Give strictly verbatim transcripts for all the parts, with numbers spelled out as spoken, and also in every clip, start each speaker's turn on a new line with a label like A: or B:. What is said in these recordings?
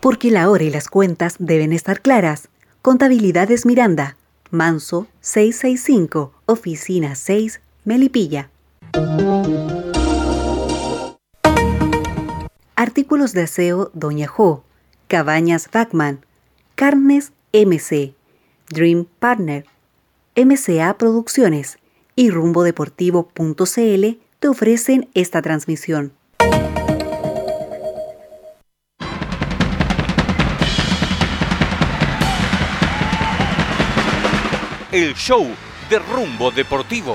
A: Porque la hora y las cuentas deben estar claras. Contabilidades Miranda, Manso seiscientos sesenta y cinco, Oficina seis, Melipilla. Artículos de aseo Doña Jo, Cabañas Bachman, Carnes M C, Dream Partner, M C A Producciones y rumbo deportivo punto c l te ofrecen esta transmisión.
B: El show de Rumbo Deportivo.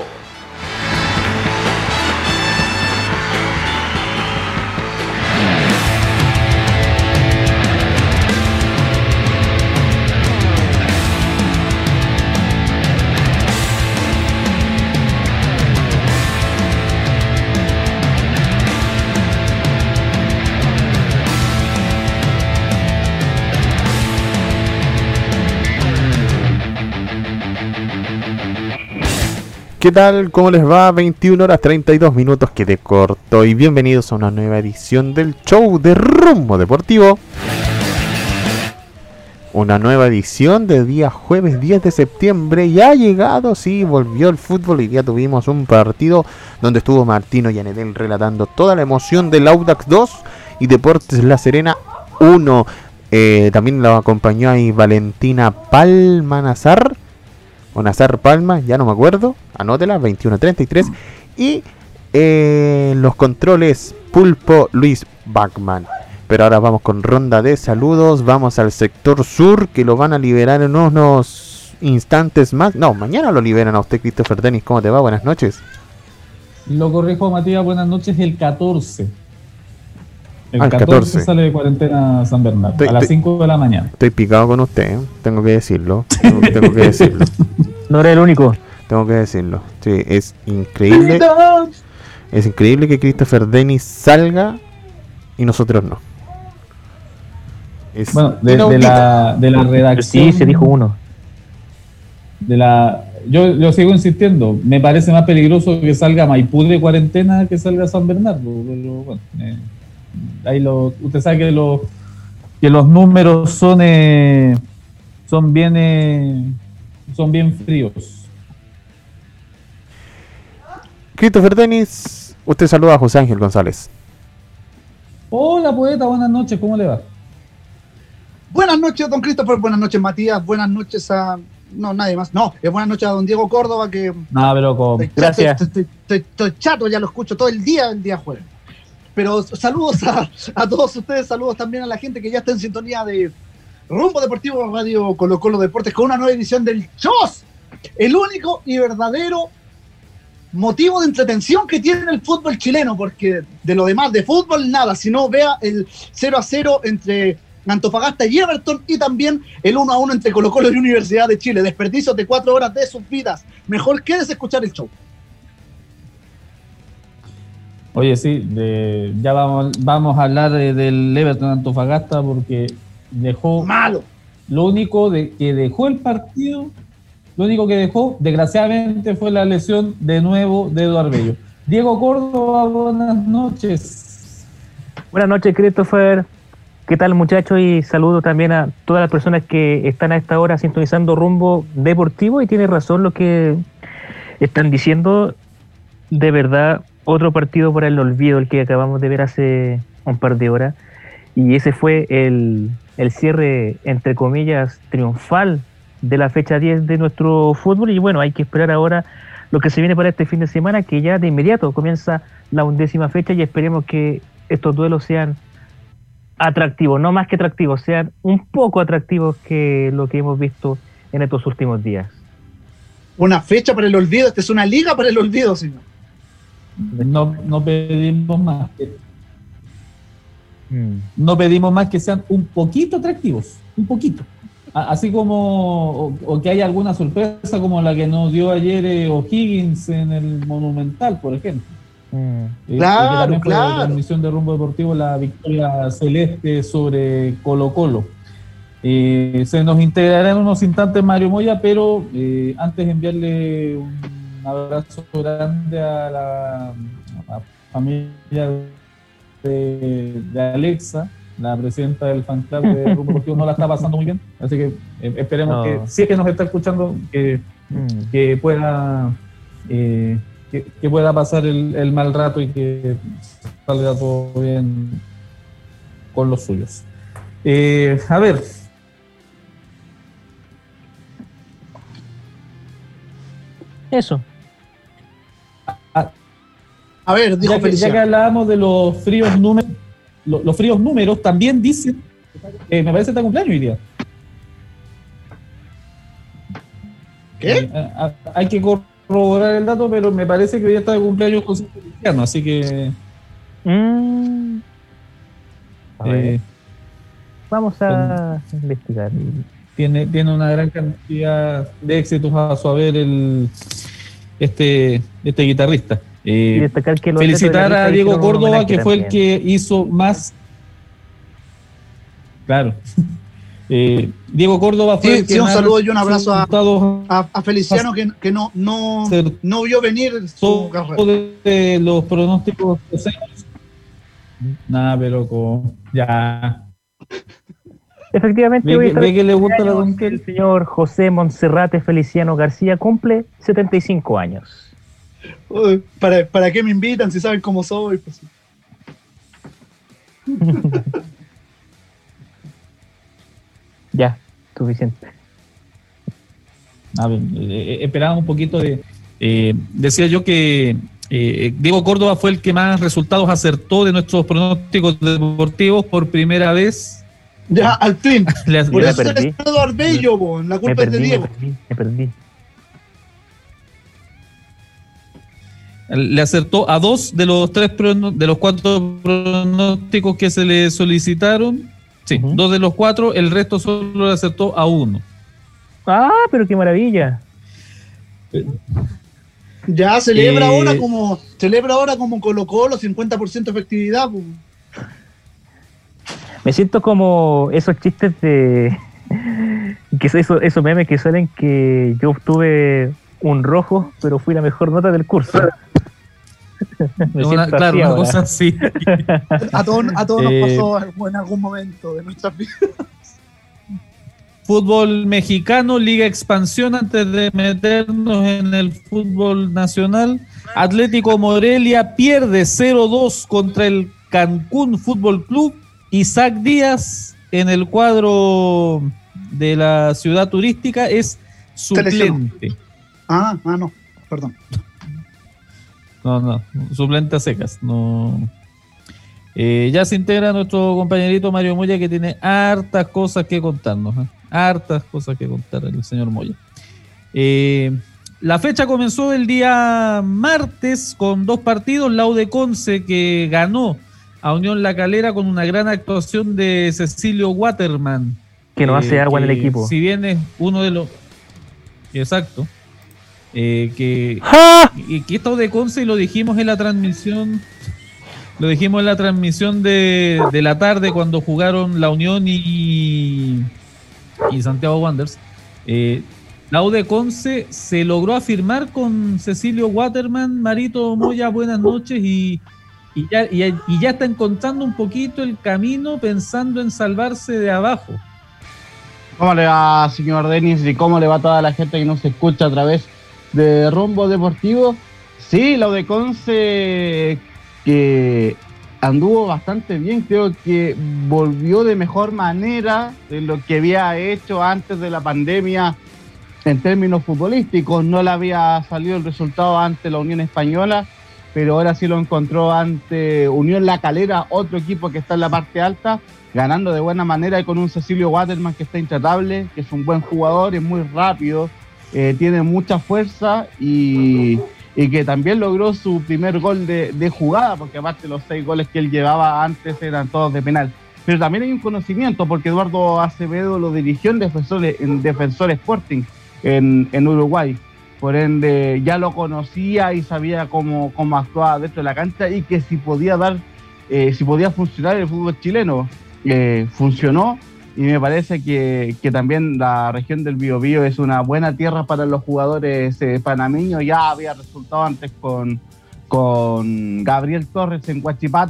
C: ¿Qué tal? ¿Cómo les va? veintiuna horas treinta y dos minutos que te corto y bienvenidos a una nueva edición del show de Rumbo Deportivo. Una nueva edición de día jueves diez de septiembre. Ya ha llegado, sí, volvió el fútbol y ya tuvimos un partido donde estuvo Martino Yanedel relatando toda la emoción del Audax dos y Deportes La Serena uno. Eh, también lo acompañó ahí Valentina Palmanazar. O Nazar Palma, ya no me acuerdo, anótela, veintiuno treinta y tres. Y eh, los controles Pulpo Luis Bachman. Pero ahora vamos con ronda de saludos, vamos al sector sur, que lo van a liberar en unos instantes más. No, mañana lo liberan a usted, Christopher Denis. ¿Cómo te va? Buenas noches.
D: Lo corrijo, Matías, buenas noches, el catorce. El
C: ah,
D: catorce,
C: catorce
D: sale de cuarentena San Bernardo,
C: estoy,
D: a las
C: estoy,
D: cinco de la mañana.
C: Estoy picado con usted, ¿eh? Tengo que decirlo. Tengo, tengo que decirlo.
E: No eres el único.
C: Tengo que decirlo. Sí, es increíble. Es increíble que Christopher Denis salga y nosotros no.
D: Es bueno, de, de, la, de la redacción.
E: Sí, se dijo uno.
D: De la, yo, yo sigo insistiendo. Me parece más peligroso que salga Maipú de cuarentena que salga San Bernardo. Pero bueno, eh, ahí lo, usted sabe que, lo, que los números son eh, son bien eh, son bien fríos.
C: Christopher Denis, usted saluda a José Ángel González.
D: Hola, poeta, buenas noches, ¿cómo le va?
F: Buenas noches, don Christopher, buenas noches, Matías, buenas noches a... No, nadie más. No, es buenas noches a don Diego Córdoba, que...
D: No, pero con...
F: Estoy,
E: Gracias.
F: Estoy, estoy, estoy, estoy chato, ya lo escucho todo el día, el día jueves. Pero saludos a, a todos ustedes, saludos también a la gente que ya está en sintonía de Rumbo Deportivo Radio Colo Colo Deportes con una nueva edición del Chos, el único y verdadero motivo de entretención que tiene el fútbol chileno, porque de lo demás de fútbol nada, si no vea el cero a cero entre Antofagasta y Everton y también el uno a uno entre Colo Colo y Universidad de Chile, desperdicios de cuatro horas de sus vidas. Mejor quédese a escuchar el show.
D: Oye, sí, de, ya vamos, vamos a hablar de, del Everton Antofagasta porque dejó...
F: Malo.
D: Lo único de, que dejó el partido, lo único que dejó, desgraciadamente, fue la lesión de nuevo de Eduardo Bello. Diego Córdoba, buenas noches.
E: Buenas noches, Christopher. ¿Qué tal, muchachos? Y saludo también a todas las personas que están a esta hora sintonizando Rumbo Deportivo. Y tiene razón lo que están diciendo. De verdad, otro partido para el olvido, el que acabamos de ver hace un par de horas. Y ese fue el, el cierre, entre comillas, triunfal de la fecha diez de nuestro fútbol. Y bueno, hay que esperar ahora lo que se viene para este fin de semana, que ya de inmediato comienza la undécima fecha y esperemos que estos duelos sean atractivos, no más que atractivos, sean un poco atractivos que lo que hemos visto en estos últimos días.
F: Una fecha para el olvido, esta es una liga para el olvido, señor.
D: No, no pedimos más. No pedimos más que sean un poquito atractivos, un poquito. Así como, o, o que haya alguna sorpresa como la que nos dio ayer eh, O'Higgins en el Monumental, por ejemplo. Mm.
F: Claro,
D: y que también fue
F: claro.
D: La transmisión de Rumbo Deportivo, la victoria celeste sobre Colo Colo. Eh, se nos integrará en unos instantes Mario Moya, pero eh, antes enviarle un abrazo grande a la, a la familia de, de Alexa, la presidenta del fan club de Rumbo Deportivo no la está pasando muy bien, así que eh, esperemos no. que, si es que nos está escuchando, que, mm. que pueda eh, que, que pueda pasar el, el mal rato y que salga todo bien con los suyos. Eh, a ver.
E: Eso.
D: A,
F: a ver, dijo
D: ya que, ya que hablábamos de los fríos números, los, los fríos números también dicen, eh, me parece que está cumpleaños hoy día.
F: ¿Qué?
D: Eh, a, a, hay que corroborar el dato, pero me parece que hoy día está de cumpleaños José Feliciano, así que...
E: Mm. A ver.
D: Eh,
E: Vamos a con, investigar.
D: Tiene, tiene una gran cantidad de éxitos a su haber el este, este guitarrista. Eh,
E: y destacar que
D: felicitar a Diego Córdoba, que fue también el que hizo más. Claro. Eh, Diego Córdoba fue
F: sí,
D: el que
F: sí, un
D: más
F: saludo y un abrazo a, a, a Feliciano, que, que no, no, no vio venir su carrera.
D: De, de los pronósticos. Nada, pero como ya.
E: Efectivamente,
D: hoy ve que le gusta la
E: el señor José Monserrate Feliciano García cumple setenta y cinco años.
F: Uy, ¿para, ¿Para qué me invitan si saben cómo soy? Pues.
E: Ya, suficiente.
D: A ver, eh, esperaba un poquito de... Eh, decía yo que eh, Diego Córdoba fue el que más resultados acertó de nuestros pronósticos deportivos por primera vez.
F: Ya, al fin.
E: Le,
F: por
E: le
F: eso
E: perdí.
F: es Eduardo Bello, bo. La culpa
E: perdí,
F: es de Diego.
E: Me perdí, me perdí.
D: Le acertó a dos de los tres de los cuatro pronósticos que se le solicitaron. Sí, uh-huh. dos de los cuatro, el resto solo le acertó a uno.
E: Ah, pero qué maravilla.
F: Eh, ya celebra
D: eh,
F: ahora como celebra ahora como Colo Colo, cincuenta por ciento efectividad. Bo.
E: Me siento como esos chistes de que esos, esos memes que salen que yo obtuve un rojo, pero fui la mejor nota del curso. Me
D: una, claro,
E: así
D: una
E: ahora.
D: cosa así.
F: A todos, a todos
D: eh,
F: nos pasó en algún momento de nuestras vidas.
D: Fútbol mexicano, Liga Expansión, antes de meternos en el fútbol nacional. Atlético Morelia pierde cero dos contra el Cancún Fútbol Club. Isaac Díaz en el cuadro de la ciudad turística es suplente.
F: Ah, ah, no, perdón.
D: No, no, suplente a secas. No. Eh, ya se integra nuestro compañerito Mario Moya, que tiene hartas cosas que contarnos. ¿eh? Hartas cosas que contar el señor Moya. Eh, la fecha comenzó el día martes con dos partidos. La U de Conce, que ganó a Unión La Calera con una gran actuación de Cecilio Waterman.
E: Que no eh, hace agua
D: que,
E: en el equipo.
D: Si bien es uno de los... Exacto. Eh, que,
E: ¡Ah!
D: y, que esto de Conce lo dijimos en la transmisión... Lo dijimos en la transmisión de, de la tarde cuando jugaron la Unión y, y Santiago Wanderers. Eh, la U de Conce se logró afirmar con Cecilio Waterman. Marito Moya, buenas noches, y... Y ya, y, y ya está encontrando un poquito el camino pensando en salvarse de abajo.
G: ¿Cómo le va, señor Denis? ¿Y cómo le va a toda la gente que nos escucha a través de Rumbo Deportivo? Sí, la U de Conce, que anduvo bastante bien, creo que volvió de mejor manera de lo que había hecho antes de la pandemia en términos futbolísticos. No le había salido el resultado ante la Unión Española, pero ahora sí lo encontró ante Unión La Calera, otro equipo que está en la parte alta, ganando de buena manera y con un Cecilio Waterman que está intratable, que es un buen jugador, es muy rápido, eh, tiene mucha fuerza y, y que también logró su primer gol de, de jugada, porque aparte los seis goles que él llevaba antes eran todos de penal. Pero también hay un conocimiento, porque Eduardo Acevedo lo dirigió en Defensor, en Defensor Sporting en, en Uruguay. Por ende, ya lo conocía y sabía cómo, cómo actuaba dentro de la cancha y que si podía dar, eh, si podía funcionar el fútbol chileno, eh, funcionó. Y me parece que, que también la región del Biobío es una buena tierra para los jugadores eh, panameños. Ya había resultado antes con, con Gabriel Torres en Huachipato,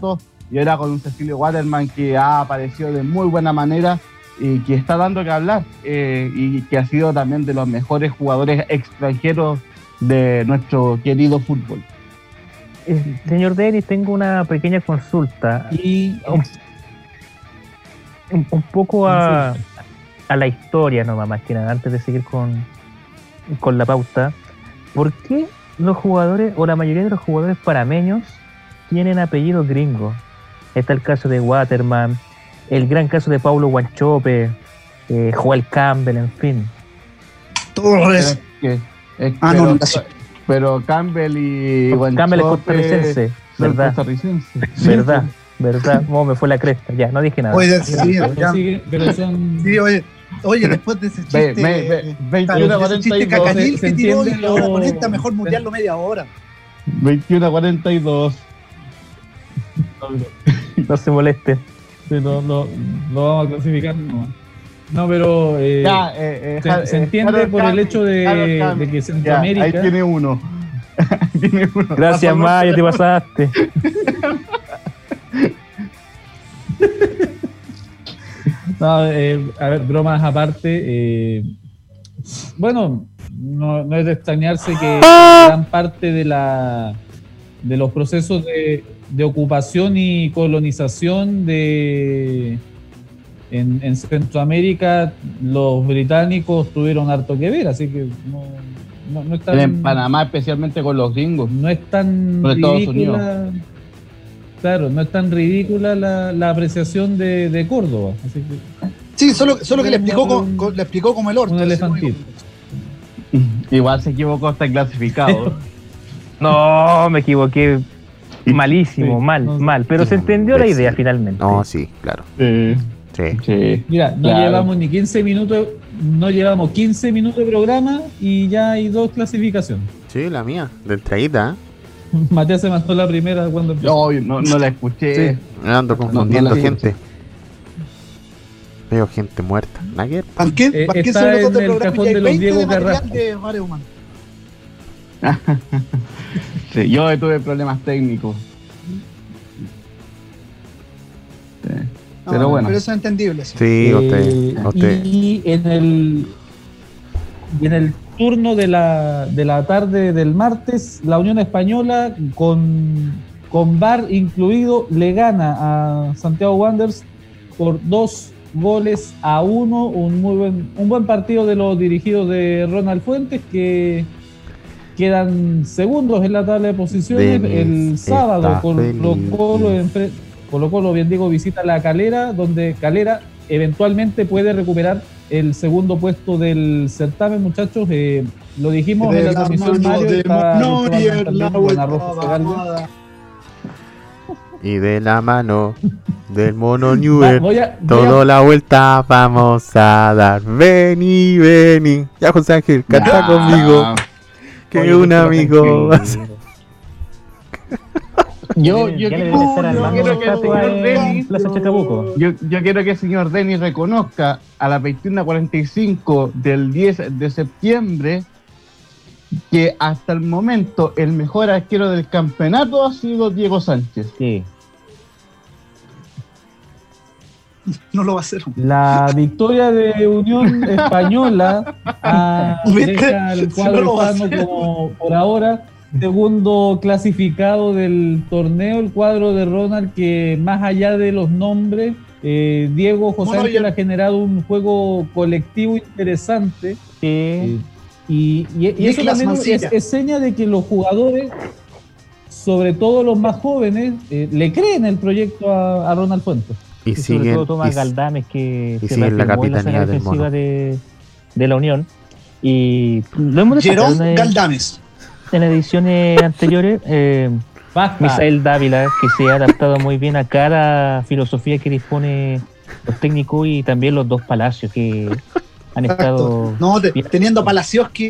G: y ahora con un Cecilio Waterman que ha aparecido de muy buena manera y que está dando que hablar, eh, y que ha sido también de los mejores jugadores extranjeros de nuestro querido fútbol.
E: Eh, señor Denis, tengo una pequeña consulta.
D: Y
E: Un, un- un poco a, a la historia, no más que nada, antes de seguir con, con la pauta. ¿Por qué los jugadores, o la mayoría de los jugadores parameños, tienen apellidos gringos? Está el caso de Waterman, el gran caso de Paulo Guanchope, eh, Joel Campbell, en fin.
F: Torres.
G: Es que- es-
F: Ah,
G: pero,
F: no, no, sí.
G: pero Campbell y
E: Campbell es
G: Guanchope
E: costarricense,
G: son
E: ¿verdad?
G: costarricenses.
E: ¿Verdad? ¿Verdad? Oh, me fue la cresta. Ya, no dije nada.
F: Oye, sí,
D: pero,
F: ya.
D: sigue- pero son
F: Sí, oye, oye, después de ese
G: Ve-
F: chiste,
G: ve- ve- veintiuno
F: de ese
G: cuarenta y
F: chiste
G: dos,
F: cacanil
D: se
F: que tiró,
D: entiende
F: y ahora
D: lo-
F: con esta mejor mutearlo media hora.
G: veintiuno a cuarenta y dos.
E: No se moleste.
D: Sí, lo, lo- lo vamos a clasificar. No, no pero eh,
G: Ya, eh, eh,
D: se,
G: Har-
D: se
G: eh,
D: entiende
G: Harold
D: por el
G: Campbell,
D: hecho de,
G: Harold Campbell.
D: de que
G: Ya,
D: Centroamérica.
G: ahí tiene uno. Tiene uno.
E: Gracias,
G: Paso
E: Maya, te pasaste.
D: No, eh, a ver, bromas aparte. eh, bueno, no, no es de extrañarse que gran parte de la de los procesos de, de ocupación y colonización de en, en Centroamérica los británicos tuvieron harto que ver, así que no, no, no es tan,
G: En Panamá, especialmente con los gringos.
D: no es tan
G: Con Estados
D: ridícula. Claro, no es tan ridícula la, la apreciación de, de Córdoba. Así que
F: Sí, solo, solo que le explicó,
D: Un-
F: con, con- le explicó como el orto.
D: un
F: ese
D: elefantito.
F: único.
G: Igual se equivocó, está clasificado.
E: No, me equivoqué. Malísimo,
D: Sí,
E: mal,
D: no sé.
E: mal. Pero se entendió la idea finalmente.
C: No, sí, claro.
G: Sí,
C: Sí.
G: sí.
D: Mira, no
G: Claro.
D: llevamos ni quince minutos, no llevamos quince minutos de programa y ya hay dos clasificaciones.
C: Sí, la mía, de entradita, ¿eh?
D: Matías se mandó la primera cuando empezó.
G: No, no, no la escuché.
D: Sí.
C: Me ando confundiendo
G: no la
C: gente. Veo gente muerta. ¿Nada que ver?
F: ¿Para qué,
D: Eh,
F: para qué
D: está
F: se notó
D: en
F: este
D: el
F: programa?
D: cajón
F: Ya hay
D: de los
F: veinte
D: Diego
F: de material
D: Carrasco.
F: de Mare Humano.
G: Sí, yo tuve problemas técnicos. Sí.
F: No,
G: Pero bueno.
F: Pero eso es entendible. Sí.
C: Sí,
D: Eh,
C: usted. usted.
D: Y en el y en el turno de la, de la tarde del martes, la Unión Española, con, con V A R incluido, le gana a Santiago Wanderers por dos goles a uno. Un muy buen, un buen partido de los dirigidos de Ronald Fuentes, que quedan segundos en la tabla de posiciones.
C: Denis
D: El sábado
C: está
D: Colo
C: feliz.
D: Colo, enfre- Colo Colo, bien digo, visita la Calera, donde Calera eventualmente puede recuperar el segundo puesto del certamen, muchachos. Eh, lo dijimos
F: De
D: en la
F: la
D: transmisión,
F: mano
D: Mario,
F: de
D: estaba
F: Neuer,
D: Cristóbal
F: la
D: también con
F: vuelta
D: Arrojo Segalde.
F: bajada.
C: Y de la mano del mono
D: Va,
C: Newer,
D: voy a- voy
C: toda
D: a-
C: la vuelta vamos a dar. Vení, vení. Ya, José Ángel, canta
G: Ya.
C: conmigo. Que
D: Oye,
C: un
D: pero
C: amigo.
D: tranquilo.
G: Yo,
E: Ya
G: yo,
E: le
G: quiero-
E: deben estar
G: yo
E: armando
G: quiero
E: una
G: que el
E: estatua
G: señor
E: en
G: Denis-
E: Plaza Chacabuco.
G: Yo, yo quiero que el señor Denis reconozca a las veintiuna cuarenta y cinco del diez de septiembre que hasta el momento el mejor arquero del campeonato ha sido Diego Sánchez.
E: Sí.
F: No lo va a hacer.
D: La victoria de Unión Española a,
F: ¿Viste?
D: deja al
F: Si no
D: cuadro
F: lo va a
D: hispano
F: hacer.
D: como por ahora segundo clasificado del torneo, el cuadro de Ronald, que más allá de los nombres, eh, Diego José
F: Bueno,
D: Ángel
F: ya-
D: ha generado un juego colectivo interesante.
E: Sí.
D: Eh, y, y- y eso
F: Niklas
D: también es,
F: Mancilla.
D: es seña de que los jugadores, sobre todo los más jóvenes, eh, le creen el proyecto a, a Ronald Fuentes.
C: Y
E: Y sobre
C: siguen.
E: todo Tomás
C: y-
E: Galdames, que
C: y
E: se
C: siguen la
E: reafirmó en la
C: capitanía
E: saga
C: del
E: defensiva
C: mono.
E: de, de la Unión. Y lo hemos destacado
F: Jerón
E: en,
F: Galdames.
E: en ediciones anteriores. Eh,
D: Basta.
E: Misael Dávila, que se ha adaptado muy bien a cada filosofía que dispone los técnicos, y también los dos Palacios, que han estado
F: Exacto. No, te-
E: bien.
F: teniendo a Palacioski.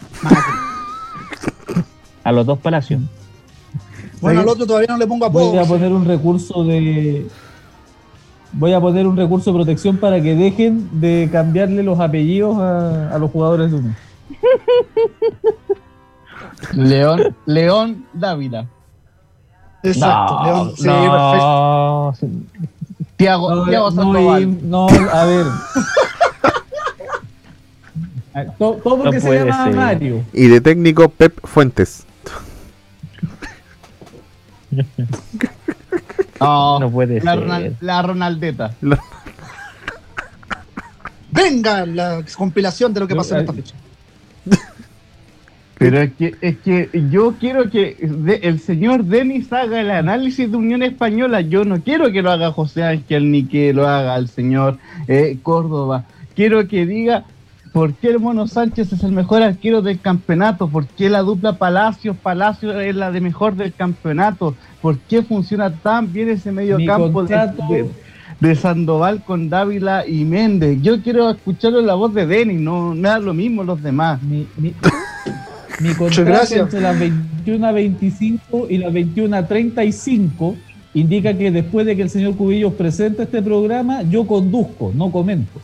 E: a los dos Palacios.
F: Bueno, al otro todavía no le pongo
D: Voy a
F: apodo.
D: poner un recurso de. Voy a poner un recurso de protección para que dejen de cambiarle los apellidos a, a los jugadores de Unión.
G: León, León Dávila.
F: Exacto,
E: No,
F: León, sí, perfecto.
E: no,
G: Tiago,
D: No,
G: Tiago
D: no,
G: Sandoval.
D: y- no, a ver. To- Todo
E: No
D: que se
E: puede
D: llama
E: ser.
D: Mario.
C: Y de técnico Pep Fuentes.
G: No,
E: No puede
G: la,
E: ser.
G: Ronald- la Ronaldeta.
F: Venga la compilación de lo que pasó en esta fecha.
G: Pero es que, es que yo quiero que de- el señor Denis haga el análisis de Unión Española. Yo no quiero que lo haga José Ángel ni que lo haga el señor eh, Córdoba. Quiero que diga por qué el Mono Sánchez es el mejor arquero del campeonato, por qué la dupla Palacios Palacios es la de mejor del campeonato, por qué funciona tan bien ese medio
D: Mi
G: campo de,
D: contrato-
G: de- de Sandoval con Dávila y Méndez. Yo quiero escucharlo en la voz de Denis, no me da lo mismo los demás.
D: Mi, mi, mi
F: Muchas
D: contrato
F: gracias.
D: entre las veintiuna veinticinco y las veintiuna treinta y cinco indica que después de que el señor Cubillos presente este programa, yo conduzco, no comento.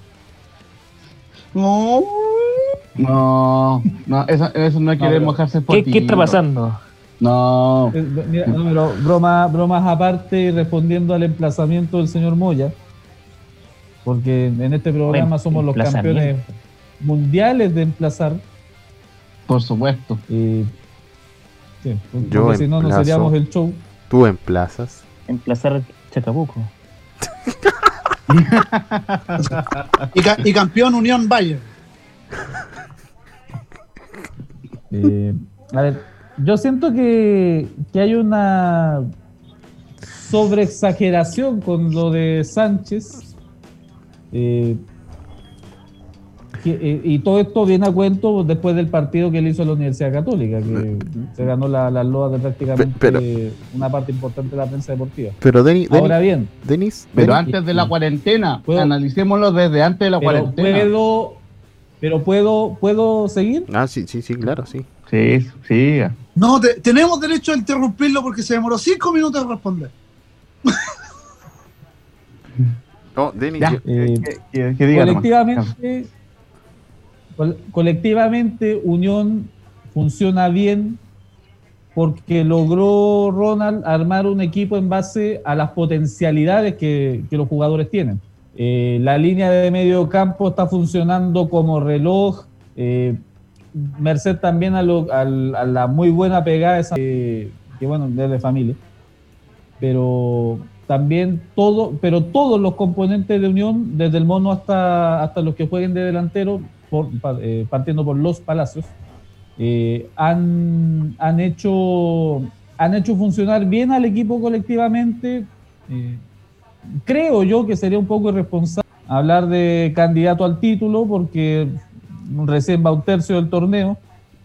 F: No.
G: No, no, eso, eso no quiere
D: pero-
G: mojarse por
E: ¿Qué, ¿Qué está pasando?
G: No,
D: Eh, mira, no, pero broma, bromas aparte, respondiendo al emplazamiento del señor Moya, porque en este programa
E: Buen
D: somos los
E: emplazamiento.
D: campeones mundiales de emplazar.
G: por supuesto.
D: eh, sí, porque
C: Yo
D: si no, no
C: emplazo.
D: seríamos el show.
C: Tú emplazas.
E: Emplazar Chacabuco.
F: Y, ca- y campeón Unión Bayern.
D: Eh, a ver, yo siento que, que hay una sobreexageración con lo de Sánchez. eh, que- eh, y todo esto viene a cuento después del partido que él hizo a la Universidad Católica, que se ganó la, la loa de prácticamente
C: Pero-
D: una parte importante de la prensa deportiva.
C: Pero Denis,
D: Ahora bien,
C: Denis,
G: Pero
C: Denis,
G: antes de la cuarentena,
D: ¿Puedo?
G: analicémoslo desde antes de la
D: pero
G: cuarentena.
D: puedo, pero puedo, puedo seguir.
C: Ah, sí, sí, sí, claro, sí.
G: Sí, sí.
F: No, te- tenemos derecho a interrumpirlo porque se demoró cinco minutos en responder.
C: Oh, Denis,
G: Ya,
C: yo-
D: Eh,
G: que, que- que diga nomás.
D: colectivamente, col- colectivamente Unión funciona bien porque logró Ronald armar un equipo en base a las potencialidades que, que los jugadores tienen. Eh, la línea de medio campo está funcionando como reloj, eh, merced también a, lo- al- a la muy buena pegada esa, eh, que bueno, es de familia, pero también todo, pero todos los componentes de Unión, desde el mono hasta, hasta los que jueguen de delantero, por- pa- eh, partiendo por los Palacios, eh, han, han, hecho, han hecho funcionar bien al equipo colectivamente. Eh, creo yo que sería un poco irresponsable hablar de candidato al título porque recién va un tercio del torneo,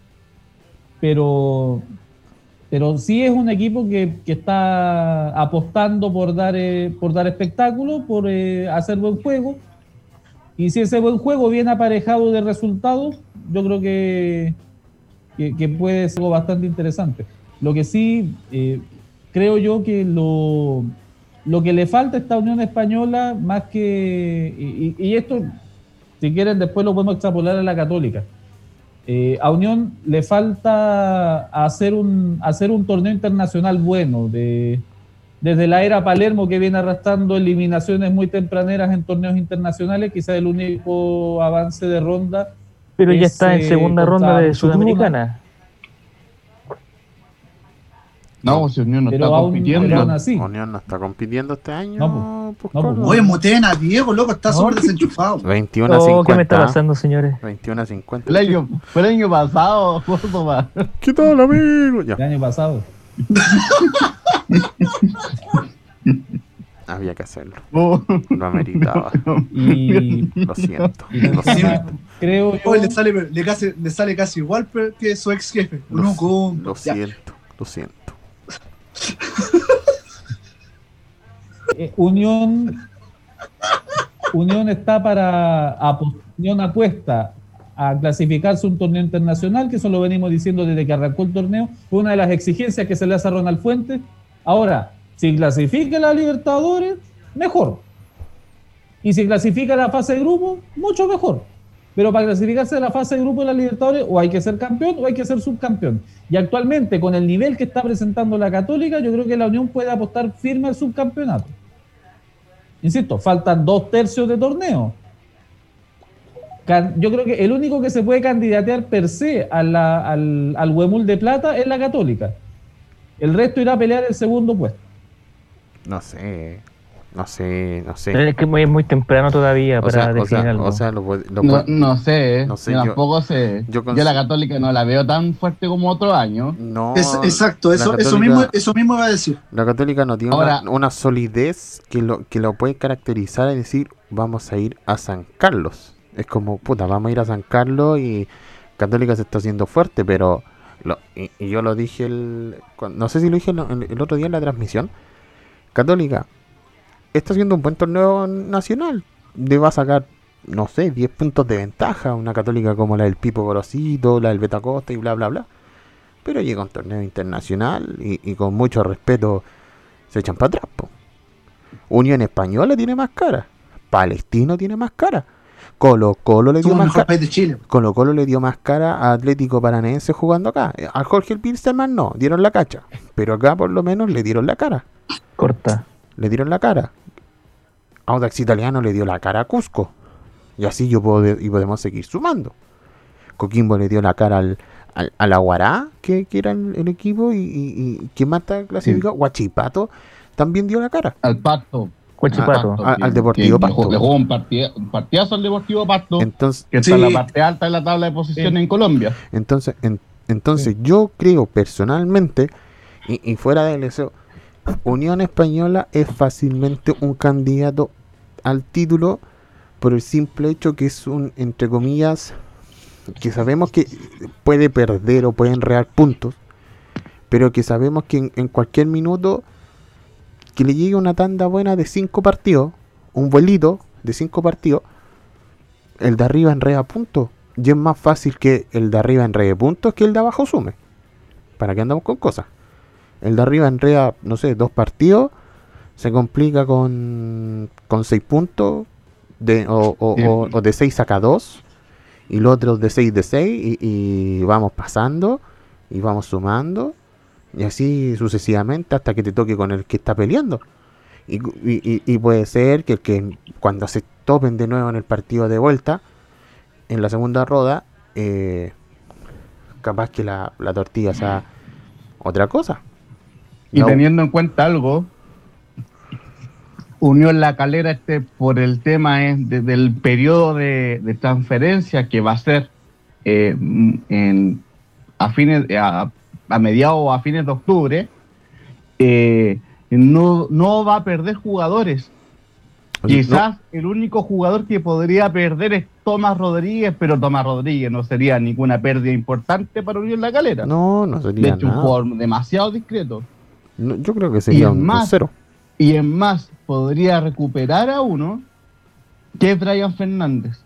D: pero, pero sí es un equipo que, que está apostando por dar, eh, por dar espectáculo, por eh, hacer buen juego, y si ese buen juego viene aparejado de resultados, yo creo que, que, que puede ser algo bastante interesante. Lo que sí, eh, creo yo que lo, lo que le falta a esta Unión Española, más que, y, y esto, si quieren, después lo podemos extrapolar a la Católica. Eh, a Unión le falta hacer un, hacer un torneo internacional bueno, de, desde la era Palermo, que viene arrastrando eliminaciones muy tempraneras en torneos internacionales. Quizás el único avance de ronda.
E: Pero ya
D: es,
E: está en
D: eh,
E: segunda
D: contra
E: ronda de
D: Musuruna.
E: Sudamericana.
G: No, si Unión no
D: Pero
G: está
D: aún,
G: compitiendo.
D: pero aún así.
C: Unión no está compitiendo este año.
D: No,
C: pues,
D: no,
C: Colo.
D: pues,
F: Oye, muteen a Diego, loco, está
D: No.
F: súper desenchufado.
C: veintiuno a
E: Oh,
C: cincuenta.
E: ¿qué me está pasando, señores?
C: veintiuno a cincuenta.
G: El año, fue el año pasado, Córdoba.
C: ¿Qué tal, amigo? Ya,
D: El año pasado.
C: había que hacerlo.
G: Oh.
C: Lo ameritaba.
D: Y,
C: Lo siento.
D: y
C: Lo siento.
D: creo yo.
F: Hoy le sale, le, casi- le sale casi igual pe- que su ex jefe.
C: Lo,
F: No, con-
C: lo
F: ya.
C: siento. Lo siento.
D: Eh, Unión Unión está para apo- Unión apuesta a clasificarse a un torneo internacional, que eso lo venimos diciendo desde que arrancó el torneo. Fue una de las exigencias que se le hace a Ronald Fuentes. Ahora, si clasifica la Libertadores, mejor. Y si clasifica la fase de grupo, mucho mejor. pero para clasificarse a la fase de grupo de la Libertadores o hay que ser campeón o hay que ser subcampeón. Y actualmente, con el nivel que está presentando la Católica, yo creo que la Unión puede apostar firme al subcampeonato. Insisto, faltan dos tercios de torneo. Yo creo que el único que se puede candidatear per se a la, al, al Huemul de Plata es la Católica. El resto irá a pelear el segundo puesto.
C: No sé, no sé, no sé.
E: Pero es que es muy, muy temprano todavía
C: O
E: para
C: sea, o
E: definir
C: sea,
E: algo.
C: o sea, lo, puede- lo
G: No,
C: puede-
G: no sé,
C: no sé,
G: yo
C: yo-
G: tampoco sé.
C: yo
G: Yo,
C: cons-
G: la Católica no la veo tan fuerte como otro año.
C: no,
F: Es- exacto,
C: la
F: eso, eso,
C: Católica-
F: mismo, eso mismo iba a decir.
C: La Católica no tiene
G: Ahora-
C: una, una solidez que lo, que lo puede caracterizar y decir, vamos a ir a San Carlos. Es como, puta, vamos a ir a San Carlos y Católica se está haciendo fuerte, pero lo, y, y yo lo dije, el, cuan- no sé si lo dije el, el otro día en la transmisión, Católica está haciendo un buen torneo nacional, le va a sacar, no sé, diez puntos de ventaja a una Católica como la del Pipo Gorosito, la del Betacosta y bla, bla, bla. Pero llega a un torneo internacional y, y con mucho respeto se echan para atrás, po. Unión Española tiene más cara, Palestino tiene más cara, Colo Colo le dio
F: Somos el
C: más
F: mejor
C: cara,
F: país de Chile.
C: Colo Colo le dio más cara a Atlético Paranaense jugando acá. A Jorge Pilsterman no, dieron la cacha, pero acá por lo menos le dieron la cara,
E: Corta.
C: le dieron la cara. Audax Italiano le dio la cara a Cusco, y así yo puedo y podemos seguir sumando. Coquimbo le dio la cara al al, al Aguará, que, que era el, el equipo, y, y, y ¿quién más está clasificado? Huachipato también dio la cara.
G: Al Pasto.
E: Huachipato.
C: Ah, al Deportivo
G: que,
C: Pasto.
G: que Le jugó un, partida, un partidazo al Deportivo Pasto,
C: Entonces,
G: que está
F: Sí.
G: en la parte alta de la tabla de posiciones
D: Sí.
G: en Colombia.
C: entonces, en- entonces yo creo personalmente, y, y fuera del deseo, Unión Española es fácilmente un candidato al título por el simple hecho que es un, entre comillas, que sabemos que puede perder o puede enredar puntos, pero que sabemos que en, en cualquier minuto que le llegue una tanda buena de cinco partidos, un vuelito de cinco partidos, el de arriba enreda puntos. Y es más fácil que el de arriba enrede puntos que el de abajo sume. ¿Para qué andamos con cosas? El de arriba enreda, no sé, dos partidos, se complica con, con seis puntos, de, o, o,
G: Sí.
C: o- o de seis saca dos, y los otros de seis de seis, y, y vamos pasando, y vamos sumando, y así sucesivamente hasta que te toque con el que está peleando. Y, y- y- y puede ser que el que cuando se topen de nuevo en el partido de vuelta, en la segunda roda, eh, capaz que la, la tortilla sea otra cosa.
G: Y
C: No.
G: teniendo en cuenta algo, Unión La Calera, este por el tema es de- del periodo de, de transferencia que va a ser eh, en, a fines a, a mediados o a fines de octubre, eh, no, no va a perder jugadores.
C: O sea,
G: Quizás el único jugador que podría perder es Tomás Rodríguez, pero Tomás Rodríguez no sería ninguna pérdida importante para Unión La Calera.
C: No, no
G: de
C: sería
G: hecho, un
C: nada.
G: jugador demasiado discreto.
C: No, yo creo que sería
G: es
C: un, un
G: más,
C: cero.
G: Y en más, podría recuperar a uno que es Brian Fernández.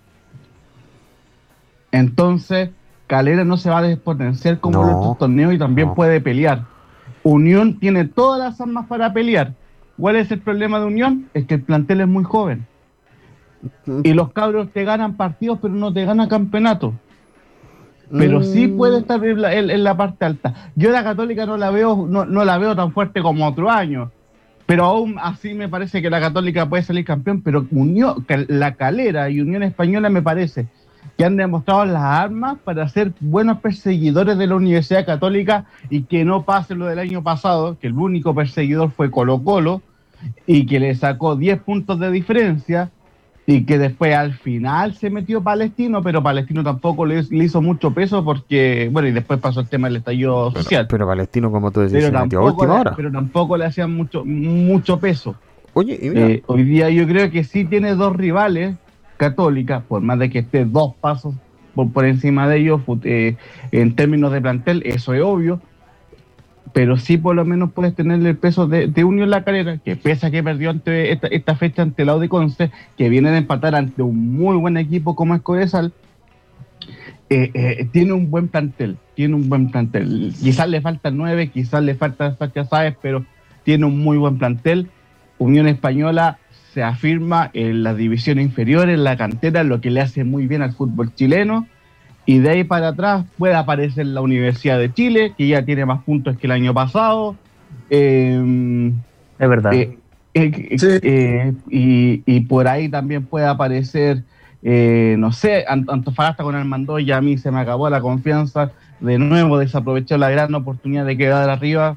G: Entonces, Calera no se va a despotenciar como
C: No,
G: los otros torneos y también
C: no.
G: puede pelear. Unión tiene todas las armas para pelear. ¿Cuál es el problema de Unión? Es que el plantel es muy joven. Y los cabros te ganan partidos, pero no te ganan campeonatos. Pero sí
C: Mm,
G: puede estar en la, en- en la parte alta. Yo la Católica no la veo, no, no la veo tan fuerte como otro año. Pero aún así me parece que la Católica puede salir campeón. Pero Unión, Cal- la Calera y Unión Española me parece que han demostrado las armas para ser buenos perseguidores de la Universidad Católica y que no pase lo del año pasado, que el único perseguidor fue Colo Colo y que le sacó diez puntos de diferencia. Y que después al final se metió Palestino, pero Palestino tampoco le, le hizo mucho peso porque, bueno, y después pasó el tema del estallido
C: pero,
G: social.
C: pero Palestino, como tú decís,
G: Pero
C: se metió a
G: tampoco,
C: última
G: le,
C: hora.
G: pero tampoco le hacían mucho, mucho peso.
C: Oye, y mira,
G: Eh, hoy día yo creo que sí tiene dos rivales, Católica, por más de que esté dos pasos por, por encima de ellos, fut- eh, en términos de plantel, eso es obvio. Pero sí por lo menos puedes tenerle el peso de, de Unión La Calera, que pese a que perdió ante esta, esta fecha ante la U de Conce, que viene de empatar ante un muy buen equipo como es Cobresal, eh, eh, tiene un buen plantel, tiene un buen plantel. Quizás le faltan nueve, quizás le faltan Sacha Sáez, pero tiene un muy buen plantel. Unión Española se afirma en las divisiones inferiores, en la cantera, lo que le hace muy bien al fútbol chileno, y de ahí para atrás puede aparecer la Universidad de Chile, que ya tiene más puntos que el año pasado. Eh,
E: Es verdad.
G: eh, eh,
F: Sí.
G: eh, y, y por ahí también puede aparecer, eh, no sé, Ant- Antofagasta con Armando, y a mí se me acabó la confianza, de nuevo desaprovechó la gran oportunidad de quedar arriba.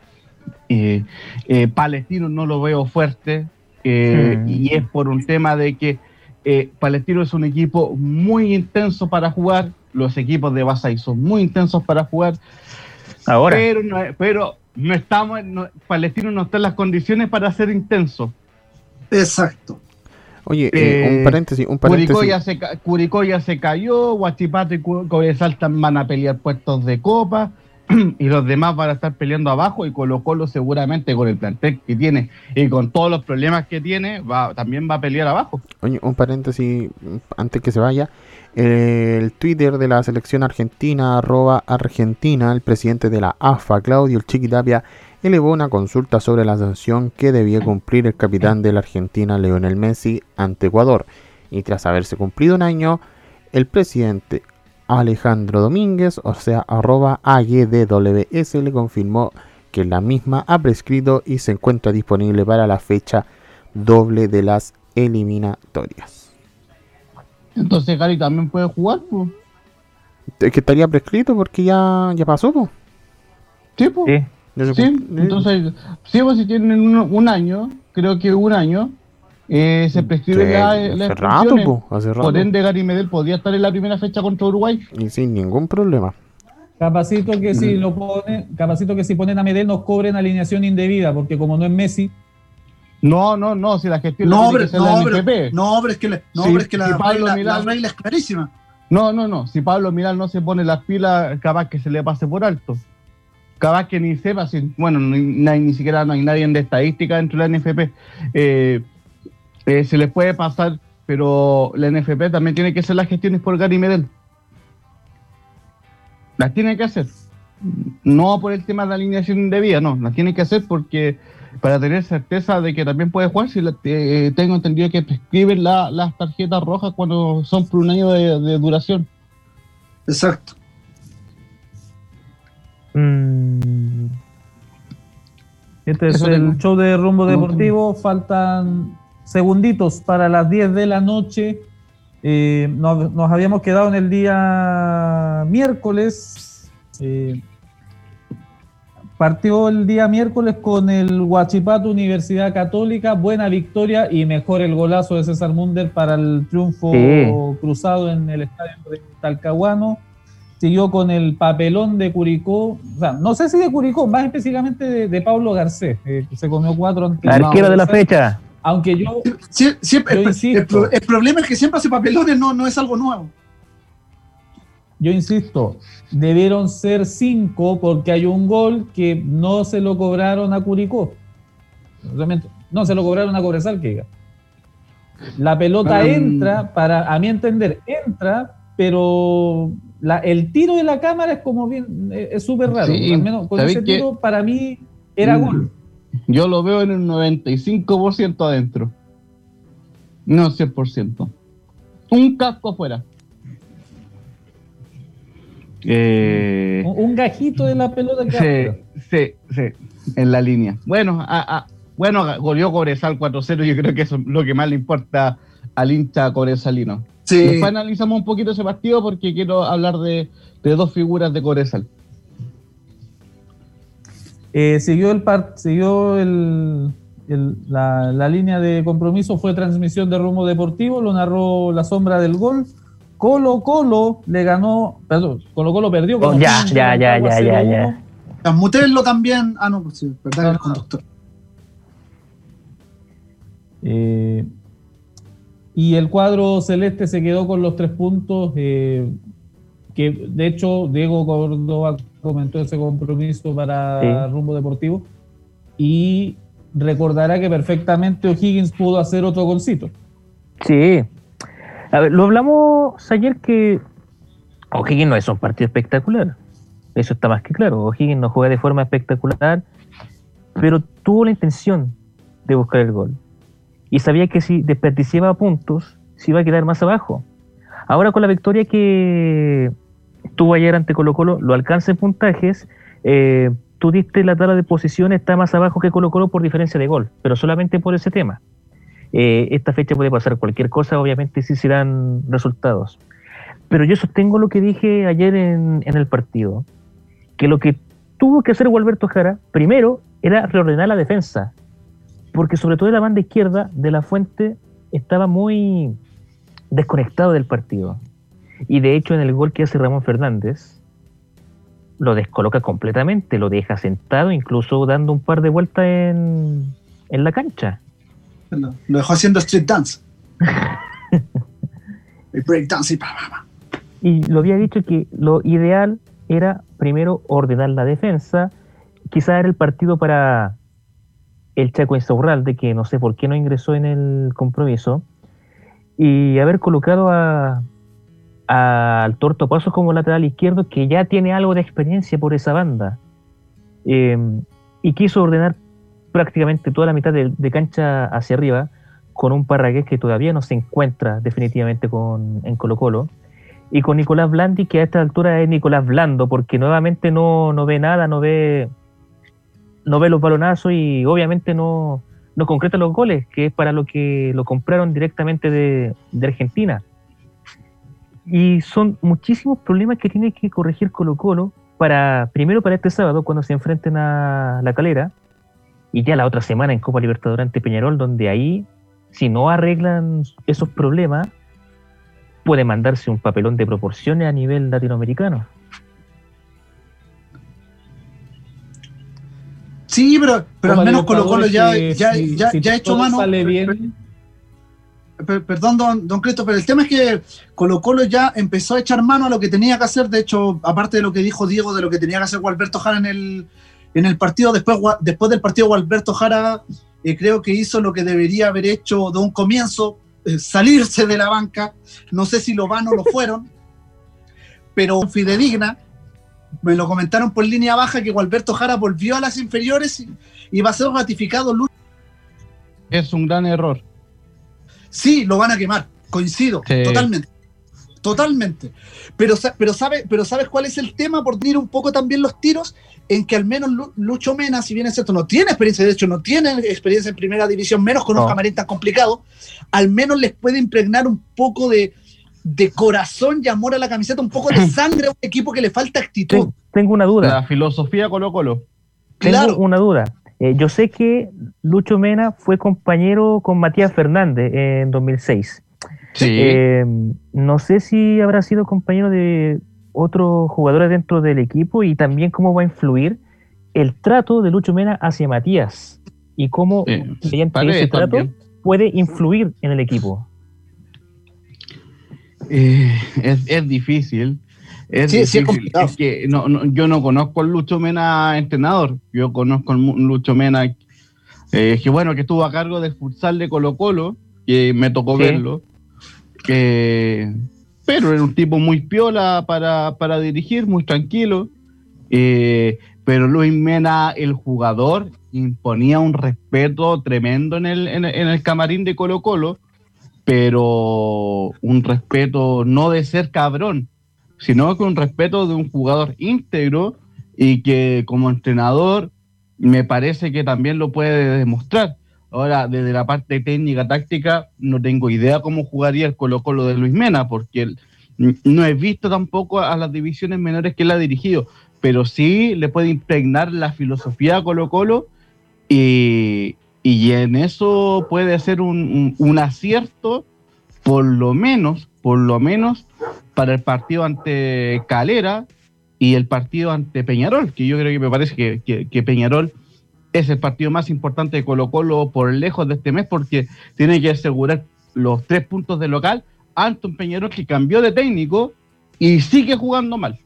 G: Eh, eh, Palestino no lo veo fuerte, eh,
E: Hmm.
G: y es por un tema de que eh, Palestino es un equipo muy intenso para jugar, los equipos de Basay son muy intensos para jugar,
E: Ahora.
G: pero no, pero no estamos, no- Palestino no está en las condiciones para ser intenso.
F: Exacto.
C: Oye, eh,
G: Eh,
C: un paréntesis, un paréntesis.
G: Curicó ya, se, ca- Curicó ya se cayó, Huachipato y Cu- Cobresal tam- van a pelear puestos de copa, y los demás van a estar peleando abajo, y Colo Colo seguramente con el plantel que tiene y con todos los problemas que tiene, va, también va a pelear abajo.
C: Oye, un paréntesis antes que se vaya. El Twitter de la selección argentina, arroba Argentina, el presidente de la A F A, Claudio El Chiqui Tapia, elevó una consulta sobre la sanción que debía cumplir el capitán de la Argentina, Lionel Messi, ante Ecuador. Y tras haberse cumplido un año, el presidente Alejandro Domínguez, o sea, arroba A G D W S, le confirmó que la misma ha prescrito y se encuentra disponible para la fecha doble de las eliminatorias.
G: Entonces Gary también puede jugar, pues.
C: Es que estaría prescrito porque ya, ya pasó, po.
G: Sí, pues.
E: Sí.
C: Ya se
G: Sí,
C: cum-
G: entonces, sí, pues si tienen un, un año, creo que un año, eh, se prescribe
C: Sí,
G: la,
C: hace
G: las
C: rato,
G: expulsiones.
C: po, hace rato.
G: Por ende, Gary Medel podría estar en la primera fecha contra Uruguay.
C: Y sin ningún problema.
D: Capacito que si lo pone, capacito que si ponen a Medel nos cobren alineación indebida, porque como no es Messi,
G: No, no, no, si la gestión la
F: No,
G: tiene
F: pero,
G: que hacer
F: no,
G: la
F: pero,
G: N F P.
F: no, pero es que, la, no,
G: Sí,
F: pero es que la,
G: si Pablo
F: regla,
G: Milán-
F: la regla es clarísima.
G: No, no, no. Si Pablo Milán no se pone las pilas, capaz que se le pase por alto. Capaz que ni sepa, si, bueno, ni, no hay- ni siquiera no hay nadie de estadística dentro de la N F P. Eh, eh, se les puede pasar, pero la N F P también tiene que hacer las gestiones por Gary Medel. Las tiene que hacer. No por el tema de la alineación indebida, no. Las tiene que hacer porque para tener certeza de que también puede jugar, si la- eh, tengo entendido que prescriben la- las tarjetas rojas cuando son por un año de, de duración.
F: Exacto.
E: Mm.
D: este es
G: Eso
D: el
G: tengo.
D: show de Rumbo
G: No,
D: Deportivo. Faltan segunditos para las diez de la noche. Eh, nos, nos habíamos quedado en el día miércoles. Eh, partió el día miércoles con el Huachipato Universidad Católica. Buena victoria y mejor el golazo de César Munder para el triunfo
E: Sí.
D: cruzado en el estadio de Talcahuano. Siguió con el papelón de Curicó, o sea, no sé si de Curicó, más específicamente de, de Pablo Garcés, eh, que se comió cuatro ante
E: Arquero de la fecha.
D: Aunque yo,
F: Sie- siempre,
D: Yo
F: el,
D: insisto.
F: el pro- el problema es que siempre hace papelones, no, no es algo nuevo.
D: yo insisto, debieron ser cinco porque hay un gol que no se lo cobraron a Curicó. Realmente, no se lo cobraron a Cobresal, que diga. La pelota
G: Um,
D: entra, para, a mi entender, entra, pero la, el tiro de la cámara es como bien, eh, es súper raro.
G: Sí,
D: Al menos con
G: ¿sabéis
D: ese
G: qué?
D: tiro, para mí, era
G: Mm.
D: gol.
G: Yo lo veo en el noventa y cinco por ciento adentro. No cien por ciento. Un casco afuera. Eh,
D: Un, un gajito de la pelota que
G: sí, sí, sí, en la línea. Bueno, a, a, bueno, goleó Cobresal cuatro cero. Yo creo que eso es lo que más le importa al hincha cobresalino.
F: Sí.
G: Después analizamos un poquito ese partido porque quiero hablar de, de dos figuras de Cobresal.
D: Eh, siguió el par, siguió el, el- la, la línea de compromiso, fue transmisión de Rumbo Deportivo, lo narró La Sombra del Gol. Colo Colo le ganó, perdón, Colo Colo perdió.
E: Oh,
D: con
E: ya,
D: O'Higgins
E: ya,
D: de
E: ya,
D: Rancagua
E: ya, ya,
D: cero
E: ya.
D: uno.
F: Transmutenlo también. Ah, no, pues sí, verdad,
D: No,
F: el
D: no.
F: conductor.
D: Eh, y el cuadro celeste se quedó con los tres puntos, eh, que de hecho Diego Córdoba comentó ese compromiso para
E: Sí.
D: Rumbo Deportivo y recordará que perfectamente O'Higgins pudo hacer otro golcito.
E: Sí. A ver, lo hablamos ayer que O'Higgins no es un partido espectacular. Eso está más que claro. O'Higgins no juega de forma espectacular, pero tuvo la intención de buscar el gol. y sabía que si desperdiciaba puntos, se iba a quedar más abajo. Ahora con la victoria que tuvo ayer ante Colo Colo, lo alcanza en puntajes, eh, tú diste la tabla de posiciones, está más abajo que Colo Colo por diferencia de gol, pero solamente por ese tema. Eh, esta fecha puede pasar cualquier cosa, obviamente sí se dan resultados. Pero yo sostengo lo que dije ayer en, en el partido, que lo que tuvo que hacer Gualberto Jara, primero, era reordenar la defensa, porque sobre todo en la banda izquierda de la Fuente estaba muy desconectado del partido. Y de hecho en el gol que hace Ramón Fernández, lo descoloca completamente, lo deja sentado, incluso dando un par de vueltas en, en la cancha.
F: Lo, lo dejó haciendo street dance. El break dance y pa, pa, pa.
E: Y lo había dicho que lo ideal era primero ordenar la defensa. Quizás era el partido para el Chaco Insaurralde, que no sé por qué no ingresó en el compromiso, y haber colocado a, a, al Torto Pasos como lateral izquierdo, que ya tiene algo de experiencia por esa banda, eh, y quiso ordenar prácticamente toda la mitad de, de cancha hacia arriba, con un Parragués que todavía no se encuentra definitivamente con, en Colo Colo, y con Nicolás Blandi, que a esta altura es Nicolás Blando, porque nuevamente no, no ve nada, no ve no ve los balonazos y obviamente no, no concreta los goles, que es para lo que lo compraron directamente de, de Argentina. Y son muchísimos problemas que tiene que corregir Colo Colo, para, primero para este sábado, cuando se enfrenten a La Calera, y ya la otra semana en Copa Libertadores ante Peñarol, donde ahí, si no arreglan esos problemas, puede mandarse un papelón de proporciones a nivel latinoamericano.
F: Sí, pero, pero al menos Colo Colo ya, ya,
D: si,
F: ya,
D: si
F: ya ha hecho
D: todo
F: mano.
D: Sale bien.
F: Per, perdón, don, don Cristo, pero el tema es que Colo Colo ya empezó a echar mano a lo que tenía que hacer. De hecho, aparte de lo que dijo Diego, de lo que tenía que hacer Gualberto Jara en el, en el partido, después, después del partido Gualberto Jara eh, creo que hizo lo que debería haber hecho de un comienzo, eh, salirse de la banca. No sé si lo van o lo fueron, pero fidedigna. Me lo comentaron por línea baja que Gualberto Jara volvió a las inferiores y, y va a ser ratificado.
G: Es un gran error.
F: Sí, lo van a quemar, coincido, sí. totalmente. Totalmente. Pero, pero, sabe, pero ¿sabes cuál es el tema? Por ir un poco también los tiros, en que al menos Lucho Mena, si bien es cierto, no tiene experiencia, de hecho no tiene experiencia en primera división, menos con no. un camarín tan complicado, al menos les puede impregnar un poco de... de corazón y amor a la camiseta, un poco de sangre a un equipo que le falta actitud.
E: Tengo una duda.
G: La filosofía Colo Colo.
E: Tengo
F: claro.
E: una duda. Eh, yo sé que Lucho Mena fue compañero con Matías Fernández en dos mil seis.
G: Sí.
E: Eh, no sé si habrá sido compañero de otros jugadores dentro del equipo y también cómo va a influir el trato de Lucho Mena hacia Matías y cómo
G: sí.
E: mediante ese trato también puede influir en el equipo.
G: Eh, es, es difícil. Es,
F: sí,
G: difícil.
F: Sí, es,
G: es que no, no, yo no conozco al Lucho Mena entrenador. Yo conozco al Lucho Mena, eh, que bueno, que estuvo a cargo del futsal de Colo Colo, que me tocó sí. verlo. Que, pero era un tipo muy piola para, para dirigir, muy tranquilo. Eh, pero Luis Mena, el jugador, imponía un respeto tremendo en el, en, en el camarín de Colo Colo. Pero un respeto no de ser cabrón, sino que un respeto de un jugador íntegro y que como entrenador me parece que también lo puede demostrar. Ahora, desde la parte técnica, táctica, no tengo idea cómo jugaría el Colo Colo de Luis Mena, porque no he visto tampoco a las divisiones menores que él ha dirigido, pero sí le puede impregnar la filosofía a Colo Colo y... Y en eso puede ser un, un, un acierto, por lo menos, por lo menos, para el partido ante Calera y el partido ante Peñarol, que yo creo que me parece que, que, que Peñarol es el partido más importante de Colo Colo por lejos de este mes, porque tiene que asegurar los tres puntos de local ante un Peñarol que cambió de técnico y sigue jugando mal.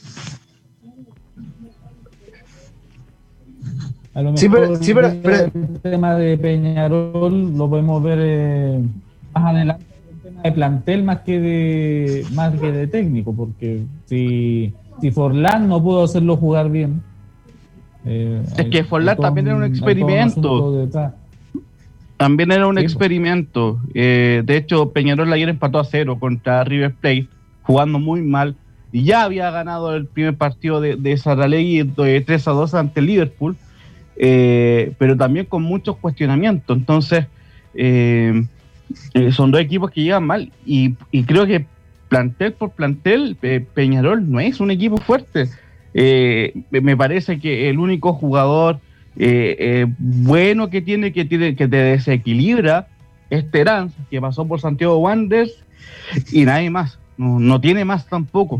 D: A lo mejor
F: sí, pero, sí, pero, pero,
D: el tema de Peñarol lo podemos ver eh, más adelante, el tema de plantel más que de más que de técnico, porque si, si Forlán no pudo hacerlo jugar bien, eh,
G: es que Forlán también era un experimento.
D: Un
G: también era un
D: Sí,
G: experimento. Eh, de hecho, Peñarol ayer empató a cero contra River Plate, jugando muy mal. Y ya había ganado el primer partido de, de Saralegui de tres a dos ante Liverpool, eh, pero también con muchos cuestionamientos. Entonces, eh, eh, son dos equipos que llegan mal. Y, y creo que plantel por plantel, eh, Peñarol no es un equipo fuerte. Eh, me parece que el único jugador eh, eh, bueno que tiene, que tiene, que te desequilibra es Terán, que pasó por Santiago Wanderers, y nadie más. No, no tiene más tampoco.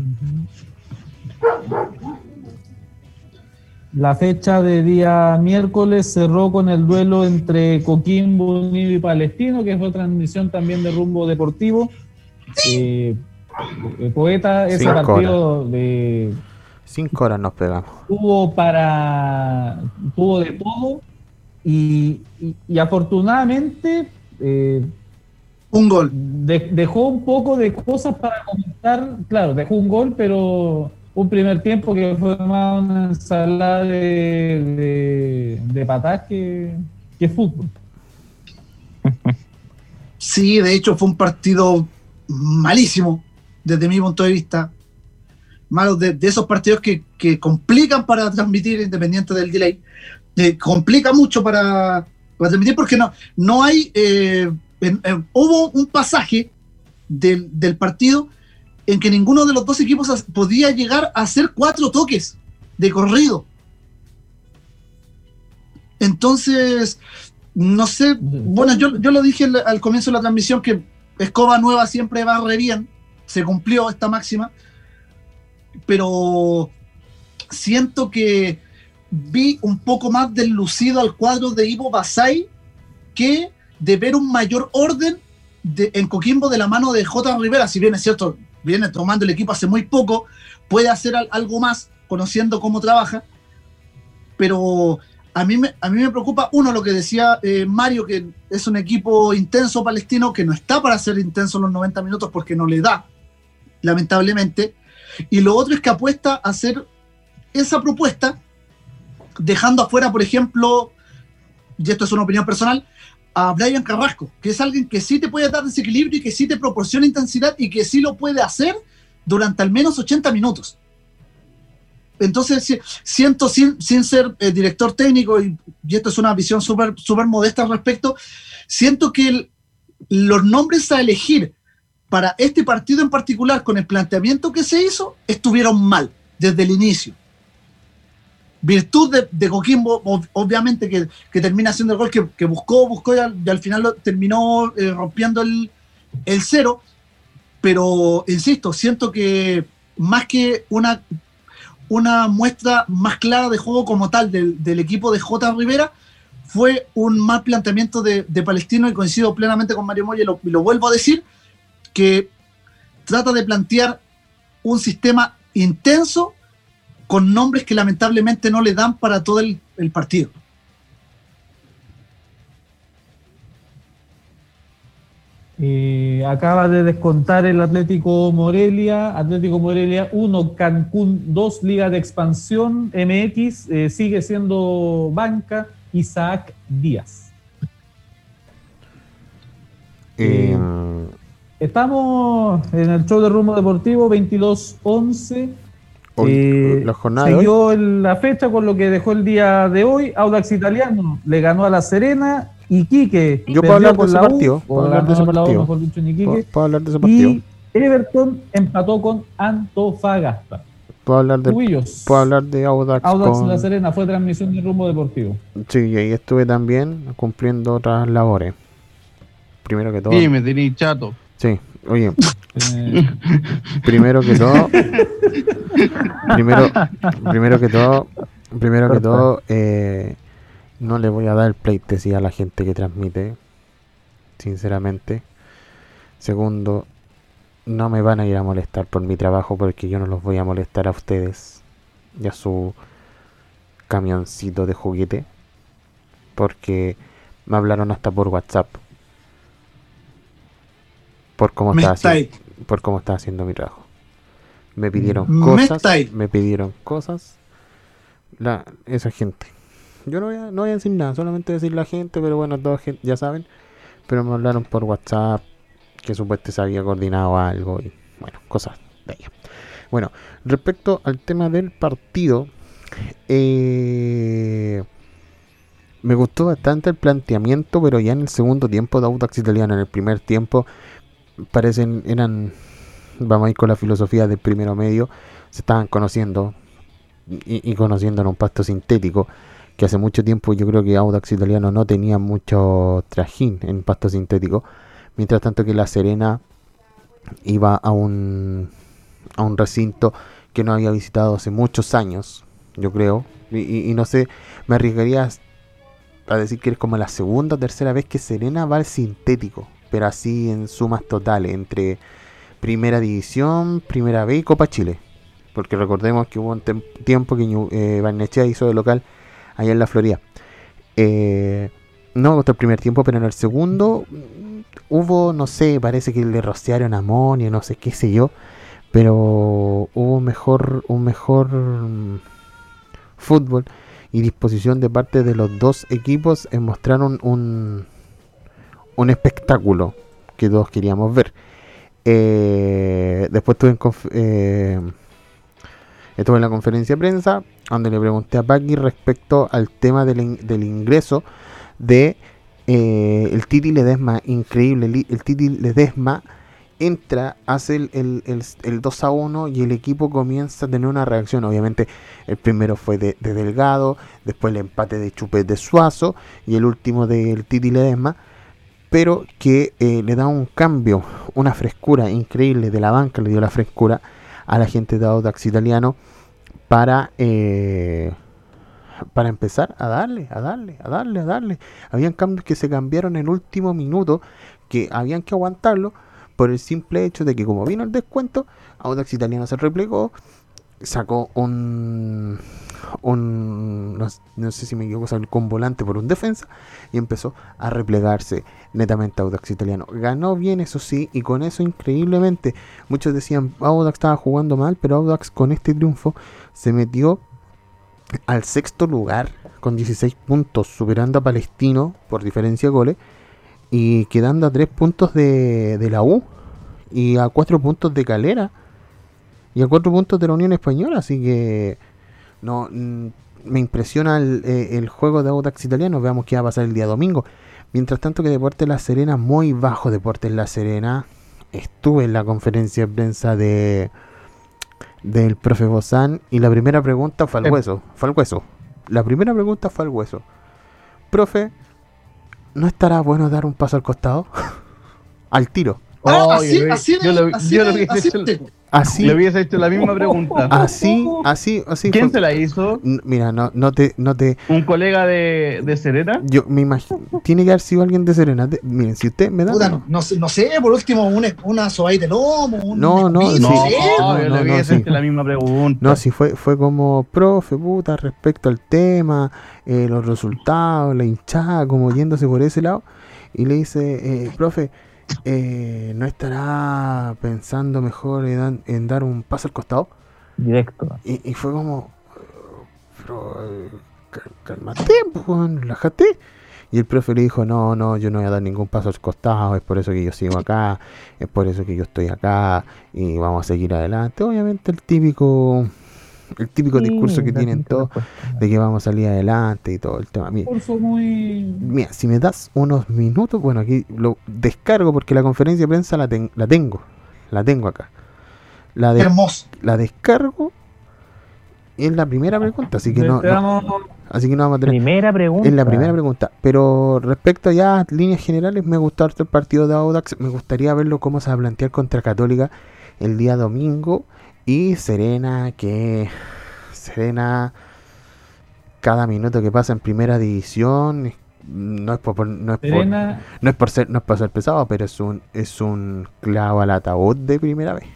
D: La fecha de día miércoles cerró con el duelo entre Coquimbo Unido y Palestino, que fue transmisión también de Rumbo Deportivo. Eh, eh, Poeta, ese
C: Cinco
D: partido horas. de
C: Cinco horas nos pegamos.
D: tuvo para tuvo de todo y, y, y afortunadamente eh,
F: Un gol.
D: de, dejó un poco de cosas para comentar. Claro, dejó un gol, pero un primer tiempo que fue más una ensalada de, de, de patas que, que fútbol.
F: Sí, de hecho fue un partido malísimo desde mi punto de vista. Malos de, de esos partidos que, que complican para transmitir, independiente del delay. Eh, complica mucho para, para transmitir porque no, no hay... Eh, en, en, hubo un pasaje del, del partido en que ninguno de los dos equipos as, podía llegar a hacer cuatro toques de corrido. Entonces, no sé, bueno, yo, yo lo dije al, al comienzo de la transmisión que escoba nueva siempre va re bien, se cumplió esta máxima, pero siento que vi un poco más deslucido al cuadro de Ivo Basay que de ver un mayor orden de, en Coquimbo de la mano de J. Rivera. Si bien es cierto, viene tomando el equipo hace muy poco, puede hacer al, algo más conociendo cómo trabaja, pero a mí me, a mí me preocupa, uno, lo que decía eh, Mario, que es un equipo intenso palestino que no está para ser intenso en los noventa minutos porque no le da, lamentablemente. Y lo otro es que apuesta a hacer esa propuesta dejando afuera, por ejemplo, y esto es una opinión personal, a Brian Carrasco, que es alguien que sí te puede dar desequilibrio y que sí te proporciona intensidad y que sí lo puede hacer durante al menos ochenta minutos. Entonces, siento, sin, sin ser eh, director técnico, y, y esto es una visión súper súper modesta al respecto, siento que el, los nombres a elegir para este partido en particular, con el planteamiento que se hizo, estuvieron mal desde el inicio. Virtud de, de Coquimbo, ob, obviamente, que, que termina haciendo el gol que, que buscó, buscó y al, y al final lo, terminó eh, rompiendo el, el cero. Pero, insisto, siento que más que una, una muestra más clara de juego como tal del, del equipo de J. Rivera, fue un mal planteamiento de, de Palestino, y coincido plenamente con Mario Moya, y lo, y lo vuelvo a decir, que trata de plantear un sistema intenso con nombres que lamentablemente no le dan para todo el, el partido.
D: Eh, acaba de descontar el Atlético Morelia. Atlético Morelia uno, Cancún dos, Liga de Expansión M X, eh, sigue siendo banca Isaac Díaz.
C: Eh,
D: Eh, estamos en el show de Rumbo Deportivo veintidós once.
C: hoy,
D: Eh,
C: la jornada de hoy.
D: siguió el- la fecha con lo que dejó el día de hoy. Audax Italiano le ganó a La Serena. Iquique
C: Yo puedo
D: perdió
C: hablar de
D: con
C: ese
D: la U,
C: partido,
D: o
C: puedo hablar de ese
D: ganó la U,
C: partido.
D: mejor dicho, en Iquique.
C: ¿Puedo, puedo hablar de ese partido?
D: Y Everton empató con Antofagasta.
C: ¿Puedo hablar de,
D: Cubillos.
C: puedo hablar de Audax,
D: Audax
C: con...
D: La Serena fue transmisión de Rumbo Deportivo.
C: Sí, y ahí estuve también cumpliendo otras labores. Primero que todo...
G: Sí, me tenéis chato.
C: Sí, oye,
D: Eh,
C: primero que todo... primero, primero que todo... Primero que todo... Eh, no le voy a dar pleitesía a la gente que transmite, sinceramente. Segundo, no me van a ir a molestar por mi trabajo, porque yo no los voy a molestar a ustedes y a su camioncito de juguete, porque me hablaron hasta por WhatsApp por cómo
F: Me
C: estaba
F: está
C: haciendo, por cómo estaba haciendo mi trabajo. Me pidieron
F: Me
C: cosas,
F: está ahí.
C: me pidieron cosas, la, esa gente. Yo no voy, a, no voy a decir nada, solamente decir la gente, pero bueno, toda gente ya saben. Pero me hablaron por WhatsApp que supuestamente se había coordinado algo y bueno, cosas de ella. Bueno, respecto al tema del partido, eh, me gustó bastante el planteamiento, pero ya en el segundo tiempo de Audax Italiano, en el primer tiempo, parecen, eran, vamos a ir con la filosofía del primero medio, se estaban conociendo y, y conociendo en un pasto sintético, que hace mucho tiempo yo creo que Audax Italiano no tenía mucho trajín en pasto sintético, mientras tanto que La Serena iba a un, a un recinto que no había visitado hace muchos años, yo creo, y, y, y no sé, me arriesgaría a decir que es como la segunda o tercera vez que Serena va al sintético, pero así en sumas totales, entre Primera División, Primera B y Copa Chile. Porque recordemos que hubo un tem- tiempo que eh, Barnechea hizo de local allá en la Florida. Eh, no me gustó el primer tiempo, pero en el segundo mm, hubo, no sé, parece que le rociaron amonio, no sé qué sé yo, pero hubo mejor, un mejor mm, fútbol y disposición de parte de los dos equipos en mostrar un, un, un espectáculo que todos queríamos ver. Eh, después estuve en, conf- eh, estuve en la conferencia de prensa donde le pregunté a Paqui respecto al tema del, in- del ingreso de eh, el Titi Ledesma, increíble. El, el Titi Ledesma entra, hace el, el, el, el dos a uno y el equipo comienza a tener una reacción. Obviamente el primero fue de, de Delgado, después el empate de Chupet de Suazo y el último del Titi Ledesma, pero que eh, le da un cambio, una frescura increíble de la banca, le dio la frescura a la gente de Audax Italiano para eh, para empezar a darle, a darle, a darle, a darle. Habían cambios que se cambiaron en el último minuto, que habían que aguantarlo por el simple hecho de que como vino el descuento, Audax Italiano se replegó, sacó un, un no, no sé si me equivoco, sacó un volante por un defensa y empezó a replegarse netamente Audax Italiano. Ganó bien, eso sí, y con eso increíblemente, muchos decían Audax estaba jugando mal, pero Audax con este triunfo se metió al sexto lugar con dieciséis puntos, superando a Palestino por diferencia de goles y quedando a tres puntos de, de la U y a cuatro puntos de Calera y a cuatro puntos de la Unión Española, así que no mm, me impresiona el, eh, el juego de Audax Italiano. Veamos qué va a pasar el día domingo. Mientras tanto que Deportes La Serena, muy bajo Deportes La Serena. Estuve en la conferencia de prensa de del profe Bozán y la primera pregunta fue al hueso, fue al hueso. La primera pregunta fue al hueso. Profe, ¿no estará bueno dar un paso al costado? Al tiro.
F: Ah,
D: Oh,
F: así,
D: yo,
F: así,
D: yo, lo,
F: así,
D: yo lo
F: así,
D: hubiese
F: así,
D: hecho,
F: así.
C: Así,
D: le hubiese hecho la misma pregunta.
C: así, así, así.
D: ¿Quién
C: fue.
D: se la hizo?
C: N- Mira, no, no te, no te,
D: ¿Un colega de, de Serena?
C: yo me imagino, tiene que haber sido alguien de Serena. Te- miren, si usted me da,
F: Puta,
C: no,
F: no, sé, no sé, por último, una, una sobaí de lomo, un
C: No, no,
F: escupido,
C: sí.
D: No,
F: sé.
C: no,
D: yo
C: no,
D: le hubiese
C: no,
D: hecho
C: sí.
D: la misma pregunta.
C: no, si fue, fue como, profe, puta, respecto al tema, eh, los resultados, la hinchada, como yéndose por ese lado, y le dice, eh, profe, eh, ¿no estará pensando mejor en, dan- en dar un paso al costado?
E: Directo.
C: Y, y fue como, pero, eh, cal- cálmate, pues, weón, relájate. Y el profe le dijo, no, no, yo no voy a dar ningún paso al costado, es por eso que yo sigo acá, es por eso que yo estoy acá, y vamos a seguir adelante. Obviamente el típico, el típico
E: Sí,
C: discurso que
E: la
C: tienen
E: típica
C: todos,
E: respuesta.
C: de que vamos a salir adelante y todo el tema. Mira,
D: Curso muy...
C: mira, si me das unos minutos, bueno, aquí lo descargo porque la conferencia de prensa la, ten- la tengo, la tengo acá. La, de-
F: Hermoso.
C: la descargo y es la primera pregunta, así que no,
D: Te
C: no-
D: damos-
C: así que no vamos a tener.
E: Primera pregunta.
C: Es la primera pregunta. Pero respecto ya a líneas generales, me gustó harto el partido de Audax. Me gustaría verlo cómo se va a plantear contra Católica el día domingo. Y Serena, que Serena, cada minuto que pasa en primera división, no es por, no es por,
D: Serena,
C: no es por ser, no es por ser pesado, pero es un, es un clavo al ataúd de primera vez.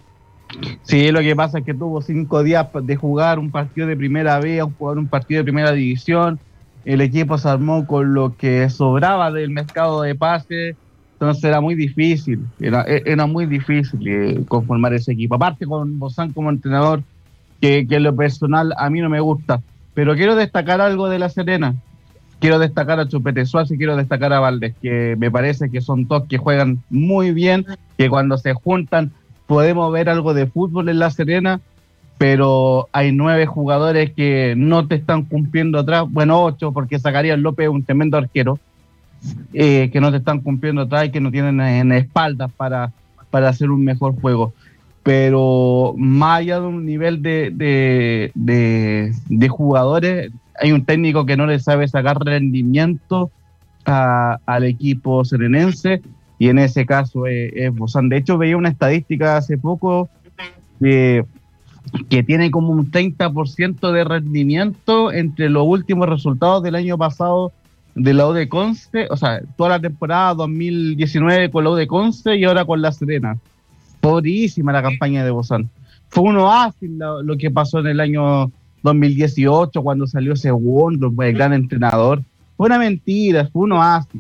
G: Sí, lo que pasa es que tuvo cinco días de jugar un partido de primera B, a jugar un partido de primera división. El equipo se armó con lo que sobraba del mercado de pases, entonces era muy difícil, era, era muy difícil eh, conformar ese equipo. Aparte con Bozán como entrenador, que, que en lo personal a mí no me gusta. pero quiero destacar algo de La Serena. Quiero destacar a Chupete Suárez y quiero destacar a Valdés, que me parece que son dos que juegan muy bien, que cuando se juntan podemos ver algo de fútbol en La Serena, pero hay nueve jugadores que no te están cumpliendo atrás, bueno, ocho, porque Zacarías López es un tremendo arquero, eh, que no te están cumpliendo atrás y que no tienen en espaldas para, para hacer un mejor juego. Pero más allá de un nivel de, de, de, de jugadores, hay un técnico que no le sabe sacar rendimiento a, al equipo serenense, y en ese caso es, es Bozán. De hecho, veía una estadística hace poco que, que tiene como un treinta por ciento de rendimiento entre los últimos resultados del año pasado de la U de Conce, o sea, toda la temporada dos mil diecinueve con la U de Conce y ahora con La Serena. Pobrísima la campaña de Bozán. Fue un oasis lo, lo que pasó en el año dos mil dieciocho cuando salió segundo, el gran entrenador. Fue una mentira, fue un oasis.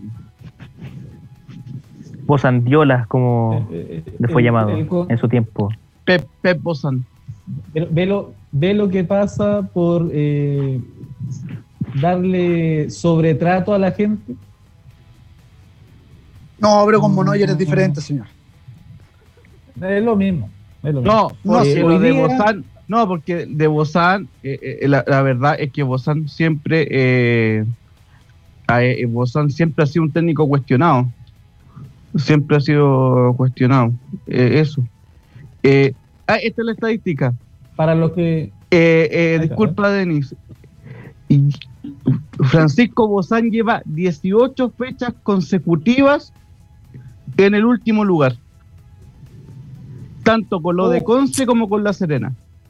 E: Bozandiolas, como
D: Eh, eh,
E: le fue
D: el-
E: llamado
D: el co-
E: en su tiempo.
G: Pep, Pep Bozán.
D: Pero ve lo, ve lo que pasa por eh, darle sobretrato a la gente.
F: No, pero con Monoyer es diferente, señor.
D: Es lo mismo. Es lo mismo.
G: No,
F: No,
G: porque
D: sí,
G: lo
D: hoy
G: de
D: día-
G: Bozán, no, porque de Bozán, eh, eh, la, la verdad es que Bozán siempre, eh, a- eh, Bozán siempre ha sido un técnico cuestionado. Siempre ha sido cuestionado. Eh, eso. Eh, ah, esta es la estadística.
D: Para los que
G: Eh, eh,
D: está,
G: disculpa, Denis. Y Francisco Bozán lleva dieciocho fechas consecutivas en el último lugar. Tanto con lo de Conce como con La Serena.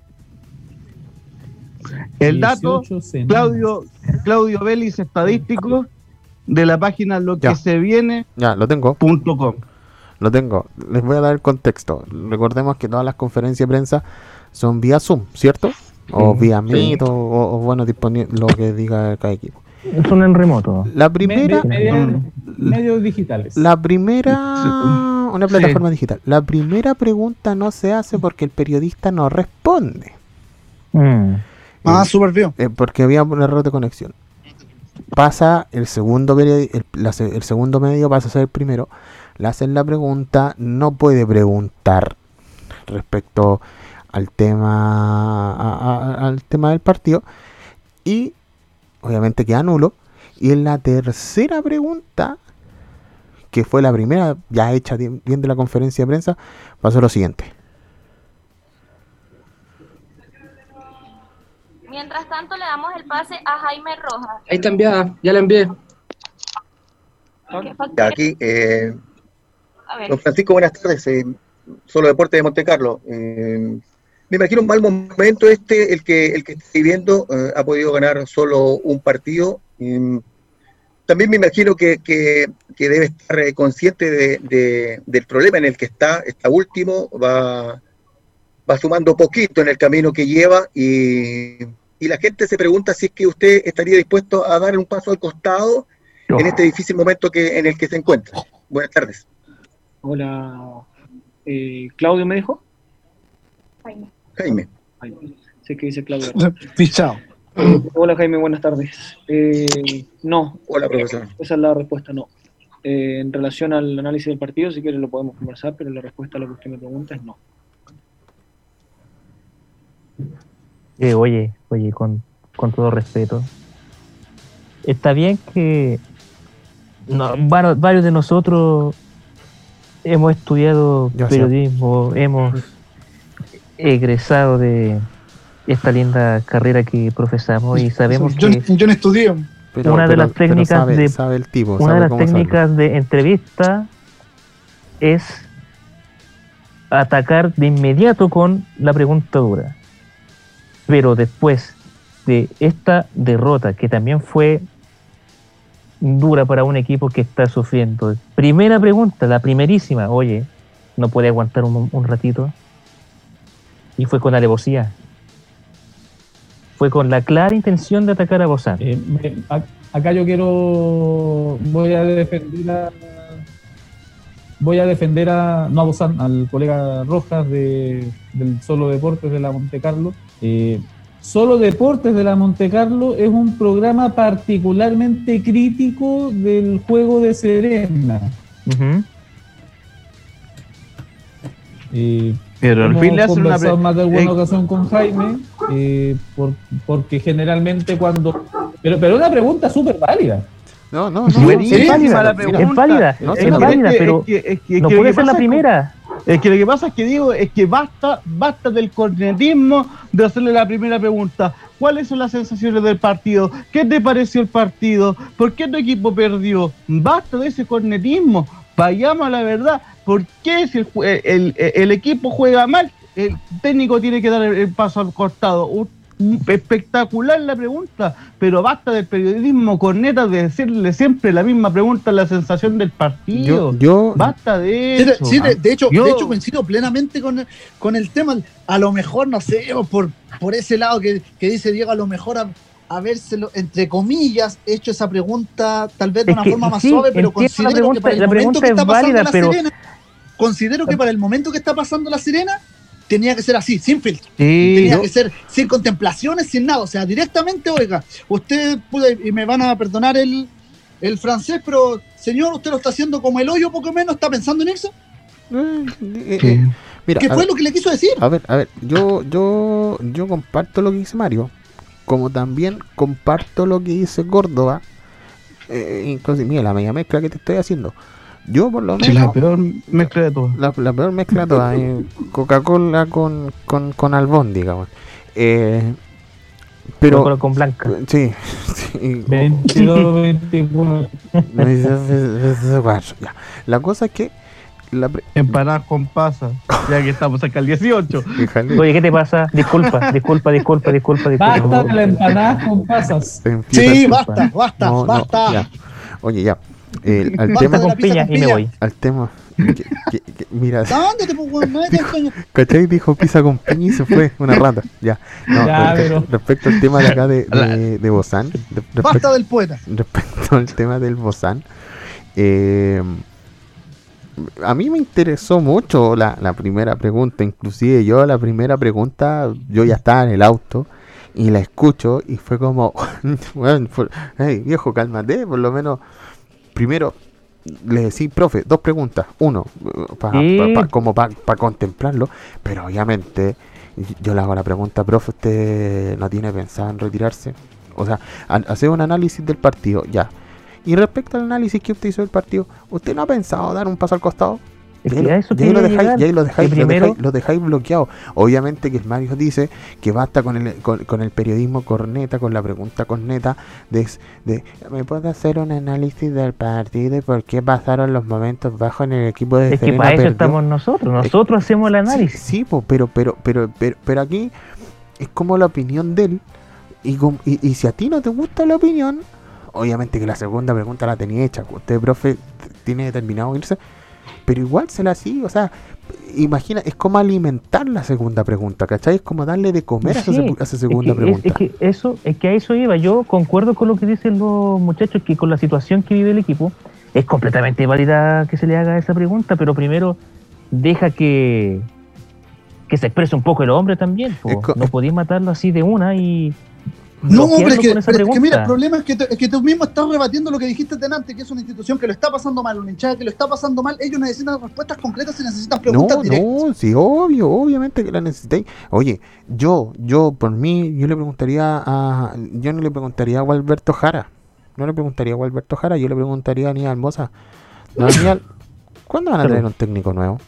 G: El dato,
D: dieciocho semanas.
G: Claudio, Claudio Vélez, estadístico de la página lo que
C: Ya.
G: se viene
C: Ya, lo tengo.
G: punto com.
C: Lo tengo. Les voy a dar el contexto. Recordemos que todas las conferencias de prensa son vía Zoom, ¿cierto? O
D: Sí,
C: vía
D: sí.
C: Meet, o, o- o bueno, disponi- lo que diga cada equipo.
E: Son en remoto.
C: La primera,
D: Me- me-
G: Mm.
D: medios digitales.
C: la primera, una plataforma
G: Sí.
C: digital. La primera pregunta no se hace porque el periodista no responde.
E: Mm.
F: Ah,
C: Eh,
F: súper bien.
C: eh, porque había un error de conexión. Pasa el segundo periodi- el, la se- el segundo medio pasa a ser el primero. Le hacen la pregunta, no puede preguntar respecto al tema a- a- al tema del partido y obviamente queda nulo. Y en la tercera pregunta, que fue la primera ya hecha bien bien de la conferencia de prensa, pasó lo siguiente.
H: Mientras tanto, le damos el pase a Jaime Rojas.
I: Ahí está enviada, ya la envié.
H: ¿Qué falta?
J: Ya, aquí, eh,
H: A ver.
J: don Francisco, buenas tardes. Eh, Solo Deportes de Monte Carlo. Eh, me imagino un mal momento este, el que el que está viviendo. Eh, ha podido ganar solo un partido. Eh, también me imagino que, que, que debe estar eh, consciente de, de- del problema en el que está. Está último, va, va sumando poquito en el camino que lleva y, y la gente se pregunta si es que usted estaría dispuesto a dar un paso al costado
E: Oh.
J: en este difícil momento que en el que se encuentra. Buenas tardes.
I: Hola, eh, ¿Claudio me dijo?
H: Jaime.
J: Jaime.
I: Jaime. Sé que dice Claudio.
F: Pichado.
I: Hola Jaime, buenas tardes. Eh, no,
J: Hola, profesor.
I: esa es la respuesta, no. Eh, en relación al análisis del partido, si quiere lo podemos conversar, pero la respuesta a lo que usted me pregunta es no.
E: Eh, oye, oye, con, con todo respeto. Está bien que no, varios, varios de nosotros hemos estudiado
C: Ya sé.
E: periodismo, hemos egresado de esta linda carrera que profesamos y sabemos
F: yo,
E: que
F: yo no estudié.
C: Pero,
E: Una de
C: pero-
E: las
C: pero
E: técnicas
C: sabe,
E: de-
C: sabe el tipo,
E: una
C: sabe
E: de las
C: cómo hacerlo.
E: técnicas de entrevista es atacar de inmediato con la pregunta dura. Pero después de esta derrota, que también fue dura para un equipo que está sufriendo, primera pregunta, la primerísima, oye, ¿no puede aguantar un, un ratito? Y fue con alevosía. Fue con la clara intención de atacar a Bozán.
D: Eh, me- a- acá yo quiero, voy a defender a, voy a defender a, no a Bozán, al colega Rojas de, del Solo Deportes de la Monte Carlo. Eh, Solo Deportes de la Montecarlo es un programa particularmente crítico del juego de Serena.
E: Ujú.
D: Eh,
G: Pero al
D: hemos
G: fin le hacen una
D: conversado
G: pre-
D: más de alguna
G: eh,
D: ocasión con Jaime, eh, por- porque generalmente cuando... Pero, pero una pregunta súper válida.
C: No, no, no.
G: Buenísima
E: Es válida,
G: la
E: es
G: pregunta.
E: válida,
C: No,
E: es
C: sí, no,
E: válida,
G: es que-
E: pero
G: es que- es que- es
E: no
G: que lo
E: puede
G: que
E: ser la
G: pasa es-
E: primera.
G: Es que lo que pasa es que digo, es que basta, basta del cornetismo de hacerle la primera pregunta. ¿Cuáles son las sensaciones del partido? ¿Qué te pareció el partido? ¿Por qué tu equipo perdió? Basta de ese cornetismo. Vayamos a la verdad. ¿Por qué si el, jue- el- el- el equipo juega mal, el técnico tiene que dar el, el paso al costado? Un- un- espectacular la pregunta, pero basta del periodismo corneta de decirle siempre la misma pregunta, la sensación del partido.
C: Yo, yo
G: Basta de
F: Sí, de,
G: eso.
F: sí, de- de hecho,
G: Yo-
F: de hecho coincido plenamente con, el- con el tema. A lo mejor, no sé, por, por ese lado que, que dice Diego, a lo mejor a, habérselo, entre comillas, hecho esa pregunta tal vez de
E: Es
F: una
E: que
F: forma más
E: sí,
F: suave, pero
E: entiendo la
F: considero que
E: pregunta-
F: para el
E: la
F: momento
E: pregunta
F: que está
E: es
F: pasando
E: válida,
F: la
E: pero-
F: Serena, considero que para el momento que está pasando la Serena, tenía que ser así, sin filtro.
G: Sí,
F: Tenía
G: yo-
F: que ser sin contemplaciones, sin nada. O sea, directamente, oiga, usted puede, y me van a perdonar el, el francés, pero señor, usted lo está haciendo como el hoyo, poco menos, está pensando en irse.
C: eh, eh,
G: Sí.
C: eh, mira,
F: ¿Qué
C: a
F: fue
C: ver,
F: lo que le quiso decir?
C: a ver, a ver, yo, yo, yo comparto lo que dice Mario, como también comparto lo que dice Córdoba, eh, inclusive, mira, la media mezcla que te estoy haciendo. Yo por lo
G: Sí,
C: menos
G: la peor mezcla de todo.
C: La, la peor mezcla de todas, eh, Coca-Cola con, con, con albóndiga, weón. Eh, pero
E: Coca-Cola con blanca.
C: sí, sí,
D: veintidós, veinticuatro.
C: ya. La cosa es que la pre-
G: Empanadas con pasas, ya que estamos acá el dieciocho.
C: Déjale,
E: Oye, ¿qué te pasa? Disculpa, disculpa, disculpa, disculpa, disculpa.
D: Basta de la empanada con pasas.
C: empieza
F: Sí,
C: el-
F: basta, basta,
C: no, no,
F: basta.
C: ya. Oye, ya. El, al
F: Basta
C: tema
F: de la
E: con
F: pizza
E: piña
F: con
E: y me
F: piña.
E: voy.
C: al tema que- que- que- mira,
F: Ándate, pues, weón, no es coño.
C: ¿cachai? Dijo pizza con piña y se fue, una rata. Ya. No,
D: Ya,
C: respecto,
D: pero-
C: respecto al tema de acá de, de, de Bozán, de- respecto-
F: Basta del poeta.
C: respecto al tema del Bozán, eh, a mí me interesó mucho la, la primera pregunta, inclusive yo la primera pregunta, yo ya estaba en el auto y la escucho y fue como, bueno, por- hey, viejo, cálmate, por lo menos, primero le decía, profe, dos preguntas, uno, pa-
E: Sí.
C: pa- pa- como para contemplarlo, pero obviamente yo le hago la pregunta, profe, ¿usted no tiene pensado en retirarse? O sea, a- hacer un análisis del partido, ya. Y respecto al análisis que usted hizo del partido, ¿usted no ha pensado dar un paso al costado?
E: Es
C: Y ahí
E: que
C: lo-
E: a eso
C: y ahí lo
E: quería
C: dejáis,
E: llegar.
C: y ahí lo dejáis,
E: Que
C: lo
E: primero-
C: dejáis- lo dejáis bloqueado. Obviamente que el Mario dice que basta con el, con, con el periodismo corneta, con la pregunta corneta de, de ¿me puede hacer un análisis del partido y por qué pasaron los momentos bajos en el equipo de
E: Es que
C: Serena?
E: para eso
C: perdió?
E: estamos nosotros. Nosotros hacemos el
C: Sí,
E: análisis.
C: sí, po, pero, pero, pero, pero, pero aquí es como la opinión de él. Y, com- y, y si a ti no te gusta la opinión, obviamente que la segunda pregunta la tenía hecha. Usted, profe, t- tiene determinado irse, pero igual se la sigue. O sea, imagina, es como alimentar la segunda pregunta, ¿cachai? Es como darle de comer a esa,
E: Sí,
C: segu- a esa segunda
E: es que,
C: pregunta.
E: Es, es que eso, es que a eso iba. Yo concuerdo con lo que dicen los muchachos, que con la situación que vive el equipo es completamente válida que se le haga esa pregunta, pero primero deja que que se exprese un poco el hombre también. Po.
C: Es co-
E: No podías matarlo así de una y
F: No, pero es, que,
E: con esa
F: pero es que
E: pregunta.
F: mira, el problema es que, te- es que tú mismo estás rebatiendo lo que dijiste delante, que es una institución que lo está pasando mal, una hinchada que lo está pasando mal. Ellos necesitan respuestas concretas y necesitan preguntas
C: No,
F: directas.
C: no, sí, obvio, obviamente que la necesitáis. Oye, yo, yo, por mí, yo le preguntaría a, yo no le preguntaría a Gualberto Jara, no le preguntaría a Gualberto Jara, yo le preguntaría a Aníbal Moza. No, Aníbal, ¿cuándo van a traer un técnico nuevo?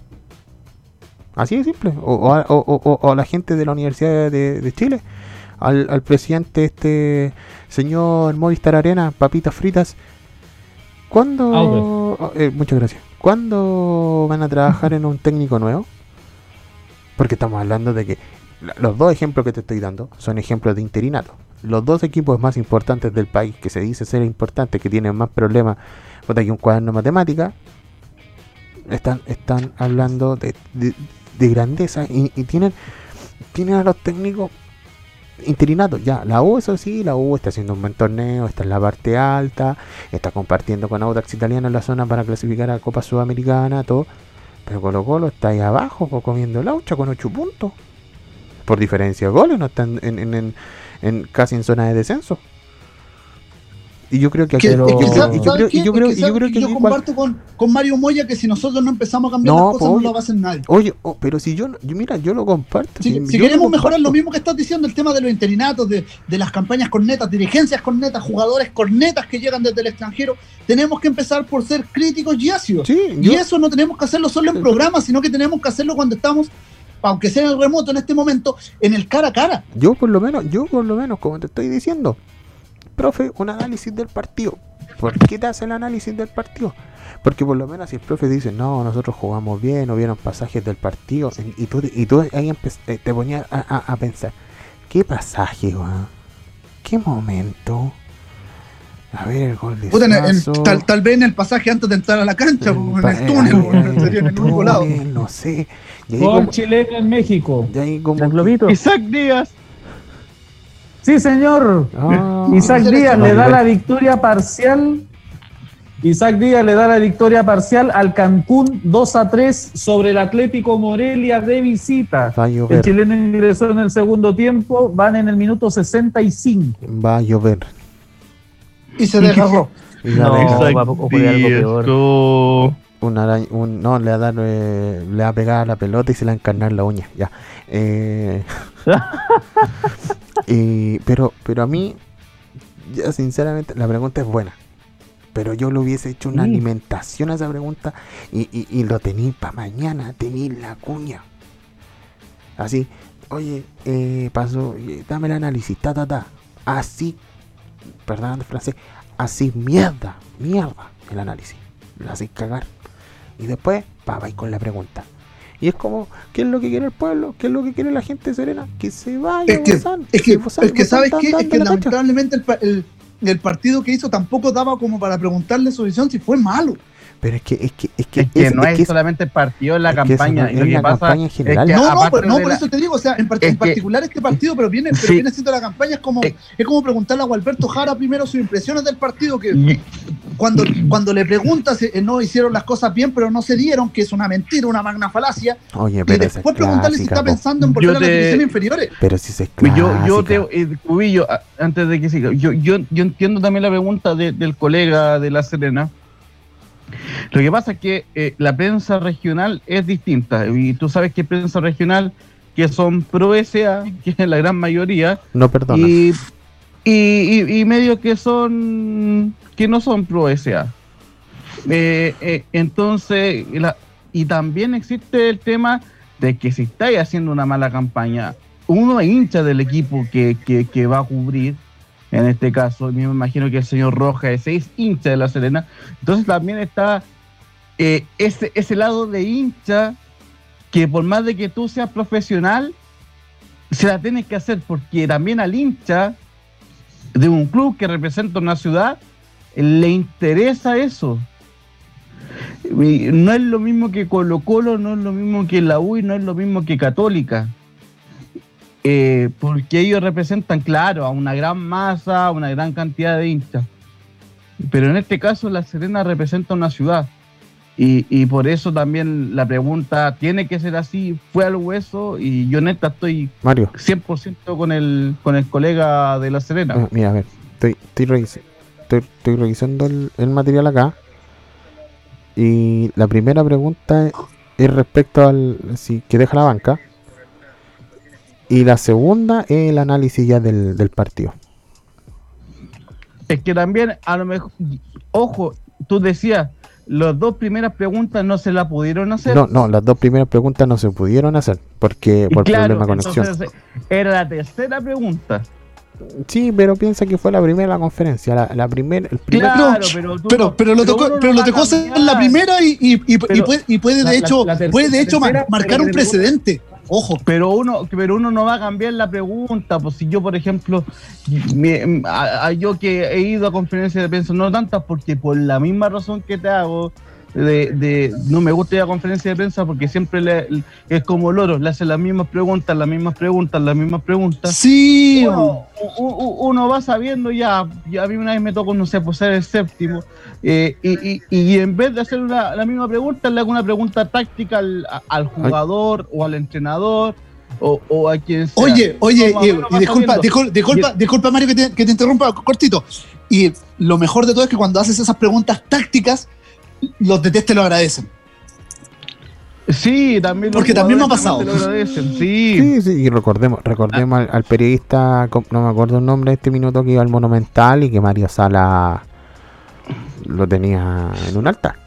C: Así de simple. O, o, a- o, o- o a la gente de la Universidad de, de Chile, al, al presidente este señor Movistar Arena, papitas fritas. ¿Cuándo? Eh, muchas gracias. ¿Cuándo van a trabajar en un técnico nuevo? Porque estamos hablando de que la- los dos ejemplos que te estoy dando son ejemplos de interinato. Los dos equipos más importantes del país, que se dice ser importantes, que tienen más problemas puta, que un cuaderno de matemática, están, están hablando de, de, de grandeza y, y tienen, tienen a los técnicos interinatos. Ya, la U, eso sí, la U está haciendo un buen torneo, está en la parte alta, está compartiendo con Audax Italiano en la zona para clasificar a Copa Sudamericana, todo. Pero Colo Colo está ahí abajo, po, comiendo laucha con ocho puntos. por diferencia de goles, no están en, en, en, en casi en zona de descenso. Y yo creo que aquí,
F: Que-
C: yo,
F: es que
C: yo
F: sabe-
C: creo-
F: ¿sabe
C: yo
F: qué?
C: creo- yo creo
F: Es que
C: yo
F: sabe
C: creo
F: que
C: que
F: yo
C: aquí igual-
F: comparto con, con Mario Moya que si nosotros no empezamos a cambiar
C: No,
F: las cosas
C: oye.
F: no lo va a hacer nadie.
C: Oye, oh, pero si yo, no- yo mira, yo lo comparto.
F: Si,
C: si
F: si
C: yo
F: queremos
C: lo
F: mejorar
C: comparto.
F: lo mismo que estás diciendo, el tema de los interinatos, de, de las campañas cornetas, dirigencias cornetas, jugadores cornetas que llegan desde el extranjero, tenemos que empezar por ser críticos y ácidos.
C: Sí,
F: Y
C: yo-
F: eso no tenemos que hacerlo solo en programas, sino que tenemos que hacerlo cuando estamos, aunque sea en el remoto en este momento, en el cara a cara.
C: Yo por lo menos, yo por lo menos, como te estoy diciendo, profe, un análisis del partido. ¿Por qué te hace el análisis del partido? Porque por lo menos si el profe dice, no, nosotros jugamos bien, no vieron pasajes del partido, y tú, y tú ahí empe- eh, te ponías a, a- a pensar, ¿qué pasaje, weón? ¿Qué momento? A ver, el gol de
F: Puta, en- en-
C: Suazo.
F: tal, tal vez en el pasaje antes de entrar a la cancha, o en
C: Pa-
F: el túnel,
C: eh,
F: o en-
C: eh,
F: sería en el único lado.
C: túnel, no sé. Y ahí
D: Gol
C: como-
D: chileno en México.
C: y ahí como
E: San
C: que-
E: Globito.
G: Isaac Díaz.
D: Sí, señor.
C: Ah,
D: Isaac Díaz le da
C: Maribel.
D: la victoria parcial. Isaac Díaz le da la victoria parcial al Cancún dos a tres sobre el Atlético Morelia de visita.
C: Va a
D: El
C: llover,
D: chileno ingresó en el segundo tiempo, van en el minuto sesenta y cinco.
C: va a llover.
F: Y se desgarró.
C: Y la
E: No,
C: deja-
E: va a ocurrir algo peor.
G: no.
C: un araña, un, no, le va a dar, eh, le va a pegar a la pelota y se le va a encarnar la uña, ya. Eh, y, pero, pero a mí, ya sinceramente, la pregunta es buena. Pero yo le hubiese hecho una
E: Sí.
C: alimentación a esa pregunta y, y, y lo tení para mañana, tení la cuña. Así, oye, eh, pasó, eh, dame el análisis, ta, ta, ta. Así, perdón el francés, así mierda, mierda el análisis. Lo hacéis cagar. Y después, pa, vais con la pregunta. Y es como, ¿qué es lo que quiere el pueblo? ¿Qué es lo que quiere la gente de Serena? Que se vaya,
F: Es que,
C: Bozán,
F: es que,
C: Bozán-
F: es que
C: Bozán
F: ¿sabes
C: está
F: qué? Es
C: dando
F: que
C: la cacha.
F: lamentablemente el, pa- el, el partido que hizo tampoco daba como para preguntarle su visión si fue malo.
C: Pero es que, es que, es que,
G: Es que no es,
C: es que
G: solamente el partido en la
C: es que eso
G: campaña.
C: no-
G: y lo
C: es
G: que
C: la
G: pasa
C: campaña en
G: es
C: general.
G: que
F: No, no,
G: aparte
F: pero, no
G: de
F: por
G: la-
F: eso te digo, o sea, en, par-
G: es
F: en
G: que-
F: particular este partido, pero viene, pero
G: Sí.
F: viene siendo la campaña, es como,
G: Eh.
F: es como preguntarle a Gualberto Jara primero sus impresiones del partido, que
G: y-
F: cuando, cuando le preguntas, eh, no hicieron las cosas bien, pero no se dieron, que es una mentira, una magna falacia,
C: Oye,
F: y
C: pero esa es
F: después preguntarle si
C: clásica,
F: está
C: po.
F: pensando en
G: Yo
F: volver a las
G: te-
F: divisiones inferiores.
C: Pero si se es
G: Pues yo, yo
C: clásica.
G: te, eh, Cubillo, a- antes de que siga, yo, yo, yo entiendo también la pregunta de- del colega de La Serena. Lo que pasa es que eh, la prensa regional es distinta, y tú sabes que prensa regional que son pro S A, que es la gran mayoría,
C: No perdona.
G: y, y, y- y medios que son que no son pro S A. Eh, eh, entonces, la- y también existe el tema de que si estáis haciendo una mala campaña, uno es hincha del equipo que, que, que va a cubrir, en este caso, yo me imagino que el señor Rojas es hincha de La Serena, entonces también está eh, ese, ese lado de hincha que por más de que tú seas profesional, se la tienes que hacer, porque también al hincha de un club que representa una ciudad le interesa eso. Y no es lo mismo que Colo Colo, no es lo mismo que la U y no es lo mismo que Católica. Eh, porque ellos representan, claro, a una gran masa, a una gran cantidad de hinchas. Pero en este caso La Serena representa una ciudad. Y, y por eso también la pregunta tiene que ser así, fue al hueso, y yo neta estoy
C: Mario,
G: cien por ciento con el, con el colega de La Serena.
C: eh, mira, a ver, estoy, estoy, revis- estoy, estoy revisando el, el material acá. Y la primera pregunta es, es respecto al si que deja la banca. Y la segunda es el análisis ya del, del partido.
G: Es que también, a lo mejor, ojo, tú decías, las dos primeras preguntas no se la pudieron hacer.
C: No, no, las dos primeras preguntas no se pudieron hacer porque
G: Y
C: por
G: claro,
C: problema de conexión.
G: entonces era la tercera pregunta.
C: Sí, pero piensa que fue la primera la conferencia, la, la primera, el primer
G: Claro, pero tú
F: Pero,
G: no-
F: pero lo
G: pero
F: tocó,
G: uno no
F: pero lo
G: va a
F: tocó hacer en
G: cambiar.
F: la primera y, y, y, y
G: Pero
F: puede, y puede
G: la-
F: de
G: la-
F: hecho,
G: la tercera-
F: puede de hecho mar-
G: tercera,
F: marcar
G: pero
F: un
G: que le-
F: precedente. Ojo.
G: Pero uno, pero uno no va a cambiar la pregunta. Pues si yo, por ejemplo, me- a- a- yo que he ido a conferencias de prensa, no tantas, porque por la misma razón que te hago, de, de no me gusta ir a conferencias de prensa porque siempre le, es como loro, le hacen las mismas preguntas, las mismas preguntas, las mismas preguntas.
F: Sí.
G: Uno, u- u- uno va sabiendo ya, ya a mí una vez me tocó, no sé, pues ser el séptimo, eh, y, y, y en vez de hacer una, la misma pregunta, le hago una pregunta táctica al, a- al jugador o al entrenador, o, o a quien sea.
F: Oye, oye,
G: Como
F: y,
G: menos
F: y
G: va
F: disculpa,
G: saliendo.
F: disculpa, disculpa, disculpa, Mario, que te, que te interrumpa cortito. Y lo mejor de todo es que cuando haces esas preguntas tácticas, los D Ts te lo agradecen.
G: Sí, también los
F: Porque también me ha
G: jugadores
F: pasado.
G: también te lo agradecen, sí.
C: Sí, sí, y recordemos, recordemos al, al periodista, com- no me acuerdo el nombre de este minuto, que iba al Monumental y que Mario Sala lo tenía en un altar.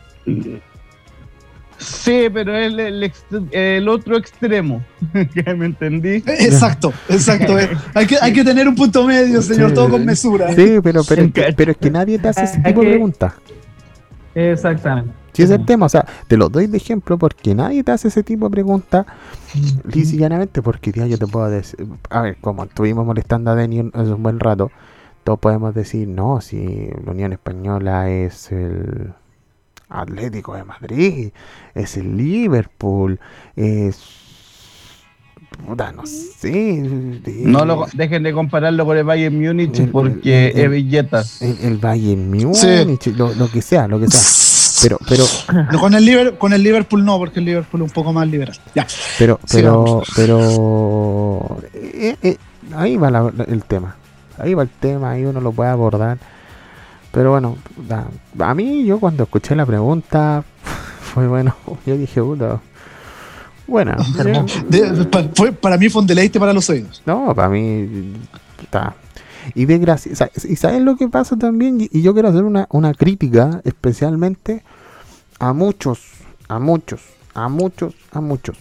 G: Sí, pero es el, el, ex- el otro extremo, que me entendí.
F: Exacto, exacto. eh. Hay, que, hay que tener un punto medio, señor,
C: Sí.
F: todo con mesura.
C: Sí, pero, pero, es que, pero es que nadie te hace ese tipo de
D: que-
C: preguntas.
D: Exactamente.
C: Si ese es el tema, o sea, te lo doy de ejemplo porque nadie te hace ese tipo de preguntas lisa y llanamente, porque tía, yo te puedo decir, a ver, como estuvimos molestando a Denny un- hace un buen rato, todos podemos decir, no, si la Unión Española es el Atlético de Madrid, es el Liverpool, es... puta, no sé. de-
G: No lo, dejen de compararlo con el Bayern Múnich
C: El-
G: porque
C: el- el-
G: es billetas.
C: El, el Bayern Múnich,
F: Sí.
C: lo, lo que sea, lo que sea. Pero, pero,
F: No, con, el Liverpool, con el Liverpool no, porque el Liverpool es un poco más liberal. Ya.
C: pero, pero,
F: Sigamos.
C: pero, eh, eh, ahí va la- la- el tema. Ahí va el tema, ahí uno lo puede abordar. Pero bueno, da- a mí yo cuando escuché la pregunta, fue bueno, yo dije, puta, bueno.
F: De- pa- fue, para mí fue un deleite para los oídos.
C: No, para mí está. Y de gracia, sa- y sabes lo que pasa también, y, y yo quiero hacer una, una crítica especialmente a muchos, a muchos, a muchos, a muchos.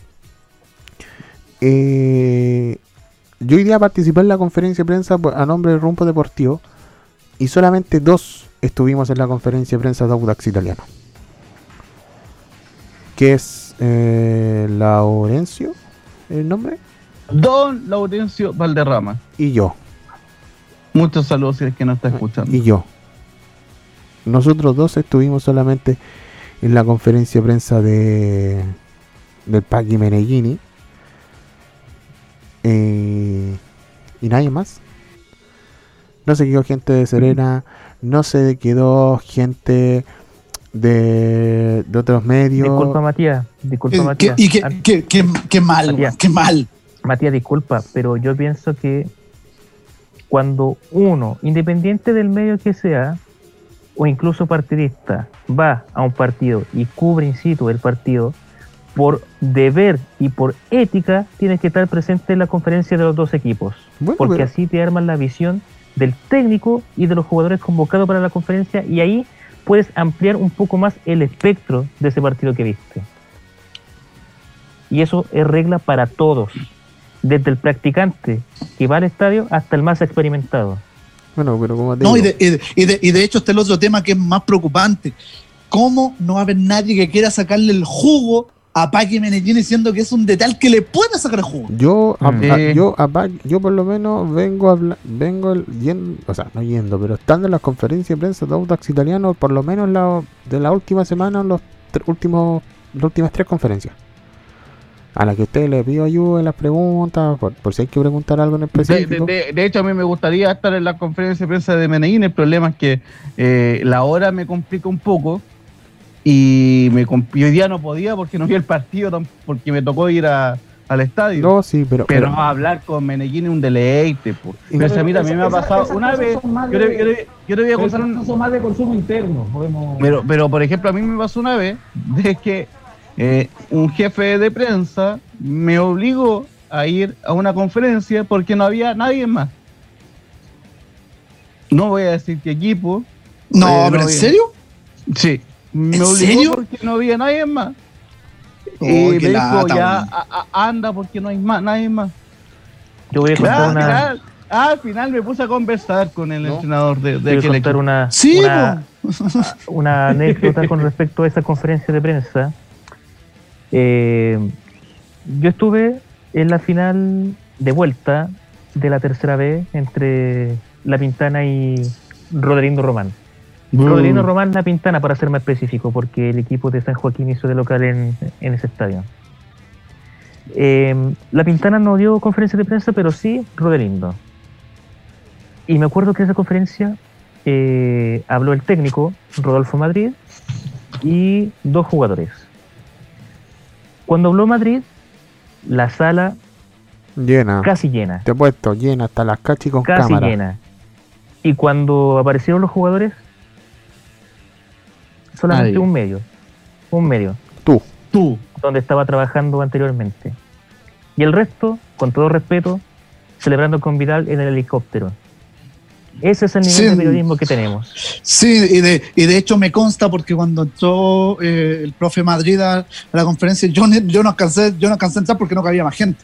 C: Eh, yo hoy día participé en la conferencia de prensa pues, a nombre de Rumbo Deportivo y solamente dos estuvimos en la conferencia de prensa de Audax Italiano. Que es eh, Laurencio, el nombre,
G: Don Laurencio Valderrama.
C: y yo.
G: Muchos saludos si es que no está escuchando.
C: Y yo. Nosotros dos estuvimos solamente en la conferencia de prensa de del Paqui Meneghini. Eh, y nadie más. No se quedó gente de Serena, no se quedó gente de, de otros medios.
E: Disculpa, Matías. Disculpa,
F: Eh,
E: Matías.
F: qué- y qué,
E: An-
F: qué, qué, qué mal,
E: Matías.
F: weón, qué mal.
E: Matías, disculpa, pero yo pienso que cuando uno, independiente del medio que sea, o incluso partidista, va a un partido y cubre in situ el partido, por deber y por ética, tienes que estar presente en la conferencia de los dos equipos.
C: Bueno,
E: porque
C: pero-
E: así te arman la visión del técnico y de los jugadores convocados para la conferencia, y ahí puedes ampliar un poco más el espectro de ese partido que viste. Y eso es regla para todos, desde el practicante que va al estadio hasta el más experimentado.
C: Bueno, pero como te
F: No, y
C: digo,
F: de, y, de, y, de, y de hecho está el otro tema que es más preocupante. ¿Cómo no va a haber nadie que quiera sacarle el jugo a Paqui Meneghini diciendo que es un detalle que le puede sacar el jugo?
C: Yo, a-
G: Mm.
C: a-
G: Eh.
C: yo, a Pa- yo por lo menos vengo, habla- vengo el- yendo, o sea, no yendo, pero estando en las conferencias de prensa de Audax Italiano, por lo menos la, de la última semana, los tre- últimos, las últimas tres conferencias. A las que usted le pido ayuda en las preguntas, por, por si hay que preguntar algo en
G: De,
C: específico.
G: de- de- de hecho, a mí me gustaría estar en la conferencia de prensa de Meneghini. El problema es que eh, la hora me complica un poco y me compl- hoy día no podía porque no vi el partido, tam- porque me tocó ir a, al estadio.
C: No, sí, pero,
G: Pero
C: pero-
G: hablar con Meneghini es un deleite. Po.
C: Y-
G: Pero si a mí también me ha
D: Esa-
G: pasado
D: esas
G: una
D: cosas
G: vez.
D: son más
G: Yo
D: de-
G: te, yo te- yo te voy a
D: Pero
G: contar
D: esas
G: un-
D: cosas son más de consumo interno. Podemos...
G: Pero, pero, por ejemplo, a mí me pasó una vez de que eh, un jefe de prensa me obligó a ir a una conferencia porque no había nadie más. No voy a decir qué equipo.
F: No,
G: eh,
F: pero ¿en
G: había-
F: serio?
G: Sí. Me
F: ¿En
G: obligó
F: serio?
G: porque no había nadie más.
F: Oh,
G: y me
F: qué
G: dijo,
F: lata,
G: ya,
F: weón.
G: a- a- anda porque no hay más, nadie más.
E: Yo voy a
G: Ah,
E: contar
G: al,
E: una,
G: final, ah, al final me puse a conversar con el
C: ¿No?
G: entrenador de, de
E: voy a
G: aquel
E: contar
G: equipo.
E: una,
F: Sí,
E: una, una anécdota con respecto a esa conferencia de prensa. Eh, yo estuve en la final de vuelta de la tercera vez entre La Pintana y Rodelindo Román. Rodelindo Román La Pintana, para ser más específico, porque el equipo de San Joaquín hizo de local en, en ese estadio. Eh, La Pintana no dio conferencia de prensa, pero sí Rodelindo. Y me acuerdo que en esa conferencia eh, habló el técnico, Rodolfo Madrid, y dos jugadores. Cuando habló Madrid, la sala
C: Llena.
E: Casi llena.
C: Te he puesto llena hasta las cachis con
E: Casi
C: cámara.
E: llena. Y cuando aparecieron los jugadores, solamente
G: Nadie.
E: un medio. Un medio.
C: Tú.
G: Tú.
E: Donde estaba trabajando anteriormente. Y el resto, con todo respeto, celebrando con Vidal en el helicóptero. Ese es el nivel
F: Sí.
E: de periodismo que tenemos.
F: Sí, y de, y de hecho me consta porque cuando entró eh, el profe Madrid a, a la conferencia, yo, ne- yo no alcancé, yo no alcancé a entrar porque no cabía más gente.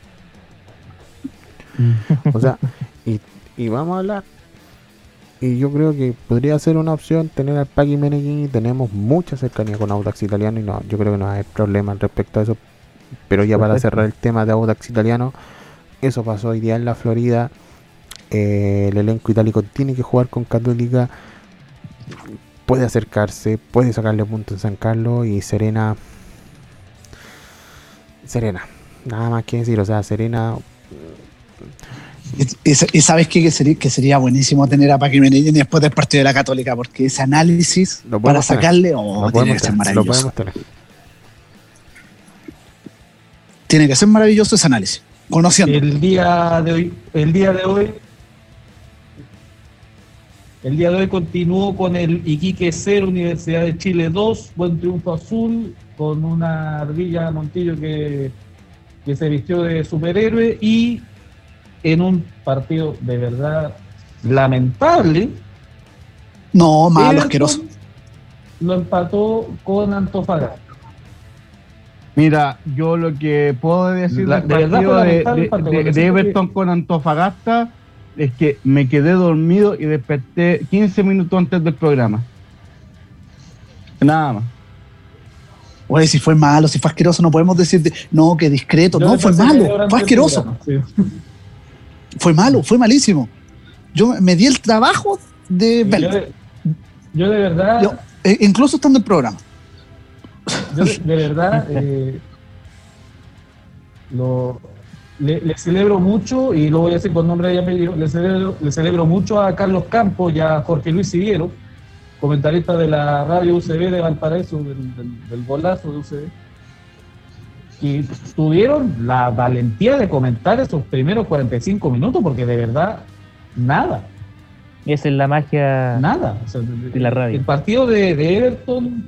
C: O sea, y, y vamos a hablar. Y yo creo que podría ser una opción tener al Paqui Meneghini. Tenemos mucha cercanía con Audax Italiano y no, yo creo que no hay problema respecto a eso. Pero ya para
E: Perfecto.
C: cerrar el tema de Audax Italiano, eso pasó hoy día en la Florida. Eh, el elenco itálico tiene que jugar con Católica. Puede acercarse, puede sacarle puntos en San Carlos y Serena. Serena, nada más que decir, o sea, Serena.
F: Y, y- y sabes qué? que, sería, que sería buenísimo tener a Paqui Meneghini después del partido de la Católica, porque ese análisis
C: Lo
F: para
C: podemos tener.
F: sacarle, oh,
C: Lo
F: tiene
C: podemos
F: que ser
C: tener, lo
F: maravilloso.
C: podemos tener.
F: Tiene que ser maravilloso ese análisis. Conociendo.
D: El día de hoy, el día de hoy, el día de hoy continuó con el Iquique cero, Universidad de Chile dos, buen triunfo azul, con una Ardilla Montillo que, que se vistió de superhéroe y en un partido de verdad lamentable.
F: No, malo,
D: Everton
F: asqueroso.
D: Lo empató con Antofagasta.
G: Mira, yo lo que puedo decir
D: La-
G: del
D: de verdad
G: partido
D: fue
G: de,
D: lamentable
G: de-
D: el partido,
G: de-
D: porque
G: de
D: siento que-
G: Everton con Antofagasta es que me quedé dormido y desperté quince minutos antes del programa. Nada más.
F: Oye, si fue malo, si fue asqueroso, no podemos decir, de- no, que discreto.
D: Yo
F: No,
D: me
F: fue
D: pasé
F: malo,
D: media hora
F: fue
D: antes del
F: asqueroso.
D: programa, sí.
F: Fue malo, fue malísimo. Yo me di el trabajo de
D: Yo
F: verlo,
D: de, yo de verdad,
F: Yo- eh, incluso estando en el programa.
D: yo de, de verdad eh, lo, le, le celebro mucho, y lo voy a decir con nombre y apellido, le celebro, le celebro mucho a Carlos Campos y a Jorge Luis Siviero, comentarista de la radio U C B de Valparaíso, del, del, del golazo de U C B, y tuvieron la valentía de comentar esos primeros cuarenta y cinco minutos, porque de verdad, nada.
E: Esa es la magia.
D: Nada. O sea,
E: De la radio.
D: El partido de, de Everton.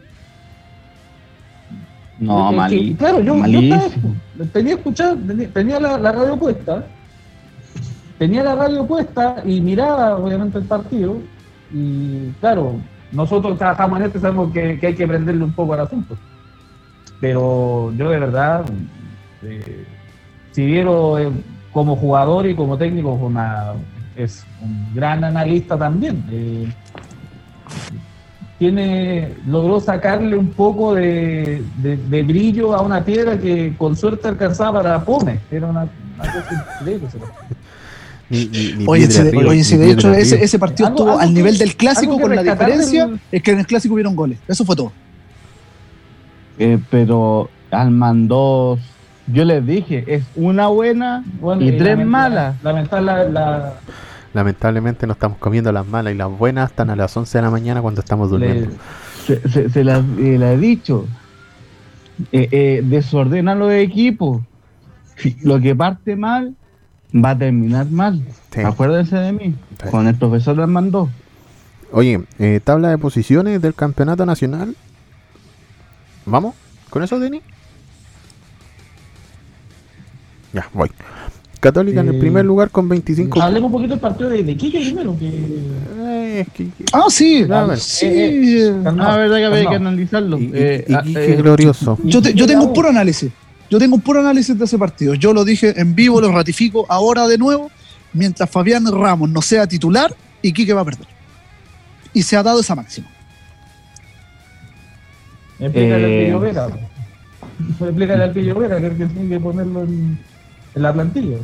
G: No,
D: es que,
G: malísimo.
D: Claro, yo, yo
G: malísimo.
D: estaba- tenía escuchado, tenía, tenía la, la radio puesta. Tenía la radio puesta y miraba, obviamente, el partido. Y claro, nosotros trabajamos en este, sabemos que, que hay que prenderle un poco al asunto. Pero yo, de verdad, eh, si vieron eh, como jugador y como técnico, fue una, es un gran analista también. Eh, tiene logró sacarle un poco de, de, de brillo a una piedra que con suerte alcanzaba para Pome. Era una, una cosa increíble. ese partido.
C: Ni- ni- ni
F: Oye,
C: piedra
F: si de,
C: arriba,
F: oye,
C: ni
F: si de
C: piedra
F: hecho ese,
C: arriba.
F: ese partido
D: Algo-
F: estuvo
D: algo
F: al
D: que-
F: nivel del clásico,
D: algo que
F: con la
D: rescatar
F: diferencia
D: del-
F: es que en el clásico hubieron goles. Eso fue todo.
G: Eh, pero al Mandós, yo les dije, es una buena
D: Bueno,
G: y tres
D: lament-
G: malas.
D: Lamentar la, la-
C: Lamentablemente no estamos comiendo las malas y las buenas están a las once de la mañana cuando estamos durmiendo.
G: Se, se, se las eh, la he dicho. Eh, eh, desordenan los equipos. Si lo que parte mal va a terminar mal.
C: Sí.
G: Acuérdense de mí.
C: Sí.
G: Con el profesor las mandó.
C: Oye, eh, tabla de posiciones del campeonato nacional. ¿Vamos? ¿Con eso, Denis? Ya, voy. Católica en el
D: Eh,
C: primer lugar con veinticinco.
D: Hablemos un poquito del partido de, de Iquique primero. Que,
C: Eh, es que- que-
F: Ah, sí,
C: A ver.
F: sí.
D: Eh, eh, calmado,
G: Ah, verdad que había que
D: calmado.
G: analizarlo.
C: y, y-
G: Eh,
C: y-
G: ah,
C: y
G: eh,
C: qué glorioso.
F: Yo, te- yo tengo un puro análisis. Yo tengo un puro análisis de ese partido. Yo lo dije en vivo, lo ratifico ahora de nuevo. Mientras Fabián Ramos no sea titular, Iquique va a perder. Y se ha dado esa máxima.
D: Explícale
G: Eh,
D: al Pillo Vera. Explícale al Pillo Vera que, que tiene que ponerlo en, en la plantilla.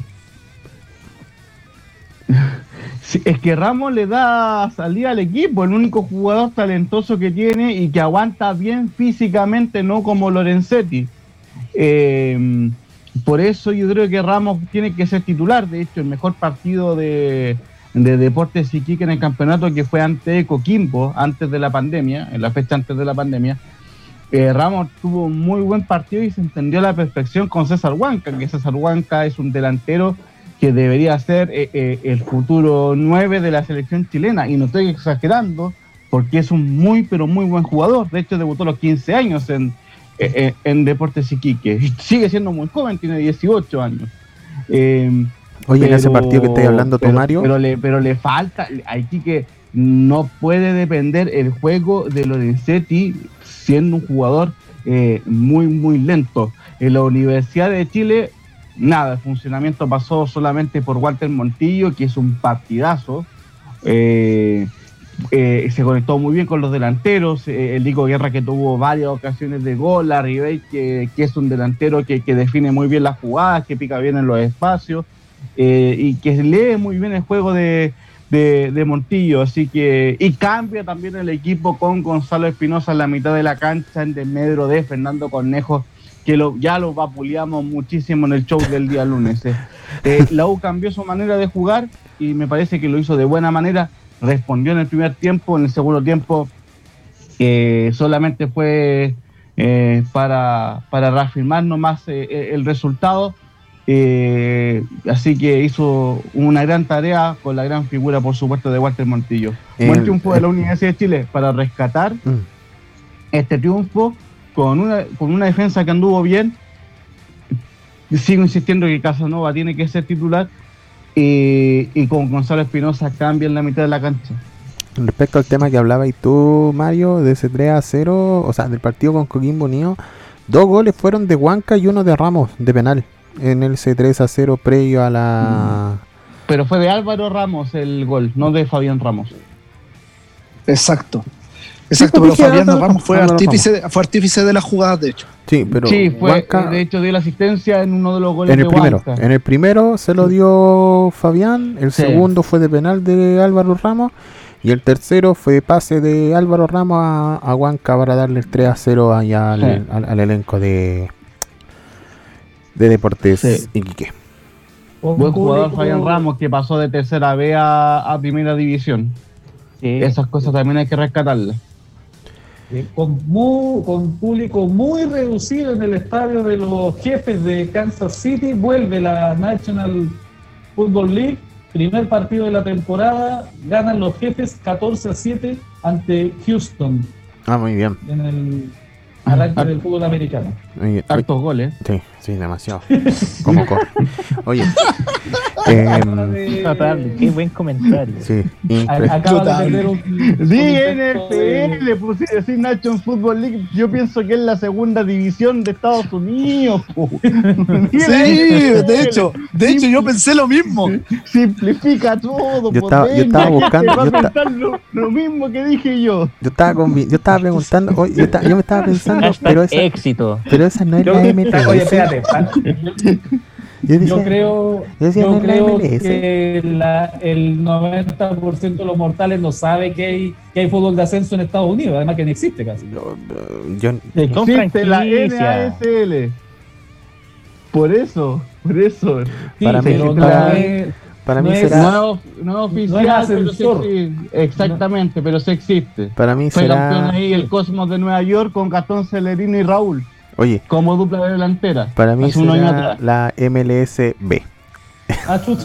G: Sí, es que Ramos le da salida al equipo, el único jugador talentoso que tiene y que aguanta bien físicamente, no como Lorenzetti. Eh, por eso yo creo que Ramos tiene que ser titular. De hecho, el mejor partido de, de Deportes Iquique en el campeonato, que fue ante Coquimbo, antes de la pandemia, en la fecha antes de la pandemia, eh, Ramos tuvo un muy buen partido y se entendió a la perfección con César Huanca, que César Huanca es un delantero que debería ser eh, eh, el futuro nueve de la selección chilena, y no estoy exagerando, porque es un muy, pero muy buen jugador. De hecho, debutó a los quince años en, en, en Deportes Iquique. Sigue siendo muy joven, tiene dieciocho años. Eh,
C: Oye,
G: pero,
C: en ese partido que estáis hablando tú,
G: pero,
C: Mario.
G: Pero le, pero le falta, a Iquique no puede depender el juego de Lorenzetti siendo un jugador eh, muy, muy lento. En la Universidad de Chile, nada, el funcionamiento pasó solamente por Walter Montillo, que es un partidazo. Eh, eh, se conectó muy bien con los delanteros. Eh, el Nico Guerra, que tuvo varias ocasiones de gol. La Ribey, que, que es un delantero que, que define muy bien las jugadas, que pica bien en los espacios. Eh, y que lee muy bien el juego de, de, de Montillo, así que, y cambia también el equipo con Gonzalo Espinosa en la mitad de la cancha, en desmedro de Fernando Cornejo, que lo, ya lo vapuleamos muchísimo en el show del día lunes. Eh. Eh, la U cambió su manera de jugar y me parece que lo hizo de buena manera, respondió en el primer tiempo, en el segundo tiempo eh, solamente fue eh, para, para reafirmar nomás eh, el resultado. Eh, así que hizo una gran tarea con la gran figura, por supuesto, de Walter Montillo.
C: El,
G: Buen triunfo de la Universidad de Chile para rescatar mm. este triunfo con una, con una defensa que anduvo bien. Sigo insistiendo que Casanova tiene que ser titular y, y con Gonzalo Espinosa cambia en la mitad de la cancha.
C: Respecto al tema que hablabas tú, Mario, de ese tres a cero, o sea, del partido con Coquimbo Unido, dos goles fueron de Huanca y uno de Ramos, de penal. En el C tres a cero previo a la...
G: Pero fue de Álvaro Ramos el gol, no de Fabián Ramos.
F: Exacto. Exacto, sí, pero Fabián Ramos fue artífice, de, fue artífice de la jugada, de hecho.
G: Sí, pero sí, fue, Huanca, de hecho dio la asistencia en uno de los goles
C: en el
G: de
C: primero,
G: Huanca.
C: En el primero se lo dio Fabián, el sí. segundo fue de penal de Álvaro Ramos y el tercero fue pase de Álvaro Ramos a, a Huanca para darle el tres a cero allá al, sí. al, al elenco de... de Deportes sí. Iquique.
G: Buen jugador Fabián Ramos, que pasó de tercera B a, a primera división. Sí. Esas cosas también hay que rescatarlas.
D: Eh, con, muy, con público muy reducido en el estadio de los Jefes de Kansas City, vuelve la National Football League, primer partido de la temporada, ganan los Jefes catorce a siete ante Houston.
C: Ah, muy bien.
D: En el arranque del fútbol americano.
C: Oye,
G: hartos oye, goles.
C: Sí, sí, demasiado. Como corre. Oye.
E: eh, Qué buen comentario.
C: Sí,
D: acaba de perder un...
G: Sí, N F L, le puse a decir National Football League. Yo pienso que es la segunda división de Estados Unidos.
F: Sí, de hecho, de hecho yo pensé lo mismo.
G: Simplifica todo.
C: Yo estaba, yo estaba buscando.
G: Yo
C: estaba,
G: pensar lo, lo mismo que dije yo.
C: Yo estaba, con, yo estaba preguntando. Oye, yo, estaba, yo me estaba pensando. Pero esa,
E: éxito.
C: Pero esa no es
D: yo,
C: la M L S.
D: Oye, espérate. Yo, decía, yo creo, yo yo no creo que la, el noventa por ciento de los mortales no sabe que hay, que hay fútbol de ascenso en Estados Unidos, además que no existe casi.
C: No, no, yo,
G: existe la N A S L. Por eso, por eso.
C: Sí, para mí,
D: pero
C: para,
D: no es,
C: para
D: no
C: mí
D: es,
C: será...
G: No, no oficial,
D: no es
G: pero sí, exactamente, no. Pero sí existe.
C: Para mí
G: Fue
C: será...
G: campeón ahí el Cosmos de Nueva York con Gastón Celerino y Raúl.
C: Oye,
G: como dupla de delantera.
C: Para mí será la M L S B.
D: Ah, chuto.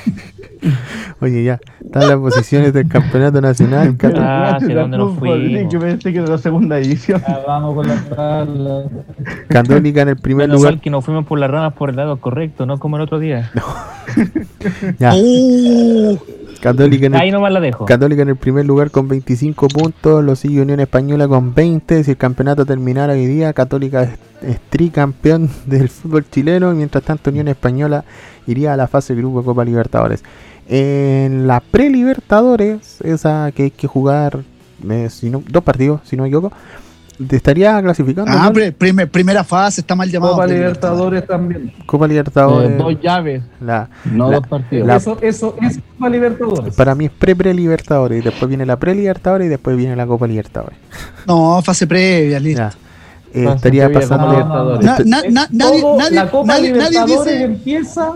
C: Oye, ya, están las posiciones del campeonato nacional.
E: Ah, ¿de dónde nos fuimos?
G: Yo pensé que era la segunda división.
D: Ah, vamos con la tabla.
C: Católica en el primer
E: Menos
C: lugar.
E: mal que nos fuimos por las ramas por el lado correcto, no como el otro día.
C: No. Ya.
F: Uh.
C: Católica en, el,
E: Ahí nomás la dejo.
C: Católica en el primer lugar con veinticinco puntos, lo sigue Unión Española con veinte. Si el campeonato terminara hoy día, Católica es, es tricampeón del fútbol chileno, y mientras tanto Unión Española iría a la fase de grupo de Copa Libertadores. En la pre-Libertadores, esa que hay que jugar eh, si no, dos partidos, si no me equivoco, te estaría clasificando.
F: Ah, pre, primer, primera fase, está mal llamado.
D: Copa Libertadores también.
C: Copa Libertadores.
G: Eh, dos llaves.
C: La,
G: no
C: la,
G: dos partidos.
C: La,
D: eso, eso es Copa Libertadores.
C: Para mí es pre-pre-Libertadores. Y después viene la pre-Libertadores y después viene la Copa Libertadores.
F: No, fase previa, listo.
C: Ya. Eh, fase estaría previa, pasando.
D: No, no, no. Na,
F: na, na, nadie, nadie,
D: la Copa
F: nadie,
D: Libertadores
F: nadie dice...
D: empieza.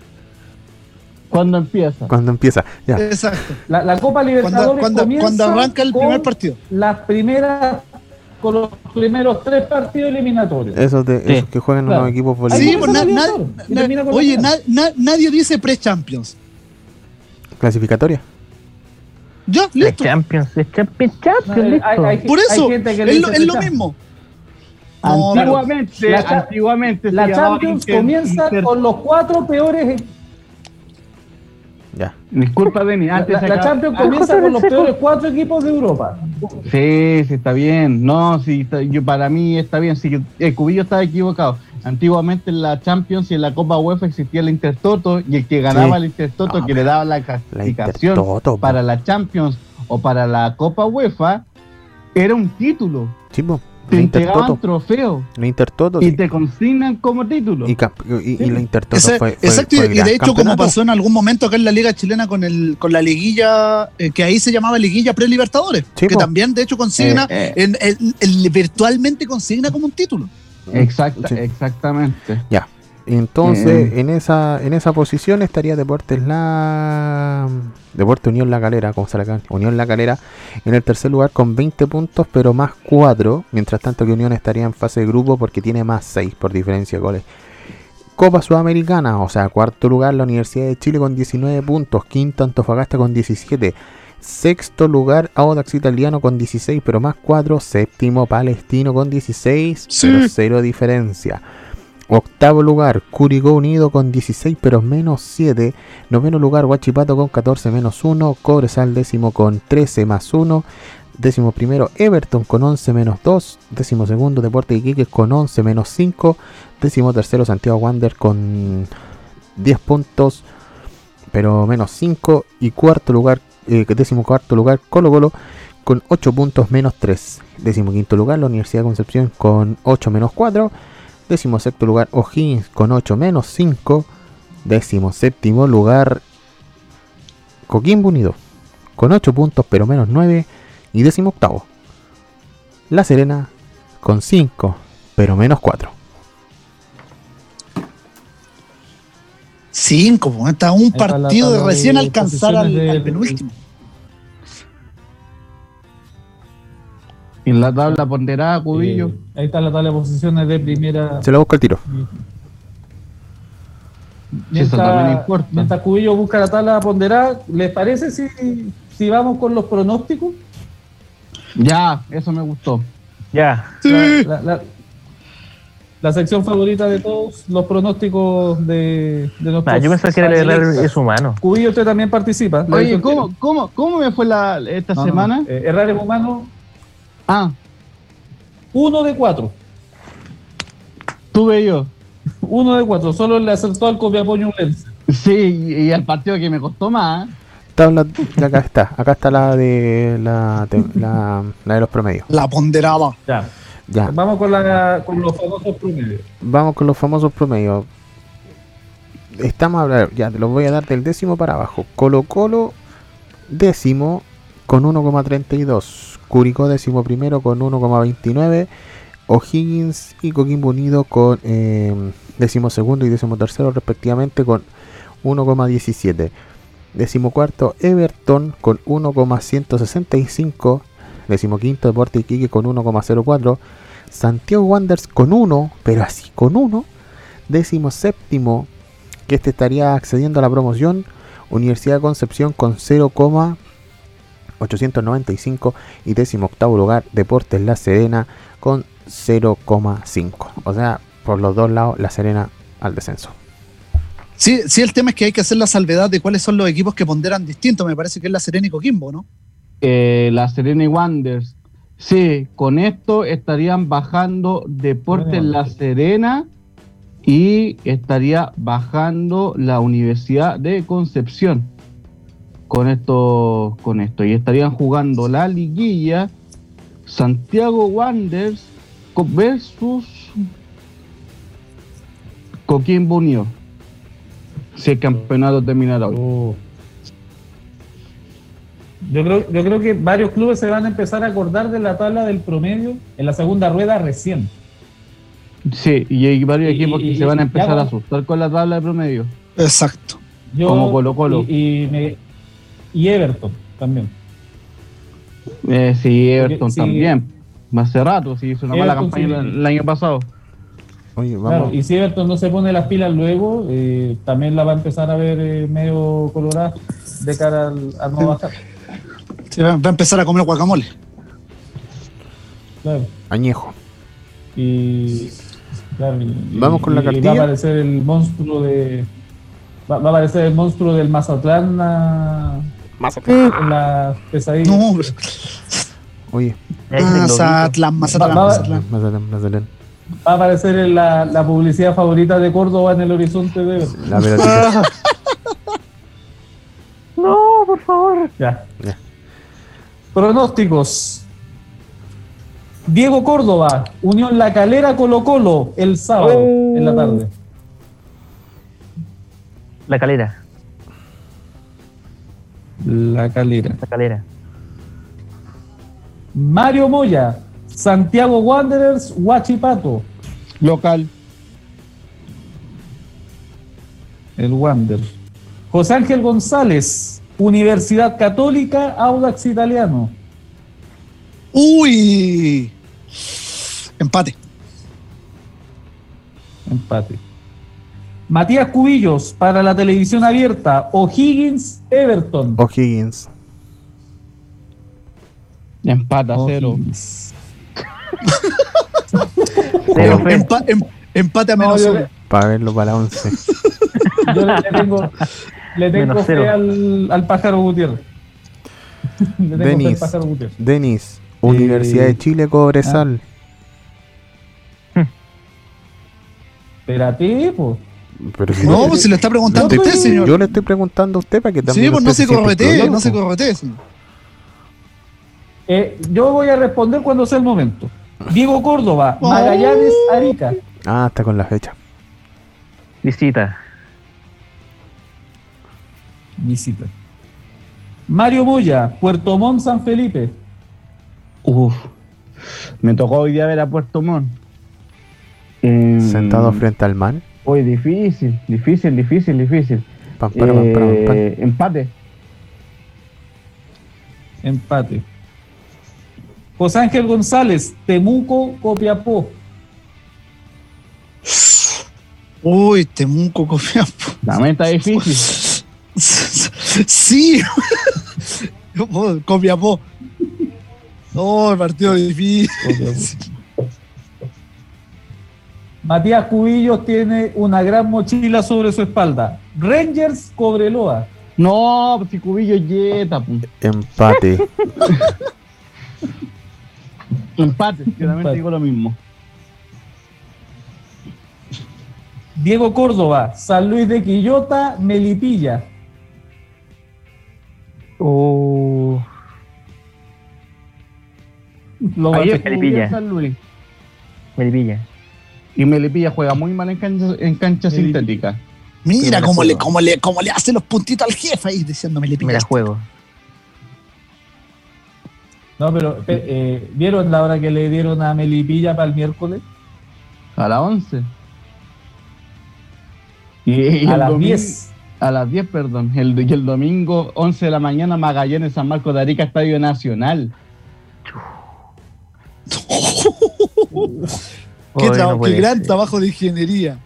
G: Cuando empieza.
C: Cuando empieza, ya.
F: Exacto.
D: La, la Copa Libertadores
F: cuando, cuando,
D: comienza
F: cuando arranca el primer partido.
D: Las primeras con los primeros tres partidos eliminatorios.
C: Esos, de,
E: Sí.
C: esos que juegan
D: Claro.
C: unos equipos
D: Ahí
F: Sí,
C: bolivianos.
F: pues, na-
D: comienza
F: na-
D: la Libertadores y
F: na-
D: termina con la
F: oye,
D: final.
F: na- na- nadie dice pre-Champions.
C: Clasificatoria.
F: Ya,
E: Es
F: listo.
E: Champions, es Champions, Champions,
D: No, eh,
E: listo.
D: hay- hay-
F: Por eso,
D: hay gente que le
F: es lo,
D: dice
F: es lo
D: pre-Champions.
F: mismo. No,
G: Antiguamente,
D: La cha-
G: antiguamente
D: La
G: se llamaba
D: Champions
G: Inter-
D: comienza
G: Inter-
D: con los cuatro peores.
C: Ya.
G: Disculpa, Denis,
D: La,
G: antes
D: la-
G: se
D: la
G: acaba-
D: Champions
G: Ah,
D: comienza con los peores cuatro equipos de Europa.
G: Sí, sí, está bien. No, sí, está- yo, para mí está bien. Sí, el Cubillo estaba equivocado. Antiguamente en la Champions y en la Copa UEFA existía el Intertoto y el que ganaba
C: Sí.
G: el Intertoto,
C: No,
G: que le daba la clasificación
C: Intertoto, po.
G: para la Champions o para la Copa UEFA, era un título.
C: Sí, po.
G: Te
C: La
G: entregaban
C: Intertoto.
G: trofeos
C: La Intertoto.
G: y
C: sí.
G: te consignan como título.
C: Y, camp- y, y la Intertoto
F: Ese-
C: fue, fue-
F: exacto,
C: fue
F: y
C: gran
F: de hecho, como
C: campeonato.
F: pasó en algún momento acá en la Liga Chilena con el con la liguilla, eh, que ahí se llamaba Liguilla Pre-Libertadores,
C: Sí,
F: que
C: po.
F: también de hecho consigna,
G: Eh,
F: en- en- en- virtualmente consigna como un título.
G: Exacta,
C: Sí.
G: Exactamente.
C: Ya. Entonces,
G: Eh.
C: en esa en esa posición estaría Deportes La Deportes Unión La Calera, como sale acá, Unión La Calera en el tercer lugar con veinte puntos, pero más cuatro, mientras tanto que Unión estaría en fase de grupo porque tiene más seis por diferencia de goles. Copa Sudamericana, o sea, cuarto lugar la Universidad de Chile con diecinueve puntos, quinto Antofagasta con diecisiete, sexto lugar Audax Italiano con dieciséis, pero más cuatro, séptimo Palestino con dieciséis,
F: Sí.
C: pero cero diferencia. Octavo lugar, Curicó Unido con dieciséis, pero menos siete. Noveno lugar, Huachipato con catorce, menos uno. Cobresal décimo con trece, más uno. Décimo primero, Everton con once, menos dos. Décimo segundo, Deportes Iquique con once, menos cinco. Décimo tercero, Santiago Wander con diez puntos, pero menos cinco. Y cuarto lugar, eh, décimo cuarto lugar, Colo Colo con ocho puntos, menos tres. Décimo quinto lugar, la Universidad de Concepción con ocho, menos cuatro. Décimo sexto lugar, O'Higgins con ocho, menos cinco. Décimo séptimo lugar, Coquimbo Unido con ocho puntos, pero menos nueve. Y décimo octavo, La Serena con cinco, pero menos cuatro.
F: Cinco, pues, está un
D: está la
F: partido de
D: tabla
F: recién
D: de
F: alcanzar al,
D: posiciones de-
F: al penúltimo.
G: Y en la tabla ponderada, Cubillo.
D: Eh, ahí está la tabla de posiciones de primera.
C: Se lo busco el tiro.
G: Sí, eso también importa.
D: Mientras Cubillo busca la tabla ponderada, ¿les parece si, si vamos con los pronósticos?
G: Ya, eso me gustó.
E: Ya.
D: La, la- la- la sección favorita de todos, los pronósticos de, de nuestros
E: Ah, yo pensaba que era el
D: panelistas.
E: errar es humano.
D: Cubillo, usted también participa. La
G: Oye,
D: edición
G: ¿cómo,
D: que-
G: cómo, cómo me fue la, esta
D: No, no,
G: semana?
D: eh, errar es humano,
G: Ah,
D: uno de cuatro.
G: tuve yo.
D: Uno de cuatro, solo le acertó al Copiapó Ñublense.
G: Sí, y, y el partido que me costó más. ¿eh?
C: Tabla, acá está, acá está la de la, de- la, la de los promedios.
F: La ponderada.
D: Ya.
C: Ya,
D: Vamos con, la, con los famosos promedios.
C: vamos con los famosos promedios. Estamos a hablar, ya te los voy a dar del décimo para abajo. Colo Colo décimo con uno coma treinta y dos. Curicó décimo primero con uno coma veintinueve. O'Higgins y Coquimbo Unido con eh, décimo segundo y décimo tercero respectivamente con uno coma diecisiete. Décimo cuarto Everton con uno coma ciento sesenta y cinco. Décimo quinto Deportes Iquique con uno coma cero cuatro. Santiago Wanderers con uno, pero así con uno. Décimo séptimo, que este estaría accediendo a la promoción, Universidad de Concepción con cero coma ochocientos noventa y cinco. Y décimo octavo lugar Deportes La Serena con cero coma cinco. O sea, por los dos lados La Serena al descenso.
F: Sí, sí, el tema es que hay que hacer la salvedad de cuáles son los equipos que ponderan distinto. Me parece que es la Serena y Coquimbo, ¿no?
G: Eh, la Serena y Wanderers. Sí, con esto estarían bajando Deportes La Serena y estaría bajando la Universidad de Concepción. Con esto, con esto. Y estarían jugando la liguilla Santiago Wanderers co- versus Coquimbo Unido. Si el campeonato terminara hoy.
D: Oh. Yo creo, yo creo que varios clubes se van a empezar a acordar de la tabla del promedio en la segunda rueda recién.
G: Sí, y hay varios
D: Y-
G: equipos
D: y-
G: que se van a
D: y-
G: empezar
D: ya
G: a
D: va.
G: asustar con la tabla de promedio.
F: Exacto.
D: Yo-
G: Como Colo-Colo.
D: Y, y, me- y Everton también.
G: Eh, sí, Everton
D: sí.
G: también. Hace rato, sí, hizo una mala
D: Everton,
G: campaña
D: sí.
G: el, el año pasado.
C: Oye, vamos.
D: Claro, y si Everton no se pone las pilas luego, eh, también la va a empezar a ver eh, medio colorada de cara al, al no bajar.
F: Se va, va a empezar a comer guacamole.
D: Claro.
C: Añejo.
D: Y, claro, y-
C: Vamos con la
D: y- y va
C: cartilla.
D: a aparecer el monstruo de. Va, va a aparecer el monstruo del Mazatlán a- en la pesadilla.
F: No, hombre.
C: Oye,
F: Mazatlán, Mazatlán,
D: Va- va-
F: Mazatlán.
C: Mazatlán, Mazatlán.
D: Va a aparecer en la, la publicidad favorita de Córdoba en el horizonte de Everton.
C: La pelotita.
E: No, por favor.
D: Ya.
C: Ya.
D: Pronósticos. Diego Córdoba, Unión La Calera Colo Colo, el sábado
E: Oh.
D: en la tarde.
E: La Calera.
D: La Calera.
E: La Calera.
D: Mario Moya, Santiago Wanderers, Huachipato,
G: Local.
D: el Wander. José Ángel González, Universidad Católica, Audax Italiano.
F: Uy. Empate.
D: Empate. Matías Cubillos, para la televisión abierta, O'Higgins, Everton.
C: O'Higgins.
G: Empata cero.
D: O'Higgins.
E: Cero fe.
F: Empa- em- empate a
D: No,
F: menos
D: yo,
F: uno.
C: Para verlo para la once.
D: yo le tengo, le tengo
E: Menos
D: fe
E: cero.
D: al, al pájaro Gutiérrez. Le tengo fe al
C: Denis.
D: pájaro Gutiérrez.
C: Denis. Universidad de Chile, Cobresal.
D: Espérate, pues.
C: Pero si
F: No,
C: yo-
F: pues se lo está preguntando
C: yo,
F: usted,
C: estoy-
F: señor.
C: yo le estoy preguntando a usted para que también.
F: Sí, pues no
C: usted
F: se
C: sienta
F: corretee,
C: excluido,
F: no se
C: pues.
F: corretee, señor.
D: Eh, yo voy a responder cuando sea el momento. Diego Córdoba, Magallanes, Arica.
C: Ah, está con la fecha.
E: Visita.
D: Visita. Mario Moya, Puerto Montt, San Felipe.
G: Uf. Me tocó hoy día ver a Puerto Montt. Em,
C: Sentado frente al man.
G: Hoy difícil, difícil, difícil, difícil.
C: Pam, para, pam, para, pam, pam.
G: Eh, empate.
D: Empate. José Ángel González, Temuco, Copiapó.
F: Uy, Temuco, Copiapó.
G: También está difícil.
F: Sí. Oh, Copiapó. No, el partido difícil.
D: Matías Cubillos tiene una gran mochila sobre su espalda. Rangers, Cobreloa.
G: No, pues si Cubillo es Yeta, pues.
C: Empate.
G: Empate, yo también
D: Empate.
G: digo lo mismo.
D: Diego Córdoba, San Luis de Quillota, Melipilla.
E: Oh.
D: Lo va a
G: Ayer
D: hacer.
E: Melipilla.
G: jugué en San Luis.
E: Melipilla.
G: Y Melipilla juega muy mal en cancha, en cancha
D: Melipilla.
G: sintética.
F: Mira
E: Pero
F: cómo
E: me
F: le,
E: juego.
F: cómo, le, cómo le hace los puntitos al jefe ahí diciéndome le
E: Me la juego.
D: No, pero eh, eh, ¿vieron la hora que le dieron a Melipilla para el miércoles?
G: A las once. Y, y
D: A
G: el
D: las
G: domingo-
D: diez.
G: A las diez, perdón. El, y el domingo, once de la mañana, Magallanes, San Marcos de Arica, Estadio Nacional.
F: Qué,
E: Hoy
F: tra-
E: no
F: qué
E: puede
F: gran
E: ser.
F: trabajo de ingeniería.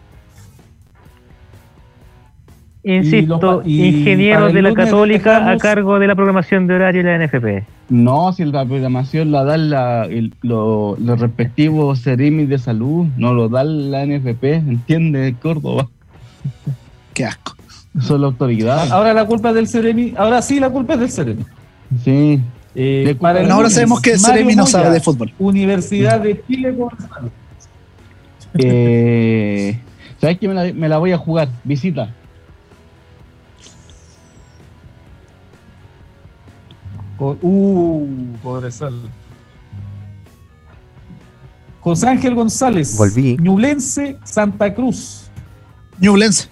E: Insisto,
D: los pa- y
E: ingeniero
D: para el
E: de la
D: lunes
E: Católica a
D: dejamos-
E: cargo de la programación de horario de la N F P.
G: No, si la programación la dan la, el- lo- los respectivos Ceremis de salud, no lo da la N F P, ¿entiendes? Córdoba.
F: Qué asco.
G: Son la autoridad.
D: Ahora la culpa es del Ceremi. Ahora sí la culpa es del Ceremi.
G: Sí.
D: Eh,
G: De-
D: para el
F: Bueno, ahora
D: lunes,
F: sabemos que
D: Mario
F: Ceremi no
D: Moya,
F: sabe de fútbol.
D: Universidad de Chile Gonzalo.
G: Eh, ¿Sabes qué? Me la, me la voy a jugar. Visita.
D: Co- Uh, Cobresal. José Ángel González.
C: Volví.
D: Ñublense, Santa Cruz.
F: Ñublense.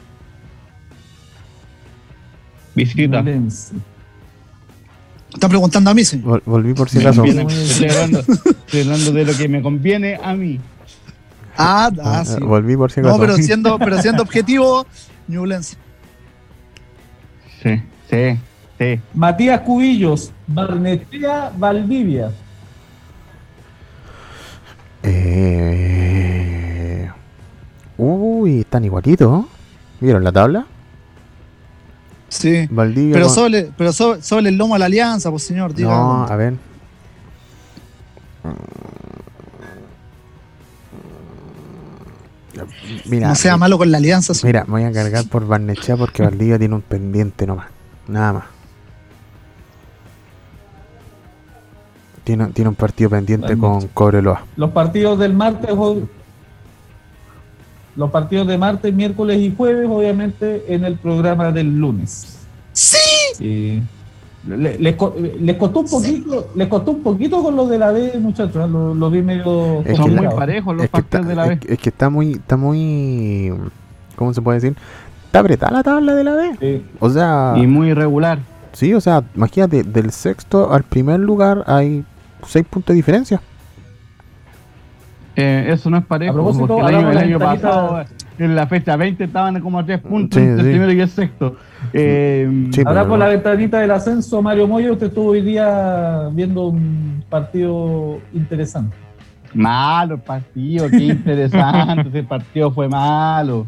G: Visita.
D: Ñublense.
F: Están preguntando a mí, señor.
C: Vol- volví por si
G: Me
C: acaso.
G: conviene. Estoy hablando, estoy hablando de lo que me conviene a mí.
F: Ah, ah,
C: Ah,
F: sí.
C: Volví por si acaso.
F: No, pero siendo, pero siendo objetivo, Ñublense.
G: Sí, sí, sí.
D: Matías Cubillos, Barnechea, Valdivia.
C: Uy, están igualitos. ¿Vieron la tabla?
F: Sí.
C: Valdivia
F: pero
C: con...
F: sobre, pero sobre, sobre el lomo a la alianza, pues señor, diga.
C: No, a ver. Mira,
F: no sea malo con la alianza.
C: Sí. Mira, me voy a cargar por Barnechea porque Valdivia tiene un pendiente nomás. Nada más. Tiene, tiene un partido pendiente Barnechea con Cobreloa.
D: Los partidos del martes, los partidos de martes, miércoles y jueves, obviamente, en el programa del lunes.
F: ¡Sí!
D: Y les, les, les costó un poquito, les costó un poquito con los de la B, muchachos. Lo, lo vi medio.
G: Es Son muy parejos los partidos de la B.
C: Es, es que está muy, está muy, ¿cómo se puede decir? Está apretada la tabla de la B.
D: Sí.
C: O sea.
G: Y muy irregular.
C: Sí, o sea, imagínate, del sexto al primer lugar hay seis puntos de diferencia.
G: Eh, eso no es parejo.
D: A propósito,
G: porque el año, el año
D: ventanita...
G: pasado, en la fecha veinte, estaban como a tres puntos
C: sí,
G: entre
C: sí.
G: el primero y el sexto. Eh,
C: sí,
D: ahora
C: pero...
D: por la ventanita del ascenso, Mario Moyo, usted estuvo hoy día viendo un partido interesante.
G: Malo el partido, qué interesante. Ese partido fue malo.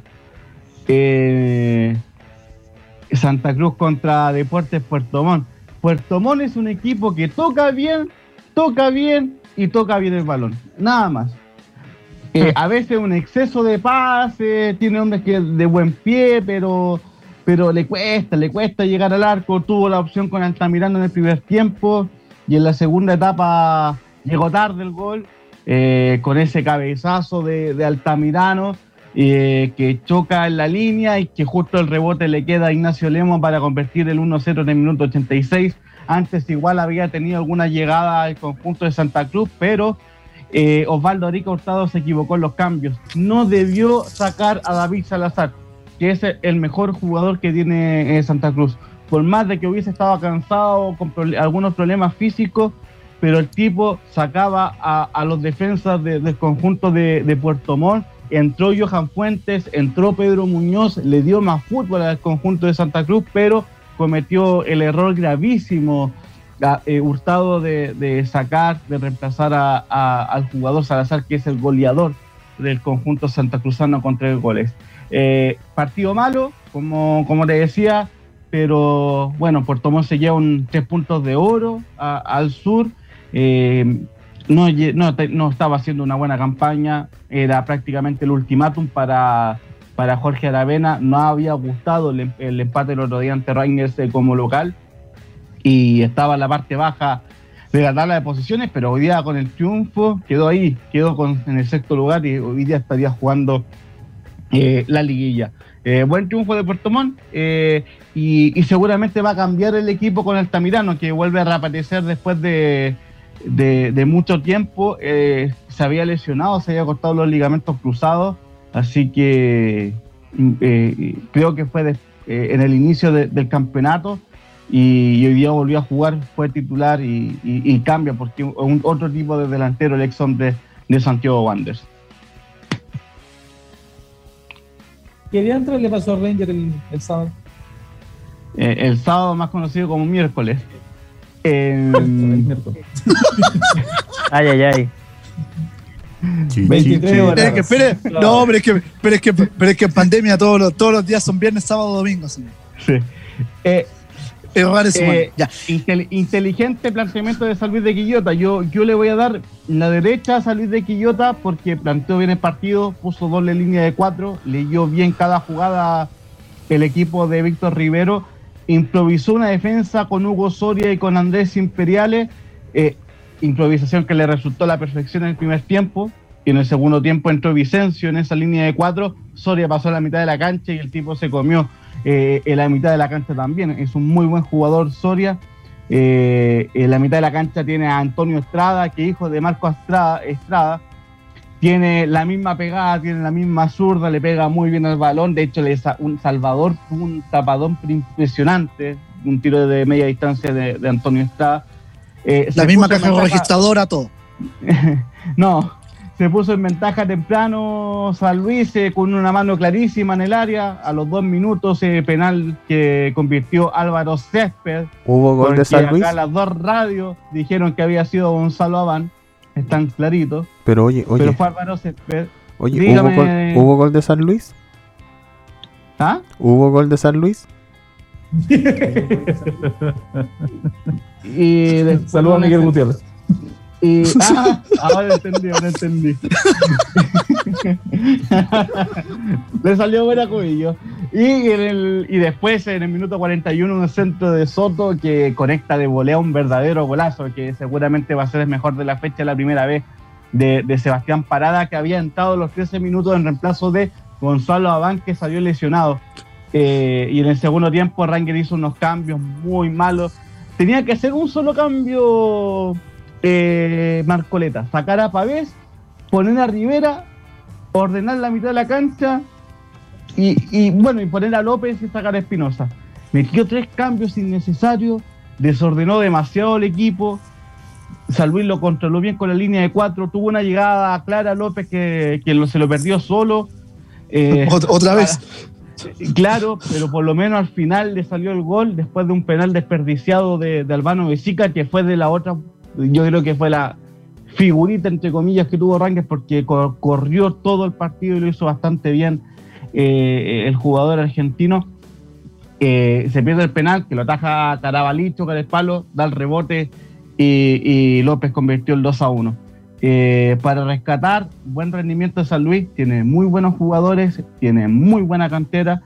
G: Eh, Santa Cruz contra Deportes Puerto Montt. Puerto Montt es un equipo que toca bien, toca bien y toca bien el balón. Nada más. Eh, a veces un exceso de pase, tiene hombres que de buen pie, pero, pero le cuesta, le cuesta llegar al arco. Tuvo la opción con Altamirano en el primer tiempo y en la segunda etapa llegó tarde el gol, eh, con ese cabezazo de, de Altamirano eh, que choca en la línea y que justo el rebote le queda a Ignacio Lemos para convertir el uno cero en el minuto ochenta y seis. Antes igual había tenido alguna llegada al conjunto de Santa Cruz, pero eh, Osvaldo Arica Hurtado se equivocó en los cambios. No debió sacar a David Salazar, que es el mejor jugador que tiene eh, Santa Cruz. Por más de que hubiese estado cansado, con pro- algunos problemas físicos, pero el tipo sacaba a, a los defensas de, del conjunto de, de Puerto Montt. Entró Johan Fuentes, entró Pedro Muñoz, le dio más fútbol al conjunto de Santa Cruz, pero cometió el error gravísimo a, eh, Hurtado de, de sacar, de reemplazar a, a, al jugador Salazar, que es el goleador del conjunto santacruzano con tres goles. Eh, partido malo, como, como te decía, pero bueno, Puerto Montt se lleva un tres puntos de oro a, al sur. Eh, no, no, no estaba haciendo una buena campaña, era prácticamente el ultimátum para... para Jorge Aravena. No había gustado el, el empate el otro día ante Rangers como local y estaba en la parte baja de la tabla de posiciones, pero hoy día con el triunfo quedó ahí, quedó con, en el sexto lugar y hoy día estaría jugando eh, la liguilla. Eh, buen triunfo de Puerto Montt eh, y, y seguramente va a cambiar el equipo con Altamirano, que vuelve a reaparecer después de, de, de mucho tiempo. Eh, se había lesionado, se había cortado los ligamentos cruzados. Así que eh, creo que fue de, eh, en el inicio de, del campeonato y, y hoy día volvió a jugar, fue titular y, y, y cambia porque un otro tipo de delantero, el ex hombre de Santiago Wanderers.
D: ¿Qué diantre le pasó a Ranger el, el sábado?
G: Eh, el sábado más conocido como miércoles. Eh,
D: el miércoles.
E: Ay, ay, ay.
D: veintitrés horas.
F: Espere, que, espere. No, pero es que, pero es que, pero es que en pandemia todos los, todos los días son viernes, sábado, domingo. Señor.
G: Sí. Eh,
F: Errar es humano.
G: Eh,
F: ya.
G: Intel- inteligente planteamiento de San Luis de Quillota. Yo, yo le voy a dar la derecha a San Luis de Quillota porque planteó bien el partido, puso doble línea de cuatro, leyó bien cada jugada el equipo de Víctor Rivero, improvisó una defensa con Hugo Soria y con Andrés Imperiales, eh, improvisación que le resultó a la perfección en el primer tiempo, y en el segundo tiempo entró Vicencio en esa línea de cuatro, Soria pasó a la mitad de la cancha y el tipo se comió Eh, en la mitad de la cancha también. Es un muy buen jugador Soria. Eh, en la mitad de la cancha tiene a Antonio Estrada, que es hijo de Marco Estrada, Estrada. Tiene la misma pegada, tiene la misma zurda, le pega muy bien al balón. De hecho, le sa- un Salvador tuvo un tapadón impresionante, un tiro de media distancia de, de Antonio Estrada. Eh,
F: la misma caja ventaja... registradora, todo.
G: No, se puso en ventaja temprano San Luis eh, con una mano clarísima en el área. A los dos minutos, eh, penal que convirtió Álvaro Césped.
C: ¿Hubo gol de San Luis?
G: Acá las dos radios dijeron que había sido Gonzalo Abán, están claritos.
C: Pero oye, oye.
G: Pero fue Álvaro Césped.
C: Oye,
G: Dígame.
C: ¿hubo gol, ¿hubo gol de San Luis?
G: ¿Ah?
C: ¿Hubo gol de San Luis?
G: Y después
D: Saludos a Miguel Gutiérrez.
G: Y, ah, ahora entendí, ahora entendí. Le salió buena Cubillo. Y, en el, y después, en el minuto cuarenta y uno, un centro de Soto que conecta de volea un verdadero golazo, que seguramente va a ser el mejor de la fecha, la primera vez de, de Sebastián Parada, que había entrado los trece minutos en reemplazo de Gonzalo Abán, que salió lesionado. Eh, y en el segundo tiempo, Rangers hizo unos cambios muy malos. Tenía que hacer un solo cambio. Eh, Marcoleta, sacar a Pavés, poner a Rivera, ordenar la mitad de la cancha y, y bueno, y poner a López y sacar a Espinosa. Metió tres cambios innecesarios, desordenó demasiado el equipo. San Luis lo controló bien con la línea de cuatro, tuvo una llegada clara a López que, que lo, se lo perdió solo. Eh,
F: Ot- Otra vez.
G: Claro, pero por lo menos al final le salió el gol después de un penal desperdiciado de, de Albano Besica, que fue de la otra. Yo creo que fue la figurita, entre comillas, que tuvo Rangers, porque cor- corrió todo el partido y lo hizo bastante bien eh, el jugador argentino. Eh, se pierde el penal, que lo ataja Carabalí, choca el palo, da el rebote y, y López convirtió el dos a uno. Eh, para rescatar, buen rendimiento de San Luis, tiene muy buenos jugadores, tiene muy buena cantera.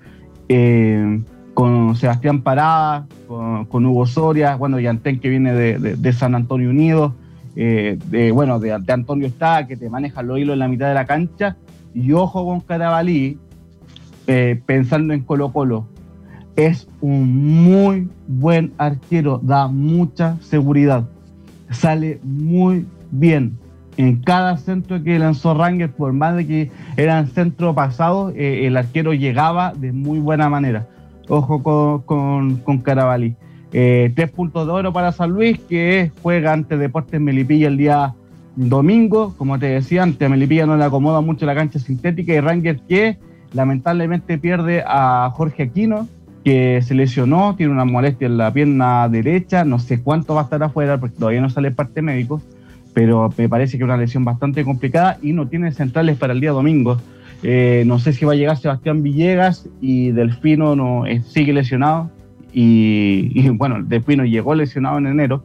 G: Eh, con Sebastián Parada, con, con Hugo Soria, bueno, Yantén, que viene de, de, de San Antonio Unido, eh, de, bueno, de, de Antonio Está, que te maneja los hilos en la mitad de la cancha, y ojo con Carabalí, eh, pensando en Colo Colo, es un muy buen arquero, da mucha seguridad, sale muy bien. En cada centro que lanzó Rangers, por más de que eran centros pasados, eh, el arquero llegaba de muy buena manera. Ojo con, con, con Carabalí. Eh, tres puntos de oro para San Luis, que juega ante Deportes Melipilla el día domingo. Como te decía, ante Melipilla no le acomoda mucho la cancha sintética, y Rangers, que lamentablemente pierde a Jorge Aquino, que se lesionó, tiene una molestia en la pierna derecha, no sé cuánto va a estar afuera porque todavía no sale parte médico, pero me parece que es una lesión bastante complicada y no tiene centrales para el día domingo. Eh, no sé si va a llegar Sebastián Villegas, y Delfino no, eh, sigue lesionado, y, y bueno, Delfino llegó lesionado en enero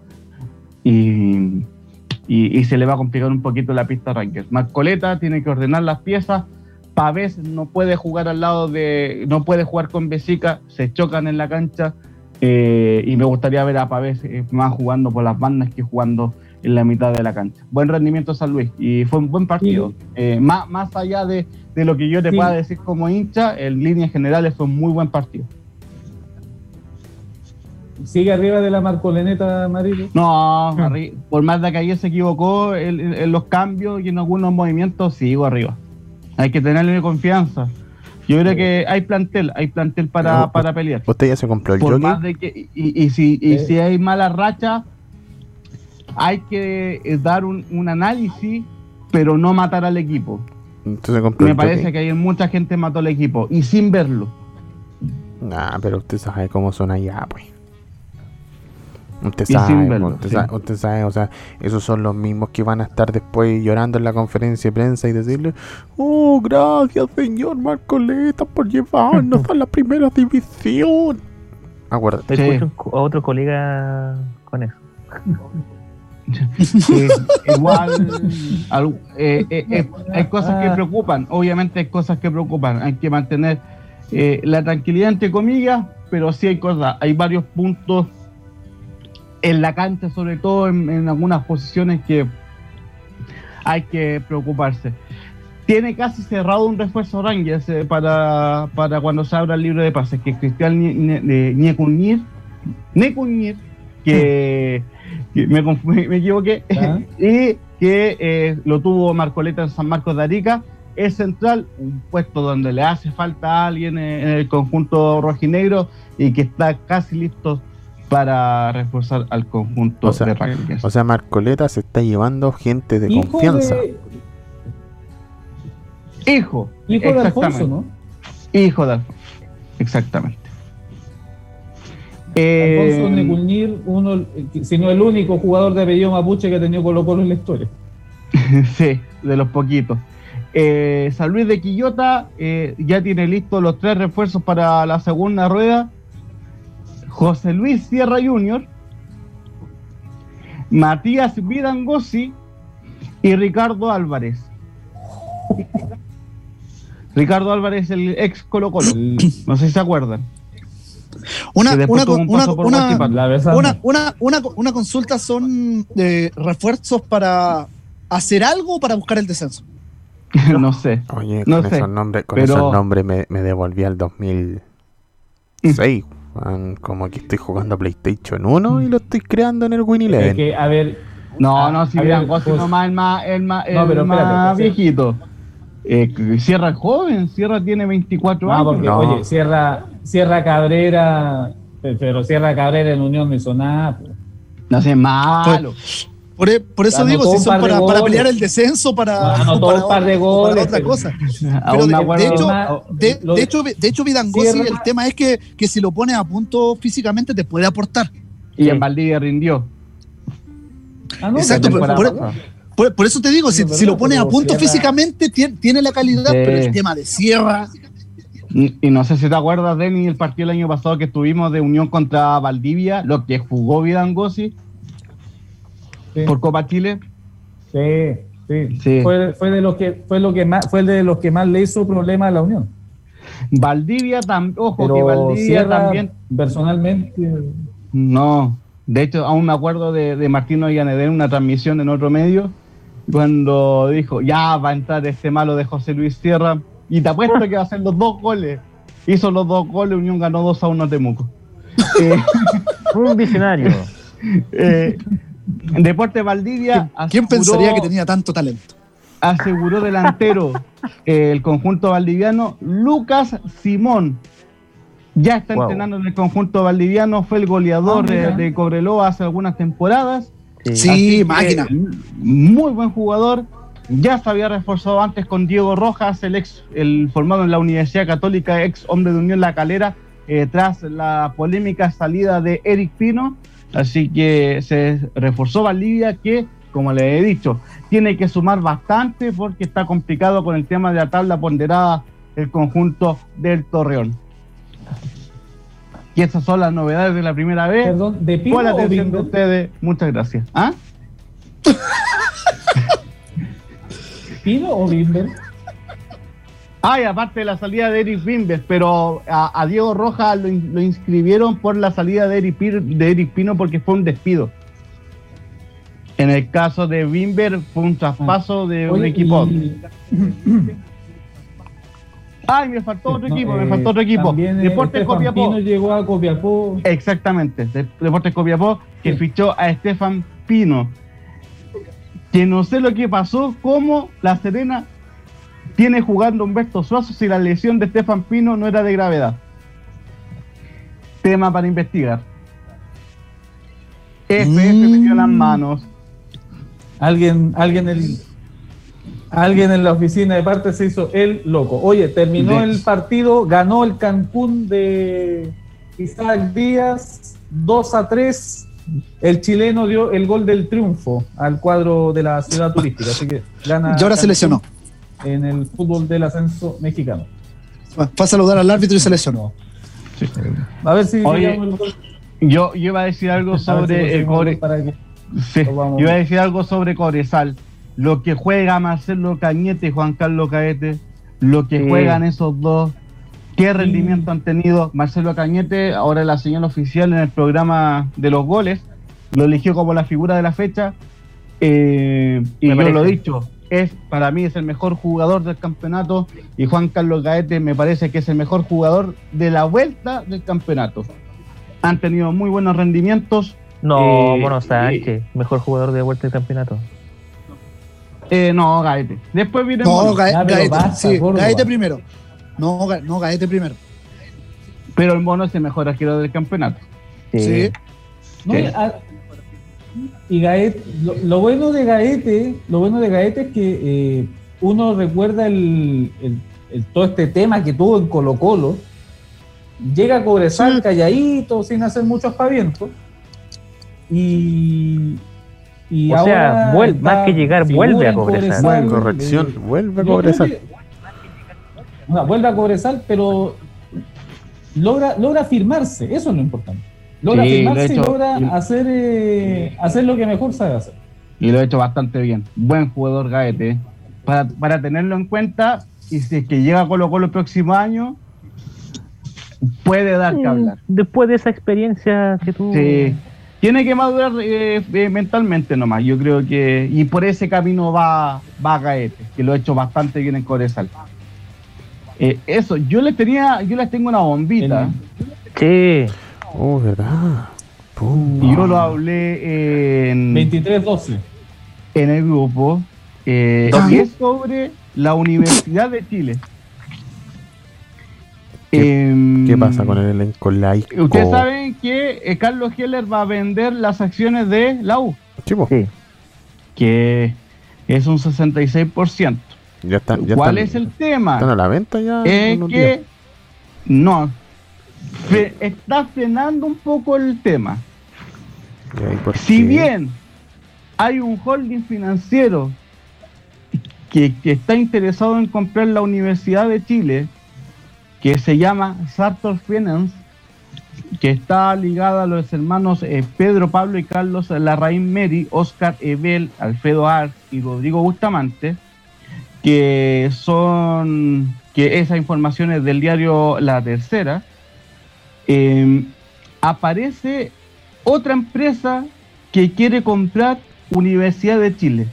G: y, y, y se le va a complicar un poquito la pista a Rangers. Marcoleta tiene que ordenar las piezas. Pavés no puede jugar al lado de, no puede jugar con Besica, se chocan en la cancha, eh, y me gustaría ver a Pavés eh, más jugando por las bandas que jugando en la mitad de la cancha. Buen rendimiento San Luis, y fue un buen partido. Sí. Eh, más, más allá de, de lo que yo te sí. pueda decir como hincha, en líneas generales fue un muy buen partido.
D: ¿Sigue arriba de la Marcoleneta, Marilo?
G: No, arri- por más de que ayer se equivocó en, en, en los cambios y en algunos movimientos, sigo arriba. Hay que tenerle confianza. Yo creo que hay plantel, hay plantel para, para pelear.
C: ¿Usted ya se compró el
G: por
C: jockey?
G: Más de que, y, y, si, y eh. si hay mala racha, hay que dar un, un análisis, pero no matar al equipo.
C: Entonces,
G: me parece jockey. Que hay mucha gente mató al equipo y sin verlo.
C: Nah, pero usted sabe cómo son allá, pues. Usted sabe, verlo, usted, sí. sabe, usted sabe, o sea, esos son los mismos que van a estar después llorando en la conferencia de prensa y decirle: oh, gracias, señor Marcoleta, por llevarnos a la primera división. Acuérdate.
E: Sí. Escucho a otro colega con eso.
G: Sí, igual al, eh, eh, eh, hay cosas que preocupan, obviamente hay cosas que preocupan, hay que mantener eh, la tranquilidad entre comillas, pero sí hay cosas, hay varios puntos en la cancha, sobre todo en, en algunas posiciones que hay que preocuparse. Tiene casi cerrado un refuerzo Rangers eh, para, para cuando se abra el libro de pases, que es Cristian Niekunir, Niekunir, que, que me, me equivoqué, ¿ah? y que eh, lo tuvo Marcoleta en San Marcos de Arica. Es central, un puesto donde le hace falta a alguien en el conjunto rojinegro y que está casi listo para reforzar al conjunto
C: o sea,
G: de Rangers.
C: O sea, Marcoleta se está llevando gente de hijo confianza.
D: De...
G: Hijo.
D: Hijo de Alfonso, ¿no?
G: Hijo de Alfonso, exactamente.
D: Alfonso eh, Neculnir, uno, si no el único jugador de apellido mapuche que ha tenido Colo Colo en la historia.
G: Sí, de los poquitos. Eh, San Luis de Quillota eh, ya tiene listos los tres refuerzos para la segunda rueda. José Luis Sierra junior, Matías Vidangosi y Ricardo Álvarez. Ricardo Álvarez, el ex Colo Colo, no sé si se acuerdan.
F: Una, una, una, una,
D: una,
F: una, una, una, una consulta, ¿son eh, refuerzos para hacer algo o para buscar el descenso?
G: No sé.
C: Oye,
G: no
C: con
G: sé,
C: esos nombres, con
G: pero...
C: esos nombres me, me devolví al dos mil seis. Man, como que estoy jugando a PlayStation uno y lo estoy creando en el Win Eleven.
D: Es que, a ver...
G: No, no, si bien José
D: pues,
G: nomás el más, el más, el
D: no, pero
G: más
D: espérate,
G: viejito. Eh, Sierra es joven, Sierra tiene veinticuatro
D: no,
G: años.
D: Porque,
C: no,
D: oye, Sierra, Sierra Cabrera, pero Sierra Cabrera en Unión no hizo nada. Pues.
G: No sé, malo.
F: Por, por eso
D: Anotó
F: digo, si son para,
D: de
F: para pelear el descenso, para,
D: Anotó
F: para,
D: un par de goles,
F: para otra
D: pero,
F: cosa. Pero de, de, hecho, de, de, hecho, de hecho, Vidangosi, Sierra, el tema es que, que si lo pones a punto físicamente te puede aportar.
G: Y sí. En Valdivia rindió.
F: Ah, no, exacto, por, por, por, por eso te digo, si, si lo pones a punto Sierra... físicamente, tiene, tiene la calidad, sí. Pero el tema de Sierra...
G: Y, y no sé si te acuerdas, Denny, el partido el año pasado que tuvimos de Unión contra Valdivia, lo que jugó Vidangosi sí. por Copa Chile.
D: Sí, sí. sí. Fue, fue de los que fue lo que más fue de los que más le hizo problema a la Unión.
G: Valdivia también, ojo
D: pero
G: que Valdivia
D: Sierra,
G: también.
D: Personalmente.
G: No. De hecho, aún me acuerdo de, de Martino Llaneder en una transmisión en otro medio, cuando dijo, ya va a entrar este malo de José Luis Sierra, y te apuesto que va a hacer los dos goles. Hizo los dos goles, Unión ganó dos a uno a Temuco. eh,
E: Un visionario.
G: Eh, Deporte Valdivia.
F: ¿Quién aseguró, pensaría que tenía tanto talento?
G: Aseguró delantero eh, el conjunto valdiviano, Lucas Simón. Ya está wow. entrenando en el conjunto valdiviano, fue el goleador oh, de, de Cobreloa hace algunas temporadas.
F: Sí, sí máquina.
G: Muy buen jugador. Ya se había reforzado antes con Diego Rojas, el ex, el formado en la Universidad Católica, ex hombre de Unión La Calera, eh, tras la polémica salida de Eric Pino. Así que se reforzó Valdivia, que, como le he dicho, tiene que sumar bastante porque está complicado con el tema de la tabla ponderada el conjunto del Torreón. Y esas son las novedades de la primera vez.
D: Perdón, ¿de Pino
G: por la atención
D: o
G: de ustedes, muchas gracias. ¿Ah?
D: ¿Pino o Bimber?
G: Ay, aparte de la salida de Eric Bimber, pero a, a Diego Rojas lo, in, lo inscribieron por la salida de Eric, de Eric Pino porque fue un despido. En el caso de Bimber fue un traspaso de Oye, un equipo. Y... Ay, me faltó otro no, equipo, eh, me faltó otro equipo. Deportes Copiapó.
D: Llegó a Copiapó.
G: Exactamente, de, Deportes Copiapó, que sí. fichó a Estefan Pino. Que no sé lo que pasó, cómo La Serena tiene jugando Humberto Suazo si la lesión de Estefan Pino no era de gravedad. Tema para investigar. F F mm. metió las manos.
D: Alguien, alguien, el, alguien en la oficina de parte se hizo el loco. Oye, terminó de... el partido, ganó el Cancún de Isaac Díaz dos a tres. El chileno dio el gol del triunfo al cuadro de la ciudad turística, así que gana.
F: Y ahora se lesionó
D: en el fútbol del ascenso mexicano.
F: Fue a saludar al árbitro y se lesionó.
D: Sí. A ver si
G: Oye, el gol. Yo, yo iba a decir algo sobre el Core. Que sí, yo iba a decir algo sobre Cobresal. Lo que juega Marcelo Cañete y Juan Carlos Caete, lo que sí. juegan esos dos. ¿Qué rendimiento han tenido? Marcelo Cañete, ahora la señal oficial en el programa de los goles, lo eligió como la figura de la fecha, eh, y me yo parece. Lo he dicho, es para mí es el mejor jugador del campeonato, y Juan Carlos Gaete me parece que es el mejor jugador de la vuelta del campeonato. Han tenido muy buenos rendimientos.
E: No, eh, Mono Sánchez, eh, mejor jugador de vuelta del campeonato.
G: Eh, no, Gaete. Después viene
F: No, Gaete, ah, Gaete, basta, sí, Gaete primero. No, no, Gaete primero.
G: Pero el Mono es el mejor arquero del campeonato.
F: Sí. sí.
D: No, sí. A, y Gaete, lo, lo bueno de Gaete, lo bueno de Gaete es que eh, uno recuerda el, el, el, todo este tema que tuvo en Colo Colo. Llega a Cobresal sí. calladito, sin hacer mucho aspaviento. Y, Y
E: o sea,
D: ahora
E: vuel-
D: está
E: más que llegar,
D: figura
E: vuelve a
D: en
E: Cobresal.
D: Cobresal.
C: Corrección,
D: Eh,
C: vuelve a
D: yo creo
C: Cobresal.
D: que- o sea, vuelve a Cobresal, pero logra, logra firmarse, eso es lo importante. Logra
G: Sí, lo
D: firmarse
G: he
D: y
G: hecho.
D: logra
G: Y-
D: hacer, eh, hacer lo que mejor sabe hacer.
G: Y lo ha hecho bastante bien. Buen jugador Gaete. Para, para tenerlo en cuenta, y si es que llega a Colo Colo el próximo año, puede dar que hablar.
E: Después de esa experiencia que tú...
G: Sí. Tiene que madurar eh, eh, mentalmente nomás. Yo creo que. Y por ese camino va, va Gaete, que lo ha hecho bastante bien en Cobresal. Eh, eso, yo les tenía, yo les tengo una bombita.
E: Sí.
C: Oh, verdad. Pum.
G: Y yo lo hablé en,
D: veintitrés doce.
G: en el grupo. Eh, y es sobre la Universidad de Chile.
C: ¿Qué,
G: Em,
C: ¿Qué pasa con el elenco laico?
G: Ustedes saben que eh, Carlos Heller va a vender las acciones de la U,
C: Sí, po.
E: Sí.
G: que es un sesenta y seis por ciento.
C: Ya están, ya
G: ¿Cuál
C: están-
G: es el tema?
C: ¿Están a la venta ya?
G: Es
C: en un día?
G: que no, fre- está frenando un poco el tema.
C: Ya, ¿y por
G: Si
C: qué?
G: bien hay un holding financiero que, que está interesado en comprar la Universidad de Chile, que se llama Sartor Finance, que está ligada a los hermanos eh, Pedro, Pablo y Carlos Larraín Meri, Oscar Ebel, Alfredo Ar y Rodrigo Bustamante, que son, que esa información es del diario La Tercera. eh, aparece otra empresa que quiere comprar Universidad de Chile.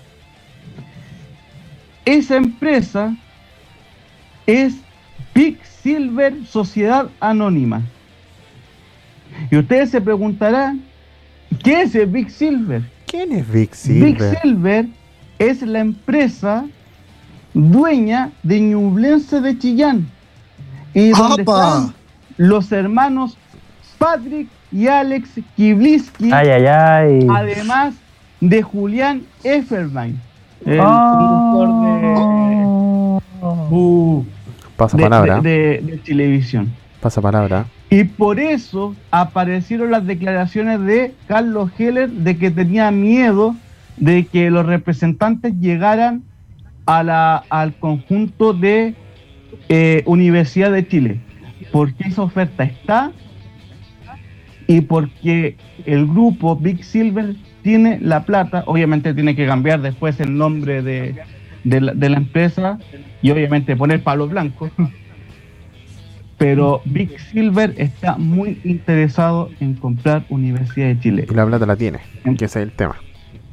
G: Esa empresa es Big Silver Sociedad Anónima. Y ustedes se preguntarán, ¿qué es el Big Silver?
C: ¿Quién es Big Silver?
G: Big Silver es la empresa dueña de Ñublense de Chillán, y donde
F: ¡Apa!
G: están los hermanos Patrick y Alex Kibliski,
E: Ay, ay, ay.
G: además de Julián Efferbein, el
E: Ah.
G: conductor
D: Uh,
C: Pasa
G: de,
C: palabra.
G: de, de- de televisión.
C: Pasa palabra.
G: Y por eso aparecieron las declaraciones de Carlos Heller de que tenía miedo de que los representantes llegaran a la, al conjunto de eh, Universidad de Chile, porque esa oferta está y porque el grupo Big Silver tiene la plata. Obviamente tiene que cambiar después el nombre de, de, la, de la empresa y obviamente poner palo blanco. Pero Big Silver está muy interesado en comprar Universidad de Chile,
C: Y la plata la tiene. Que ese es el tema.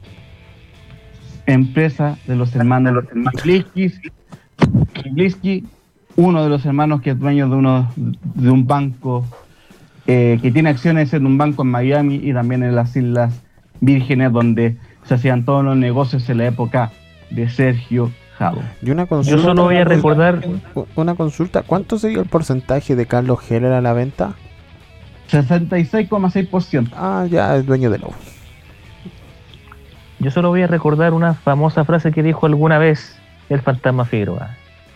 G: empresa de los hermanos Kibliski, Kibliski, uno de los hermanos que es dueño de uno de un banco eh, que tiene acciones en un banco en Miami y también en las Islas Vírgenes, donde se hacían todos los negocios en la época de Sergio Jado.
C: Y una
E: Yo
C: consulta.
E: solo voy a recordar...
C: Una consulta. ¿Cuánto sería el porcentaje de Carlos Heller a la venta?
G: sesenta y seis coma seis por ciento.
C: Ah, ya es dueño de la U.
E: Yo solo voy a recordar una famosa frase que dijo alguna vez el fantasma Figueroa.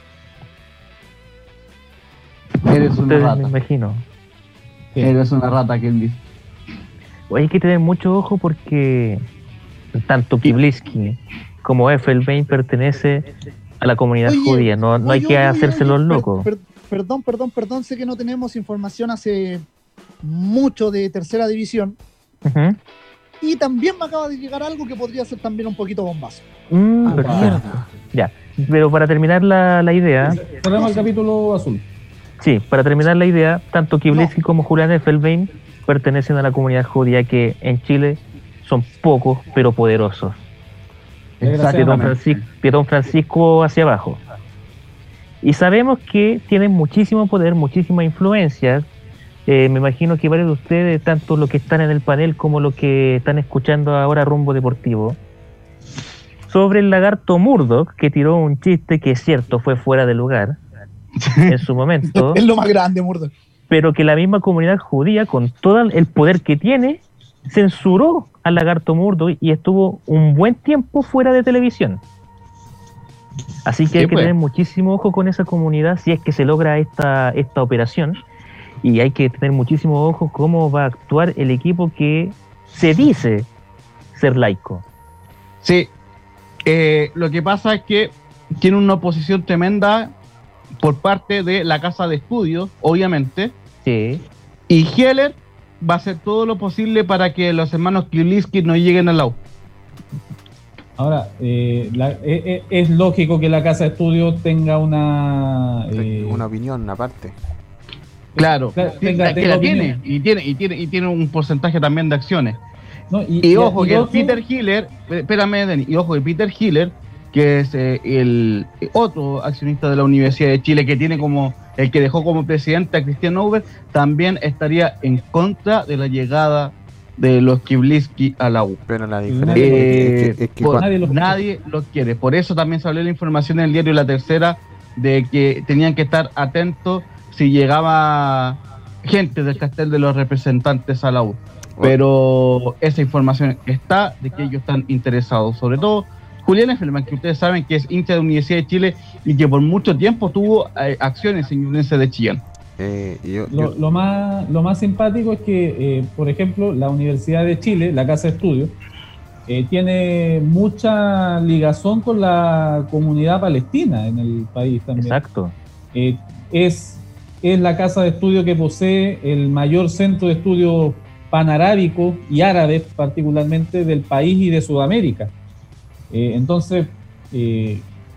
G: Eres una
E: Ustedes me
G: rata.
E: imagino.
G: Eres una rata, que dice.
E: Hay que tener mucho ojo porque tanto Kibliski como Effelbein pertenece a la comunidad
F: Oye,
E: judía. No, no hay
F: oye,
E: que
F: oye,
E: hacerse
F: oye,
E: los
F: per-
E: locos.
F: per- perdón, perdón, perdón, sé que no tenemos información hace mucho de tercera división.
E: Ujú.
F: Y también me acaba de llegar algo que podría ser también un poquito bombazo.
E: Mm,
C: Ah,
E: perfecto.
C: mierda.
E: Ya, pero para terminar la, la idea,
D: cerramos el capítulo azul.
E: sí, para terminar la idea, tanto Kibliski como Julián Effelbein pertenecen a la comunidad judía que en Chile son pocos pero poderosos. Pietón Francisco, Pietón Francisco hacia abajo. Y sabemos que tienen muchísimo poder, muchísima influencia. Eh, me imagino que varios de ustedes, tanto los que están en el panel como los que están escuchando ahora Rumbo Deportivo, sobre el lagarto Murdoch, que tiró un chiste que es cierto, fue fuera de lugar en su momento,
F: Es lo más grande, Murdo.
E: pero que la misma comunidad judía, con todo el poder que tiene, censuró al lagarto Murdoch y estuvo un buen tiempo fuera de televisión. Así que
G: Sí,
E: hay que
G: pues.
E: tener muchísimo ojo con esa comunidad si es que se logra esta, esta operación, y hay que tener muchísimo ojo cómo va a actuar el equipo que se dice ser laico.
G: Sí, eh, lo que pasa es que tiene una oposición tremenda por parte de la casa de estudios, obviamente.
E: Sí.
G: Y Heller va a hacer todo lo posible para que los hermanos Krivitsky no lleguen al lado.
D: Ahora, eh, la, eh, es lógico que la casa de estudios tenga una... Eh,
C: una opinión aparte.
G: Claro,
D: Claro,
G: tenga,
D: tenga-
G: es que
D: tenga
G: la tiene,
D: opinión.
G: y tiene, y tiene, y tiene un porcentaje también de acciones.
D: ¿no?
G: Y,
D: y-
G: ojo,
D: y
G: que el
D: otro-
G: Peter Hiller, espérame, Denis, y ojo, el Peter Hiller, que es eh, el eh, otro accionista de la Universidad de Chile, que tiene como, el que dejó como presidente a Christian Uber, también estaría en contra de la llegada de los Krivitsky a la U.
C: Pero la
D: diferencia
G: Eh,
C: es que, es que
G: por-
C: cua-
D: nadie
G: nadie,
D: los-
G: los quiere. Por eso también salió la información en el diario La Tercera de que tenían que estar atentos si llegaba gente del cartel de los representantes a la U. Pero esa información está de que ellos están interesados. Sobre todo Julián Effelman, que ustedes saben que es hincha de la Universidad de Chile y que por mucho tiempo tuvo eh, acciones en Ñublense de Chillán.
C: eh, yo-
D: Lo,
C: yo-
D: lo más, lo más simpático es que, eh, por ejemplo, la Universidad de Chile, la Casa de Estudios, eh, tiene mucha ligazón con la comunidad palestina en el país también.
E: Exacto.
D: Eh, es, es la casa de estudio que posee el mayor centro de estudio panarábico y árabe particularmente del país y de Sudamérica. Eh, entonces, eh,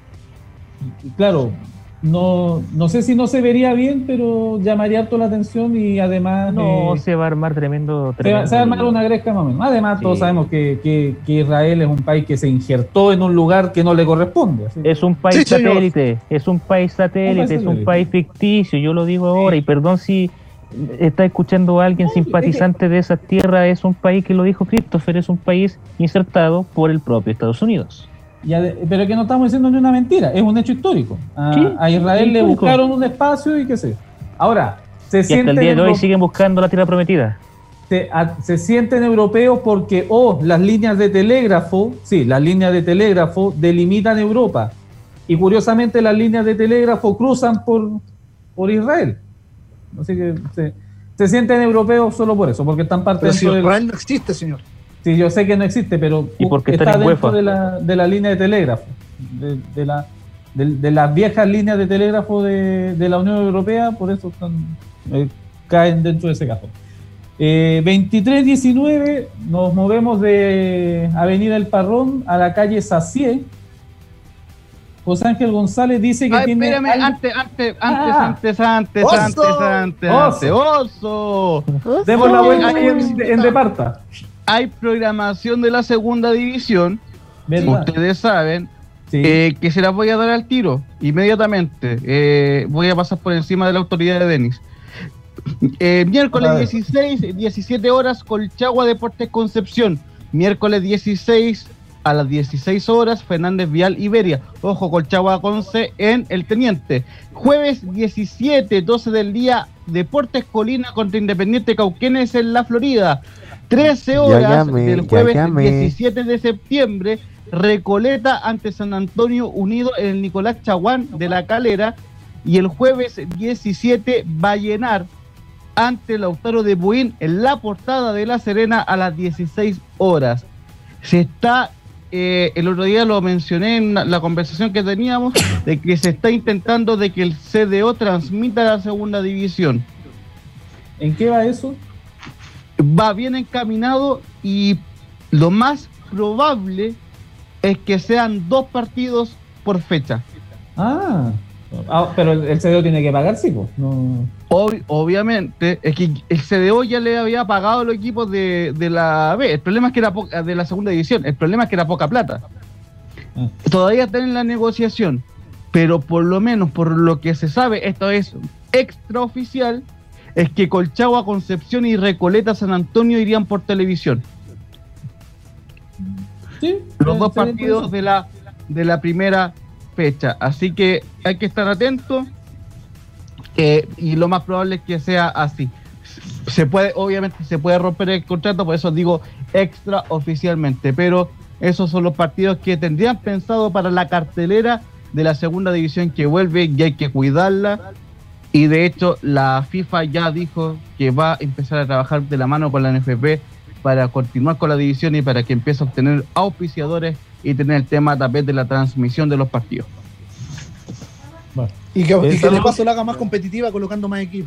D: claro, no, no sé si no se vería bien, pero llamaría harto la atención y además...
E: No,
D: eh,
E: se va a armar tremendo.
D: se va,
E: tremendo
D: se va a armar
E: lío.
D: una gresca más o menos. Además, todos
E: Sí.
D: sabemos que, que, que Israel es un país que se injertó en un lugar que no le corresponde. Así que-
E: Es un país
F: Sí, señor.
E: satélite, es un país satélite,
D: Un país
E: es un
D: satélite.
E: país ficticio, yo lo digo ahora, y perdón si está escuchando a alguien
D: No, es que-
E: simpatizante de esas tierras, es un país que lo dijo Christopher, es un país insertado por el propio Estados Unidos.
D: Y ade- pero que no estamos diciendo ni una mentira, es un hecho histórico. A,
E: Sí,
D: a Israel
E: es
D: le
E: histórico.
D: buscaron un espacio y qué sé. Ahora, se
E: Y hasta el
D: sienten,
E: día de hoy
D: euro-
E: siguen buscando la tierra prometida.
D: se, a- se sienten europeos porque, oh, las líneas de telégrafo, sí, las líneas de telégrafo delimitan Europa. Y curiosamente las líneas de telégrafo cruzan por, por Israel. Así que se, se sienten europeos solo por eso, porque están parte
F: Pero si
D: dentro del...
F: Israel no existe, señor.
D: Sí, yo sé que no existe, pero
E: Y porque
D: está
E: están en
D: dentro
E: UEFA.
D: de la, de la línea de telégrafo, de, de, la, de, de las viejas líneas de telégrafo de, de la Unión Europea, por eso están, eh, caen dentro de ese cajón. Eh, veintitrés diecinueve, nos movemos de Avenida El Parrón a la calle Sacié. José Ángel González dice que
G: Ay,
D: tiene...
G: espérame,
D: algo-
G: antes, antes, antes,
D: Ah.
G: antes, antes,
F: ¡Oso!
G: antes, antes, antes, oso.
D: Demos la vuelta
G: Ay,
D: ahí en, en Departa.
G: Hay programación de la segunda división,
D: ¿Verdad?
G: ustedes saben,
D: Sí.
G: eh, que se las voy a dar al tiro, inmediatamente. Eh, voy a pasar por encima de la autoridad de Denis. Eh, miércoles
D: A ver.
G: dieciséis, diecisiete horas, Colchagua Deportes Concepción. Miércoles dieciséis a las dieciséis horas, Fernández Vial Iberia. Ojo, Colchagua Conce en El Teniente. Jueves diecisiete, doce del día, Deportes Colina contra Independiente Cauquenes en la Florida. trece horas
C: llamé,
G: del
C: ya
G: jueves
C: llamé.
G: diecisiete de septiembre, Recoleta ante San Antonio Unido en el Nicolás Chaguán de la Calera. Y el jueves diecisiete, Vallenar ante Lautaro de Buin en la Portada de La Serena a las dieciséis horas. Se está, eh, el otro día lo mencioné en la, la conversación que teníamos, de que se está intentando de que el C D O transmita la segunda división.
D: ¿En qué va eso?
G: Va bien encaminado y lo más probable es que sean dos partidos por fecha.
D: Ah, ah, pero el, el C D O tiene que pagar, sí, pues. No.
G: Ob- obviamente, es que el C D O ya le había pagado a los equipos de, de la B. El problema es que era poca, de la segunda división. El problema es que era poca plata.
D: Ah.
G: Todavía está en la negociación, pero por lo menos por lo que se sabe, esto es extraoficial, es que Colchagua, Concepción y Recoleta San Antonio irían por televisión.
D: Sí,
G: Los
D: eh,
G: dos
D: sería
G: partidos de la, de la primera fecha. Así que hay que estar atentos. Eh, y lo más probable es que sea así. Se puede, obviamente se puede romper el contrato, por eso digo extraoficialmente, pero esos son los partidos que tendrían pensado para la cartelera de la segunda división que vuelve y hay que cuidarla. Y de hecho la FIFA ya dijo que va a empezar a trabajar de la mano con la N F P para continuar con la división y para que empiece a obtener auspiciadores y tener el tema a través de la transmisión de los partidos.
F: Bueno, y que, y que de paso la haga más competitiva colocando más equipos.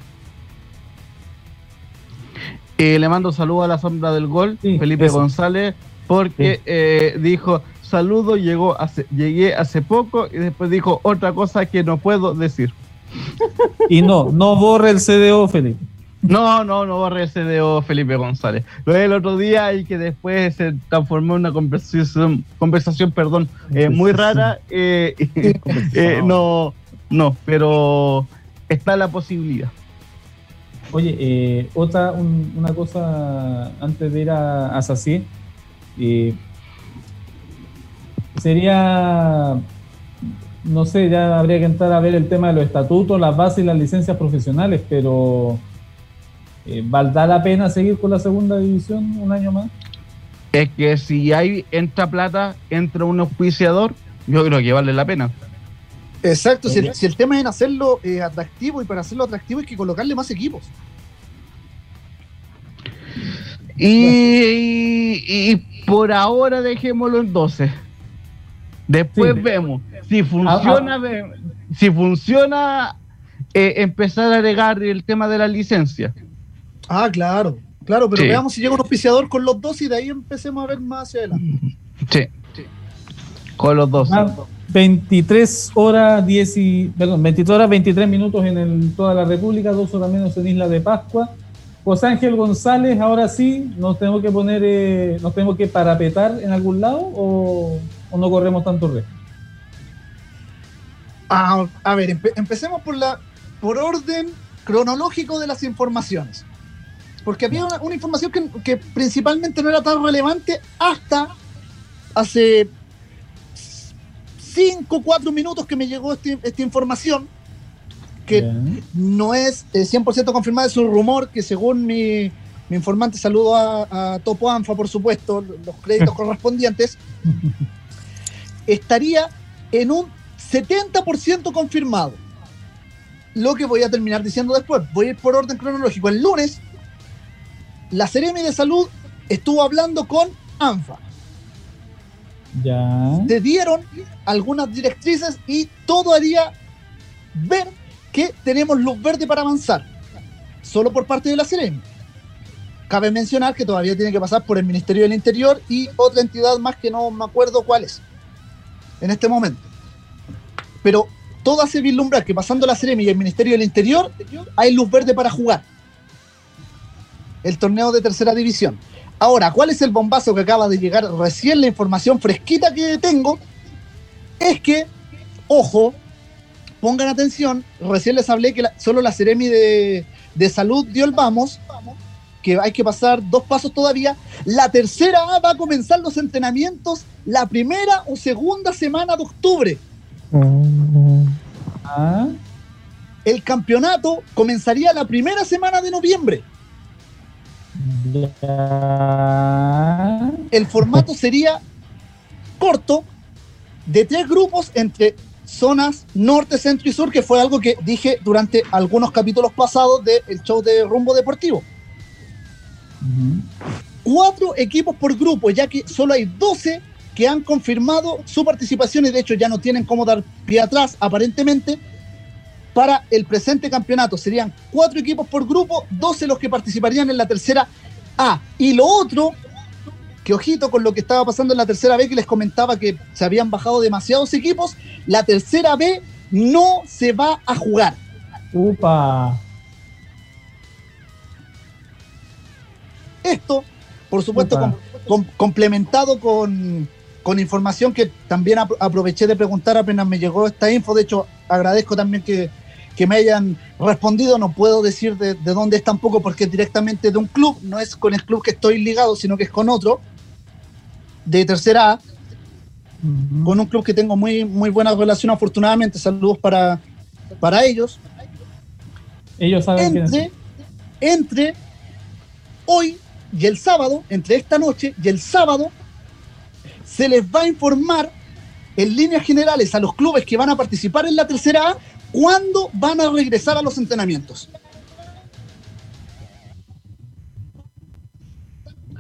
G: Eh, le mando saludos a la sombra del gol, sí, Felipe eso. González, porque sí. eh, dijo, saludo, llegó hace, llegué hace poco, y después dijo otra cosa que no puedo decir.
D: Y no, no borre el C D O, Felipe.
G: No, no, no borre el C D O, Felipe González. Lo del otro día y que después se transformó en una conversación, conversación perdón, eh, muy rara. Eh, eh, no, no, pero está la posibilidad.
D: Oye, eh, otra, un, una cosa antes de ir a, a Sací, eh, sería, no sé, ya habría que entrar a ver el tema de los estatutos, las bases y las licencias profesionales, pero eh, ¿valdrá la pena seguir con la segunda división un año más?
G: Es que si hay entra plata, entra un auspiciador, yo creo que vale la pena.
F: Exacto, si el, si el tema es hacerlo eh, atractivo, y para hacerlo atractivo hay que colocarle más equipos.
G: Y, y, y por ahora dejémoslo en doce. Después sí. vemos. Si funciona, ah, ah. si funciona eh, empezar a agregar el tema de la licencia.
F: Ah, claro, claro, pero sí. veamos si llega un auspiciador con los dos y de ahí empecemos a ver más hacia adelante.
G: Sí, sí. Con los dos.
D: Ah, veintitrés horas diez y, perdón, veintitrés horas veintitrés minutos en el, toda la República, dos horas menos en Isla de Pascua. José Ángel González, ahora sí, ¿nos tenemos que poner, eh, nos tenemos que parapetar en algún lado o, o no corremos tanto riesgo?
F: Ah, a ver, empe- empecemos por la por orden cronológico de las informaciones. Porque había una, una información que, que principalmente no era tan relevante hasta hace cinco o cuatro minutos que me llegó este, esta información, que yeah. no es eh, cien por ciento confirmada, es un rumor que según mi, mi informante, saludo a, a Topo Anfa, por supuesto, los créditos correspondientes, estaría en un setenta por ciento confirmado. Lo que voy a terminar diciendo después, voy a ir por orden cronológico. El lunes, la Seremi de Salud estuvo hablando con ANFA.
D: Ya.
F: Se dieron algunas directrices y todo haría ver que tenemos luz verde para avanzar, solo por parte de la Seremi. Cabe mencionar que todavía tiene que pasar por el Ministerio del Interior y otra entidad más que no me acuerdo cuál es en este momento. Pero todo hace vislumbrar que pasando la Seremi y el Ministerio del Interior hay luz verde para jugar el torneo de tercera división. Ahora, ¿cuál es el bombazo que acaba de llegar recién? La información fresquita que tengo es que, ojo, pongan atención, recién les hablé que la, solo la Seremi de, de Salud dio el vamos, que hay que pasar dos pasos todavía. La tercera A va a comenzar los entrenamientos la primera o segunda semana de octubre.
D: ¿Ah?
F: El campeonato comenzaría la primera semana de noviembre.
D: Ya.
F: El formato sería corto, de tres grupos entre zonas norte, centro y sur, que fue algo que dije durante algunos capítulos pasados del show de Rumbo Deportivo. Uh-huh. Cuatro equipos por grupo, ya que solo hay doce que han confirmado su participación y de hecho ya no tienen cómo dar pie atrás, aparentemente, para el presente campeonato. Serían cuatro equipos por grupo, doce los que participarían en la tercera A. Y lo otro, que ojito con lo que estaba pasando en la tercera B, que les comentaba que se habían bajado demasiados equipos, la tercera B no se va a jugar.
D: Upa.
F: Esto, por supuesto, com, com, complementado con, con información que también ap- aproveché de preguntar apenas me llegó esta info. De hecho, agradezco también que, que me hayan respondido. No puedo decir de, de dónde es tampoco, porque es directamente de un club, no es con el club que estoy ligado, sino que es con otro, de tercera A, uh-huh. con un club que tengo muy, muy buena relación, afortunadamente. Saludos para, para ellos.
D: Ellos saben
F: entre, entre hoy y el sábado, entre esta noche y el sábado, se les va a informar en líneas generales a los clubes que van a participar en la tercera A cuándo van a regresar a los entrenamientos.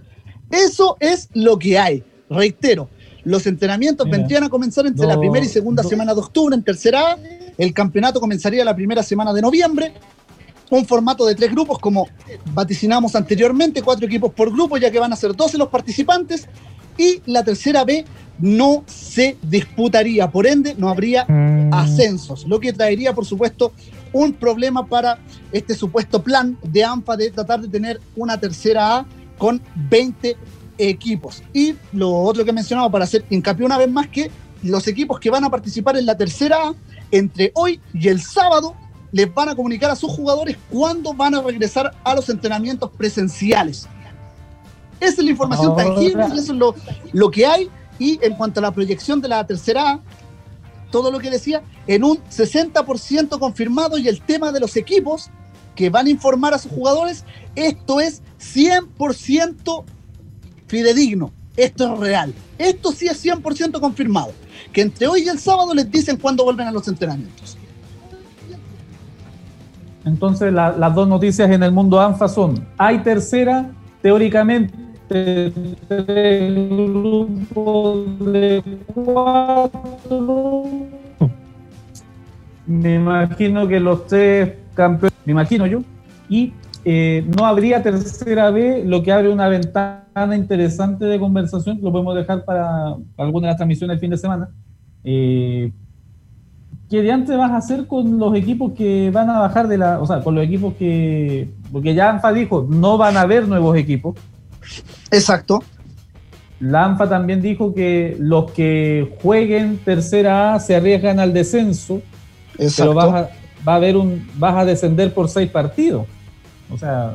F: Eso es lo que hay. Reitero, los entrenamientos
D: Mira,
F: vendrían a comenzar entre
D: no,
F: la primera y segunda
D: no.
F: semana de octubre en tercera A. El campeonato comenzaría la primera semana de noviembre. Un formato de tres grupos, como vaticinamos anteriormente, cuatro equipos por grupo, ya que van a ser doce los participantes. Y la tercera B no se disputaría, por ende no habría
E: Mm.
F: ascensos, lo que traería, por supuesto, un problema para este supuesto plan de ANFA de tratar de tener una tercera A con veinte equipos. Y lo otro que he mencionado, para hacer hincapié una vez más, que los equipos que van a participar en la tercera A, entre hoy y el sábado, les van a comunicar a sus jugadores cuándo van a regresar a los entrenamientos presenciales. Esa es la información
D: Ahora.
F: tangible y eso es lo, lo que hay. Y en cuanto a la proyección de la tercera A, todo lo que decía, en un sesenta por ciento confirmado, y el tema de los equipos que van a informar a sus jugadores, esto es cien por ciento fidedigno, esto es real, esto sí es cien por ciento confirmado, que entre hoy y el sábado les dicen cuándo vuelven a los entrenamientos.
D: Entonces, la- las dos noticias en el mundo ANFA son: hay tercera, teóricamente, tres grupos de cuatro. Me imagino que los tres campeones, me imagino yo, y eh, no habría tercera B, lo que abre una ventana interesante de conversación. Lo podemos dejar para alguna de las transmisiones del fin de semana. Eh, ¿Qué de antes vas a hacer con los equipos que van a bajar de la... O sea, con los equipos que... Porque ya ANFA dijo, no van a haber nuevos equipos.
F: Exacto.
D: La ANFA también dijo que los que jueguen tercera A se arriesgan al descenso,
F: Exacto.
D: pero vas a, va a haber un, vas a descender por seis partidos. O sea...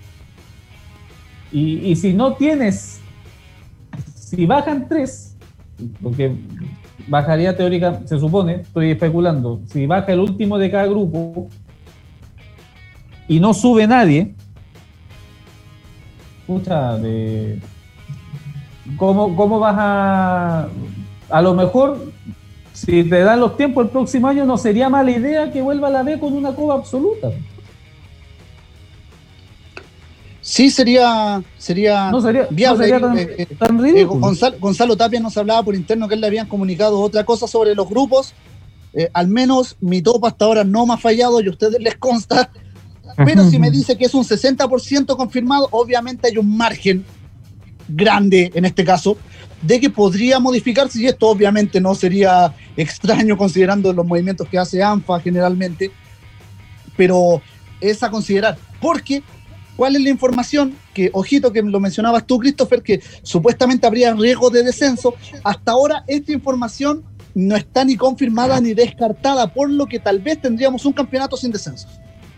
D: Y, y si no tienes... Si bajan tres, porque... bajaría teórica, se supone, estoy especulando, si baja el último de cada grupo y no sube nadie, pucha, de, ¿cómo, cómo vas a... A lo mejor, si te dan los tiempos el próximo año, no sería mala idea que vuelva a la B con una coba absoluta.
F: Sí, sería, sería,
D: No sería,
F: viable.
D: no sería tan,
F: Eh, eh,
D: tan
F: Eh,
D: ridículo.
F: Gonzalo, Gonzalo Tapia nos hablaba por interno que él le habían comunicado otra cosa sobre los grupos. Eh, al menos mi topo hasta ahora no me ha fallado y a ustedes les consta. Pero si me dice que es un sesenta por ciento confirmado, obviamente hay un margen grande en este caso de que podría modificarse, y esto obviamente no sería extraño considerando los movimientos que hace ANFA generalmente, pero es a considerar, porque ¿cuál es la información? Que, ojito, que lo mencionabas tú, Christopher, que supuestamente habría riesgo de descenso. Hasta ahora esta información no está ni confirmada ni descartada, por lo que tal vez tendríamos un campeonato sin descenso.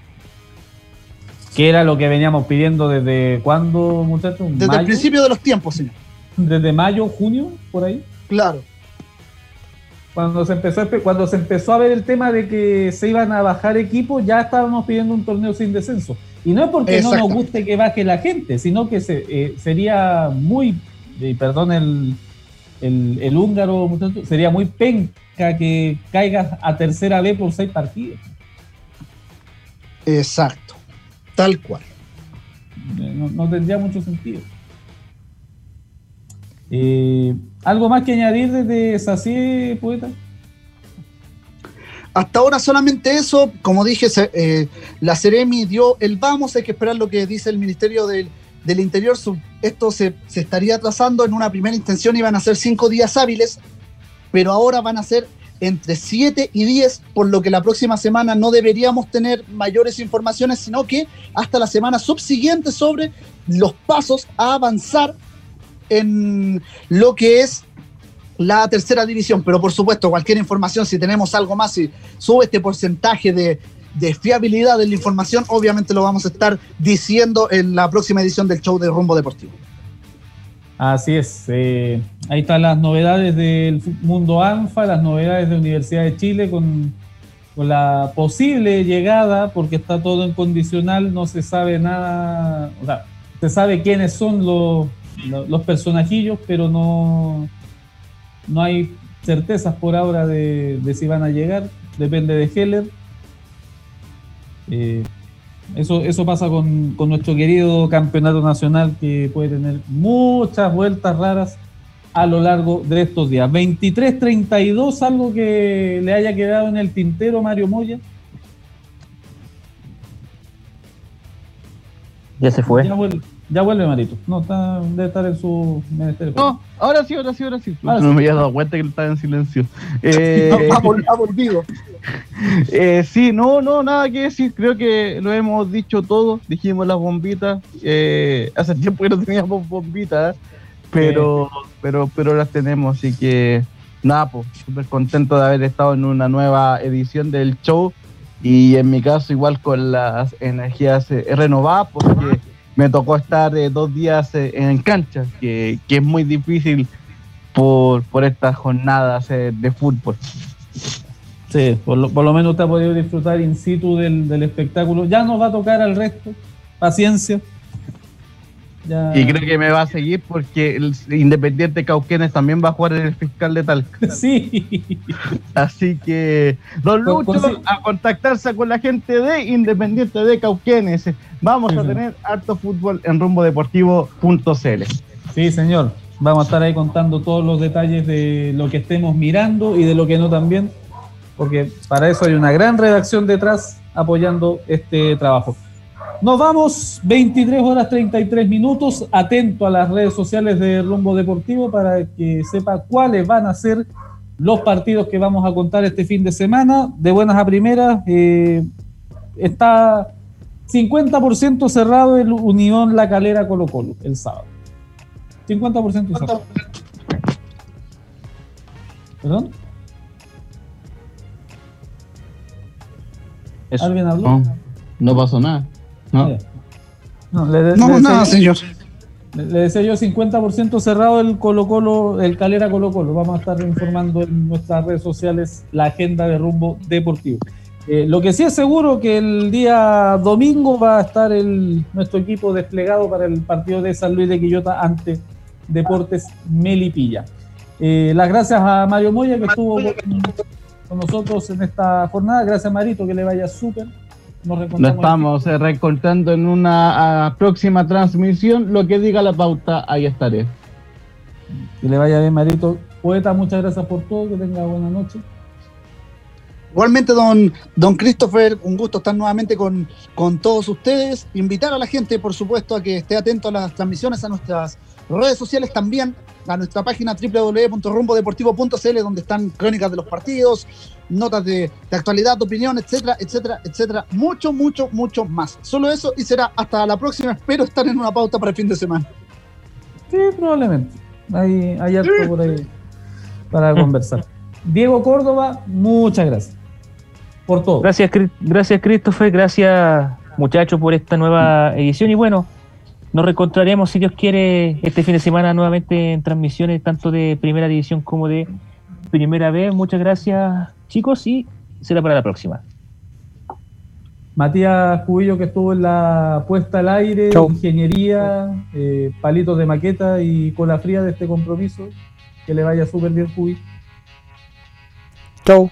D: Que era lo que veníamos pidiendo desde cuándo, muchachos?
F: Desde
D: ¿Mayo?
F: el principio de los tiempos, señor.
D: Desde mayo, junio, por ahí.
F: Claro.
D: Cuando se empezó, cuando se empezó a ver el tema de que se iban a bajar equipos, ya estábamos pidiendo un torneo sin descenso. Y no es porque no nos guste que baje la gente, sino que se, eh, sería muy, eh, perdón el, el, el húngaro, muchacho, sería muy penca que caigas a tercera B por seis partidos.
F: Exacto. Tal cual.
D: No, no tendría mucho sentido. Eh, ¿Algo más que añadir desde Sací, poeta?
F: Hasta ahora solamente eso. Como dije, se, eh, la Seremi dio el vamos, hay que esperar lo que dice el Ministerio del, del Interior. Esto se, se estaría atrasando. En una primera intención iban a ser cinco días hábiles, pero ahora van a ser entre siete y diez, por lo que la próxima semana no deberíamos tener mayores informaciones, sino que hasta la semana subsiguiente sobre los pasos a avanzar en lo que es la tercera división. Pero por supuesto, cualquier información, si tenemos algo más, si sube este porcentaje de, de fiabilidad de la información, obviamente lo vamos a estar diciendo en la próxima edición del show de Rumbo Deportivo.
D: Así es, eh, ahí están las novedades del mundo ANFA, las novedades de Universidad de Chile con, con la posible llegada, porque está todo en condicional, no se sabe nada, o sea, se sabe quiénes son los, los, los personajillos, pero no, no hay certezas por ahora de, de si van a llegar, depende de Heller. Eh, Eso, eso pasa con, con nuestro querido campeonato nacional, que puede tener muchas vueltas raras a lo largo de estos días. veintitrés treinta y dos, algo que le haya quedado en el tintero, Mario Moya.
E: Ya se fue.
D: Ya vuelve, ya vuelve Marito. No, está, debe estar en su ministerio.
G: No, ahora sí, ahora sí, ahora sí.
D: Ahora
G: no
D: sí.
G: me había dado cuenta que él estaba en silencio. Eh,
F: Ha, vol- ha volvido.
G: eh, sí, no, no, nada que decir. Creo que lo hemos dicho todo. Dijimos las bombitas. Eh, hace tiempo que no teníamos bombitas, pero, pero, pero las tenemos. Así que, nada, pues, súper contento de haber estado en una nueva edición del show. Y en mi caso, igual con las energías eh, renovadas, porque me tocó estar eh, dos días eh, en cancha, que, que es muy difícil por, por estas jornadas eh, de fútbol.
D: Sí, por lo, por lo menos usted ha podido disfrutar in situ del, del espectáculo. Ya nos va a tocar al resto. Paciencia. Ya...
G: Y creo que me va a seguir porque el Independiente Cauquenes también va a jugar en el Fiscal de Talca.
D: Sí.
G: Así que, don
D: Con-
G: Lucho,
D: con-
G: a contactarse con la gente de Independiente de Cauquenes. Vamos
D: Sí,
G: a
D: sí.
G: tener harto fútbol en rumbo deportivo punto c l.
D: Sí, señor. Vamos a estar ahí contando todos los detalles de lo que estemos mirando y de lo que no también, porque para eso hay una gran redacción detrás apoyando este trabajo. Nos vamos, veintitrés horas treinta y tres minutos, atento a las redes sociales de Rumbo Deportivo para que sepa cuáles van a ser los partidos que vamos a contar este fin de semana. De buenas a primeras, eh, está cincuenta por ciento cerrado el Unión La Calera Colo Colo el sábado. cincuenta por ciento cerrado. ¿Perdón?
E: Eso.
D: ¿Alguien habló?
G: No, no pasó nada. No.
D: Ah, ya. No, le, de-
F: No,
D: le decía
F: nada,
D: yo-
F: señor.
D: Le, le decía yo cincuenta por ciento cerrado el Colo Colo, el Calera Colo Colo. Vamos a estar informando en nuestras redes sociales la agenda de Rumbo Deportivo. Eh, lo que sí es seguro que el día domingo va a estar el, nuestro equipo desplegado para el partido de San Luis de Quillota ante Deportes Melipilla. Eh, las gracias a Mario Moya que estuvo con, con nosotros en esta jornada. Gracias Marito, que le vaya súper. Nos
G: Nos
D: reencontramos.
G: estamos eh, reencontrando en una ah, próxima transmisión. Lo que diga la pauta, ahí estaré.
D: Que le vaya bien, Marito. Poeta, muchas gracias por todo. Que tenga buena noche.
F: Igualmente, don, don Christopher, un gusto estar nuevamente con, con todos ustedes. Invitar a la gente, por supuesto, a que esté atento a las transmisiones, a nuestras redes sociales también, a nuestra página doble u doble u doble u punto rumbo deportivo punto c l, donde están crónicas de los partidos, notas de, de actualidad, de opinión, etcétera, etcétera, etcétera. Mucho, mucho, mucho más. Solo eso y será hasta la próxima. Espero estar en una pauta para el fin de semana.
D: Sí, probablemente. Hay, hay harto por ahí para conversar. Diego Córdoba, muchas gracias por todo.
E: Gracias, Cri- gracias Christopher, gracias muchachos por esta nueva edición y bueno, nos reencontraremos si Dios quiere este fin de semana nuevamente en transmisiones tanto de primera división como de primera B. Muchas gracias chicos y será para la próxima.
D: Matías Cubillo, que estuvo en la puesta al aire,
C: Chau.
D: ingeniería, eh, palitos de maqueta y cola fría de este compromiso. Que le vaya súper bien, Cubi.
C: Chau.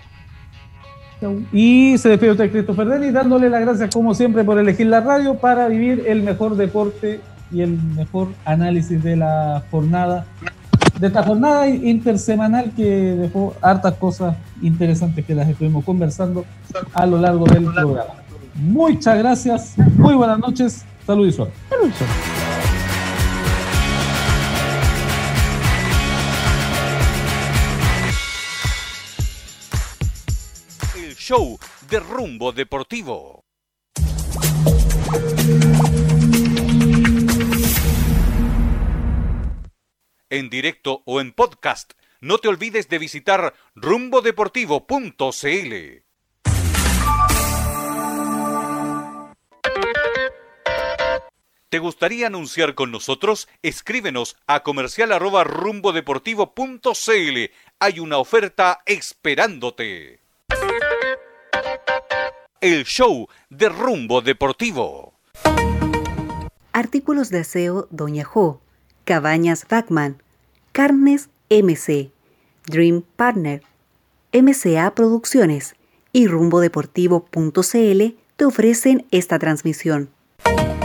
D: Y se despide usted, Christopher Denis, dándole las gracias como siempre por elegir la radio para vivir el mejor deporte y el mejor análisis de la jornada, de esta jornada intersemanal que dejó hartas cosas interesantes que las estuvimos conversando a lo largo del programa. Muchas gracias, muy buenas noches, salud y suerte.
B: El show de Rumbo Deportivo. En directo o en podcast, no te olvides de visitar rumbo deportivo punto c l. ¿Te gustaría anunciar con nosotros? Escríbenos a comercial arroba rumbo deportivo punto c l. Hay una oferta esperándote. El show de Rumbo Deportivo.
A: Artículos de aseo Doña Jo, Cabañas Bachmann, Carnes M C, Dream Partner, M C A Producciones y rumbo deportivo punto c l te ofrecen esta transmisión.